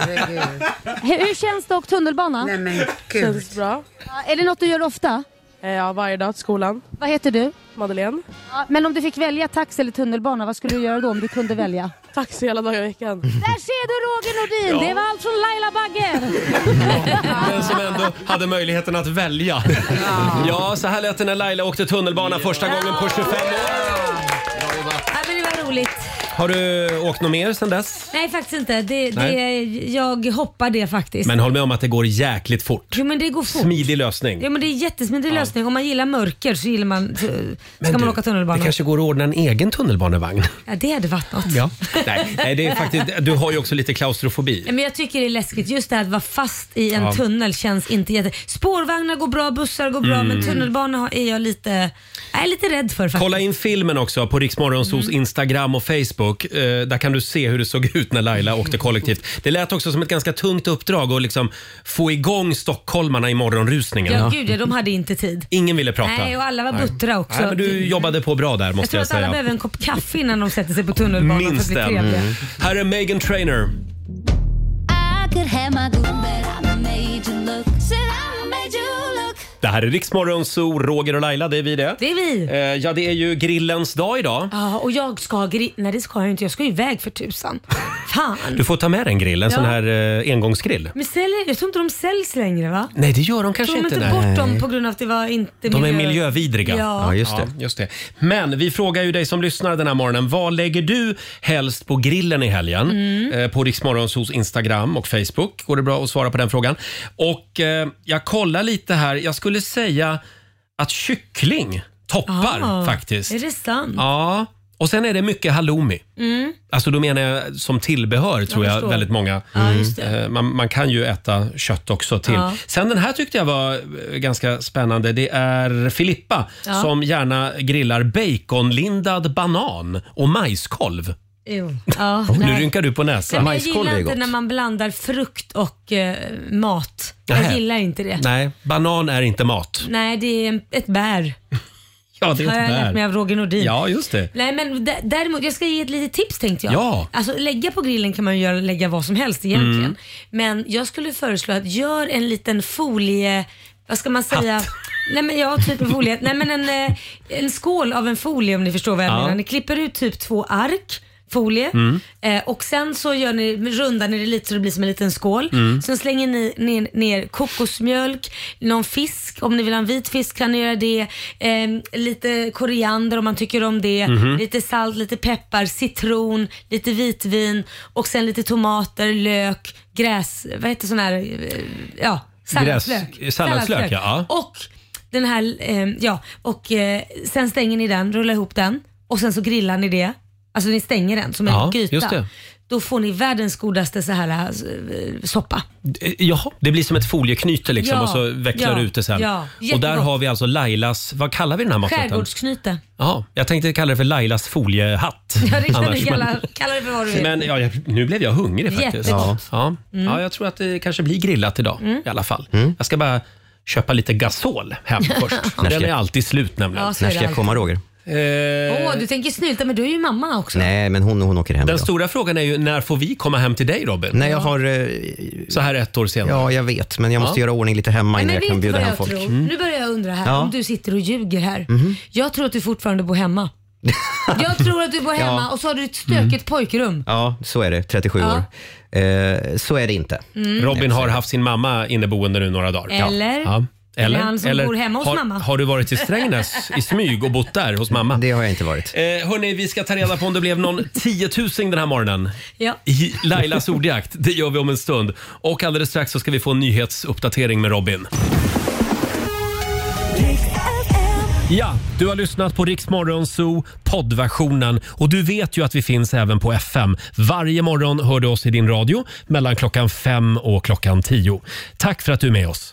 Speaker 16: Hur hur känns det att åka tunnelbana?
Speaker 5: Nej men
Speaker 17: Känns bra.
Speaker 16: Ja, är det något du gör ofta?
Speaker 17: Ja, varje dag till skolan.
Speaker 16: Vad heter du?
Speaker 17: Madeleine.
Speaker 16: Ja, men om du fick välja taxi eller tunnelbana, vad skulle du göra då om du kunde välja?
Speaker 17: Taxi hela dagen i veckan.
Speaker 16: Där ser du Roger Nordin!
Speaker 1: Ja.
Speaker 16: Det var allt från Laila Bagge!
Speaker 1: Den som ändå hade möjligheten att välja. Ja, så här lät det när Laila åkte tunnelbana första gången på tjugofem år.
Speaker 2: Ja, men det var roligt.
Speaker 1: Har du åkt något mer sedan dess?
Speaker 2: Nej, faktiskt inte. Det, det,
Speaker 1: Nej.
Speaker 2: jag hoppar det faktiskt.
Speaker 1: Men håll med om att det går jäkligt fort.
Speaker 2: Jo, men det går fort.
Speaker 1: Smidig lösning.
Speaker 2: Ja, men det är jättesmidig
Speaker 1: Ja.
Speaker 2: lösning. Om man gillar mörker så gillar man, så, ska man
Speaker 1: du,
Speaker 2: åka tunnelbana.
Speaker 1: det kanske går att ordna en egen tunnelbanevagn.
Speaker 2: Ja, det hade varit något.
Speaker 1: Ja. Nej, nej, det är faktiskt, du har ju också lite klaustrofobi.
Speaker 2: Ja, men jag tycker det är läskigt. Just det här att vara fast i en
Speaker 1: Ja.
Speaker 2: tunnel känns inte jätte... Spårvagnar går bra, bussar går bra,
Speaker 1: Mm.
Speaker 2: men tunnelbana är jag lite, jag är lite rädd för faktiskt.
Speaker 1: Kolla in filmen också på Rix Morgonzos
Speaker 2: Mm.
Speaker 1: Instagram och Facebook. Eh, där kan du se hur det såg ut när Laila åkte kollektivt. Det lät också som ett ganska tungt uppdrag att liksom få igång stockholmarna i morgonrusningen.
Speaker 2: Ja, gud ja, de hade inte tid.
Speaker 1: Ingen ville prata.
Speaker 2: Nej, och alla var
Speaker 1: Nej.
Speaker 2: buttra också.
Speaker 1: Nej, men du jobbade på bra där
Speaker 2: jag
Speaker 1: måste
Speaker 2: tror
Speaker 1: jag,
Speaker 2: att alla
Speaker 1: säga.
Speaker 2: behöver en kopp kaffe innan de sätter sig på tunnelbanan för att
Speaker 1: Minst
Speaker 2: bli
Speaker 1: en.
Speaker 2: trevliga.
Speaker 1: Mm. Här är Meghan Trainor.
Speaker 8: I could have my good, but I made you look. Said I made you look.
Speaker 1: Det här är Rix Morgonzoo, Roger och Laila, det är vi det.
Speaker 2: Det är vi.
Speaker 1: Eh, ja, det är ju grillens dag idag.
Speaker 2: Ja, och jag ska gri- Nej, det ska jag inte. Jag ska ju iväg för tusan. Fan.
Speaker 1: Du får ta med en grill, en
Speaker 2: Ja.
Speaker 1: sån här eh, engångsgrill.
Speaker 2: Men säljer, jag tror inte de säljs längre, va?
Speaker 1: Nej, det gör de kanske
Speaker 2: Tog de
Speaker 1: inte.
Speaker 2: inte
Speaker 1: nej.
Speaker 2: bort dem på grund av att det var inte
Speaker 1: De är miljövidriga.
Speaker 2: Ja.
Speaker 1: just det. just det. Men vi frågar ju dig som lyssnar den här morgonen. Vad lägger du helst på grillen i helgen?
Speaker 2: Mm.
Speaker 1: Eh, på Rix Morgonzos Instagram och Facebook går det bra att svara på den frågan. Och eh, jag kollar lite här. Jag skulle säga att kyckling toppar
Speaker 2: Ah,
Speaker 1: faktiskt.
Speaker 2: Är det sant?
Speaker 1: Ja, och sen är det mycket halloumi.
Speaker 2: Mm.
Speaker 1: Alltså då menar jag som tillbehör tror jag
Speaker 2: förstår.
Speaker 1: väldigt många.
Speaker 2: Ja, just det.
Speaker 1: Eh, Man, man kan ju äta kött också till.
Speaker 2: Ja.
Speaker 1: Sen den här tyckte jag var eh, ganska spännande. Det är Filippa
Speaker 2: Ja.
Speaker 1: som gärna grillar baconlindad banan och majskolv.
Speaker 2: Jo. Ja,
Speaker 1: Nu
Speaker 2: nej.
Speaker 1: rynkar du på näsan.
Speaker 2: Nej, men jag gillar inte när man blandar frukt och eh, mat. Jag
Speaker 1: Nähä.
Speaker 2: gillar inte det.
Speaker 1: Nej, banan är inte mat.
Speaker 2: Nej, det är en- ett bär.
Speaker 1: Ja, det är
Speaker 2: Har jag
Speaker 1: ett
Speaker 2: lärt mig
Speaker 1: bär.
Speaker 2: av Roger Nordin.
Speaker 1: Ja, just det.
Speaker 2: Nej, men d- däremot, jag ska ge ett litet tips tänkte jag.
Speaker 1: Ja.
Speaker 2: Alltså lägga på grillen kan man ju göra, lägga vad som helst egentligen.
Speaker 1: Mm.
Speaker 2: Men jag skulle föreslå att gör en liten folie, vad ska man säga? Nej men ja, typ en folie. Nej men en, eh, en skål av en folie om ni förstår vad jag
Speaker 1: Ja.
Speaker 2: menar. Ni klipper ut typ två ark folie
Speaker 1: Mm.
Speaker 2: eh, och sen så gör ni, rundar ni det lite så det blir som en liten skål.
Speaker 1: Mm.
Speaker 2: Sen slänger ni ner, ner kokosmjölk, någon fisk, om ni vill ha en vit fisk kan ni göra det. Eh, lite koriander om man tycker om det.
Speaker 1: Mhm.
Speaker 2: Lite salt, lite peppar, citron, lite vitvin och sen lite tomater, lök, gräs, vad heter sån här, eh, ja, salladslök.
Speaker 1: Gräs- salladslök, ja.
Speaker 2: Och den här, eh, ja, och eh, sen stänger ni den, rullar ihop den och sen så grillar ni det. Alltså ni stänger den som en
Speaker 1: Ja,
Speaker 2: gryta.
Speaker 1: just det.
Speaker 2: Då får ni världens godaste så här eh, soppa.
Speaker 1: Eh, Jaha, det blir som ett folieknyte liksom
Speaker 2: Ja,
Speaker 1: och så vecklar
Speaker 2: ja,
Speaker 1: du ut det sen.
Speaker 2: ja,
Speaker 1: och där
Speaker 2: jättegott.
Speaker 1: har vi alltså Lailas, vad kallar vi den här maträtten?
Speaker 2: Skärgårdsknyte.
Speaker 1: Ja, jag tänkte kalla det för Lailas foliehatt.
Speaker 2: Ja, det kan
Speaker 1: Annars,
Speaker 2: du kalla,
Speaker 1: men-
Speaker 2: kalla det för vad du vill.
Speaker 1: Men ja, jag, nu blev jag hungrig faktiskt.
Speaker 2: Jättegott.
Speaker 1: Ja.
Speaker 2: Mm.
Speaker 1: Ja, jag tror att det kanske blir grillat idag
Speaker 2: Mm.
Speaker 1: i alla fall. Jag ska bara köpa lite gasol hem först.
Speaker 3: När
Speaker 1: Den
Speaker 3: ska-
Speaker 1: är alltid slut nämligen.
Speaker 2: Ja, så är
Speaker 3: När ska
Speaker 2: det
Speaker 3: jag
Speaker 2: alltid.
Speaker 3: komma, Roger?
Speaker 1: Eh,
Speaker 2: Åh, du tänker snylta, men du är ju mamma också.
Speaker 3: Nej, men hon, hon åker hem
Speaker 1: Den
Speaker 3: idag.
Speaker 1: stora frågan är ju, när får vi komma hem till dig Robin?
Speaker 3: Nej, jag har... eh,
Speaker 1: Så här ett år senare.
Speaker 3: Ja, jag vet. Men jag måste
Speaker 1: Ja.
Speaker 3: göra ordning lite hemma
Speaker 2: Nej,
Speaker 3: innan
Speaker 2: men
Speaker 3: jag kan
Speaker 2: vet du
Speaker 3: bjuda
Speaker 2: vad
Speaker 3: hem
Speaker 2: jag
Speaker 3: folk.
Speaker 2: tror?
Speaker 3: Mm.
Speaker 2: Nu börjar jag undra här,
Speaker 3: Ja.
Speaker 2: om du sitter och ljuger här.
Speaker 3: Mhm.
Speaker 2: Jag tror att du fortfarande bor hemma. Jag tror att du bor hemma
Speaker 3: Ja.
Speaker 2: och så har du ett stökigt pojkrum.
Speaker 3: Ja, så är det. trettiosju
Speaker 2: Ja.
Speaker 3: år. Eh, så är det inte.
Speaker 2: Mm.
Speaker 1: Robin har haft sin mamma inneboende nu några dagar.
Speaker 2: Eller?
Speaker 1: Ja.
Speaker 2: Eller han som bor hemma hos
Speaker 1: har,
Speaker 2: mamma.
Speaker 1: Har du varit i Strängnäs i smyg och bott där hos mamma?
Speaker 3: Det har jag inte varit.
Speaker 1: Eh, hörni, vi ska ta reda på om det blev någon tiotusing den här morgonen.
Speaker 2: Ja.
Speaker 1: I Lailas ordjakt. Det gör vi om en stund. Och alldeles strax så ska vi få en nyhetsuppdatering med Robin. Ja, du har lyssnat på Rix Morgon Zoo poddversionen och du vet ju att vi finns även på F M. Varje morgon hör du oss i din radio mellan klockan fem och klockan tio. Tack för att du är med oss.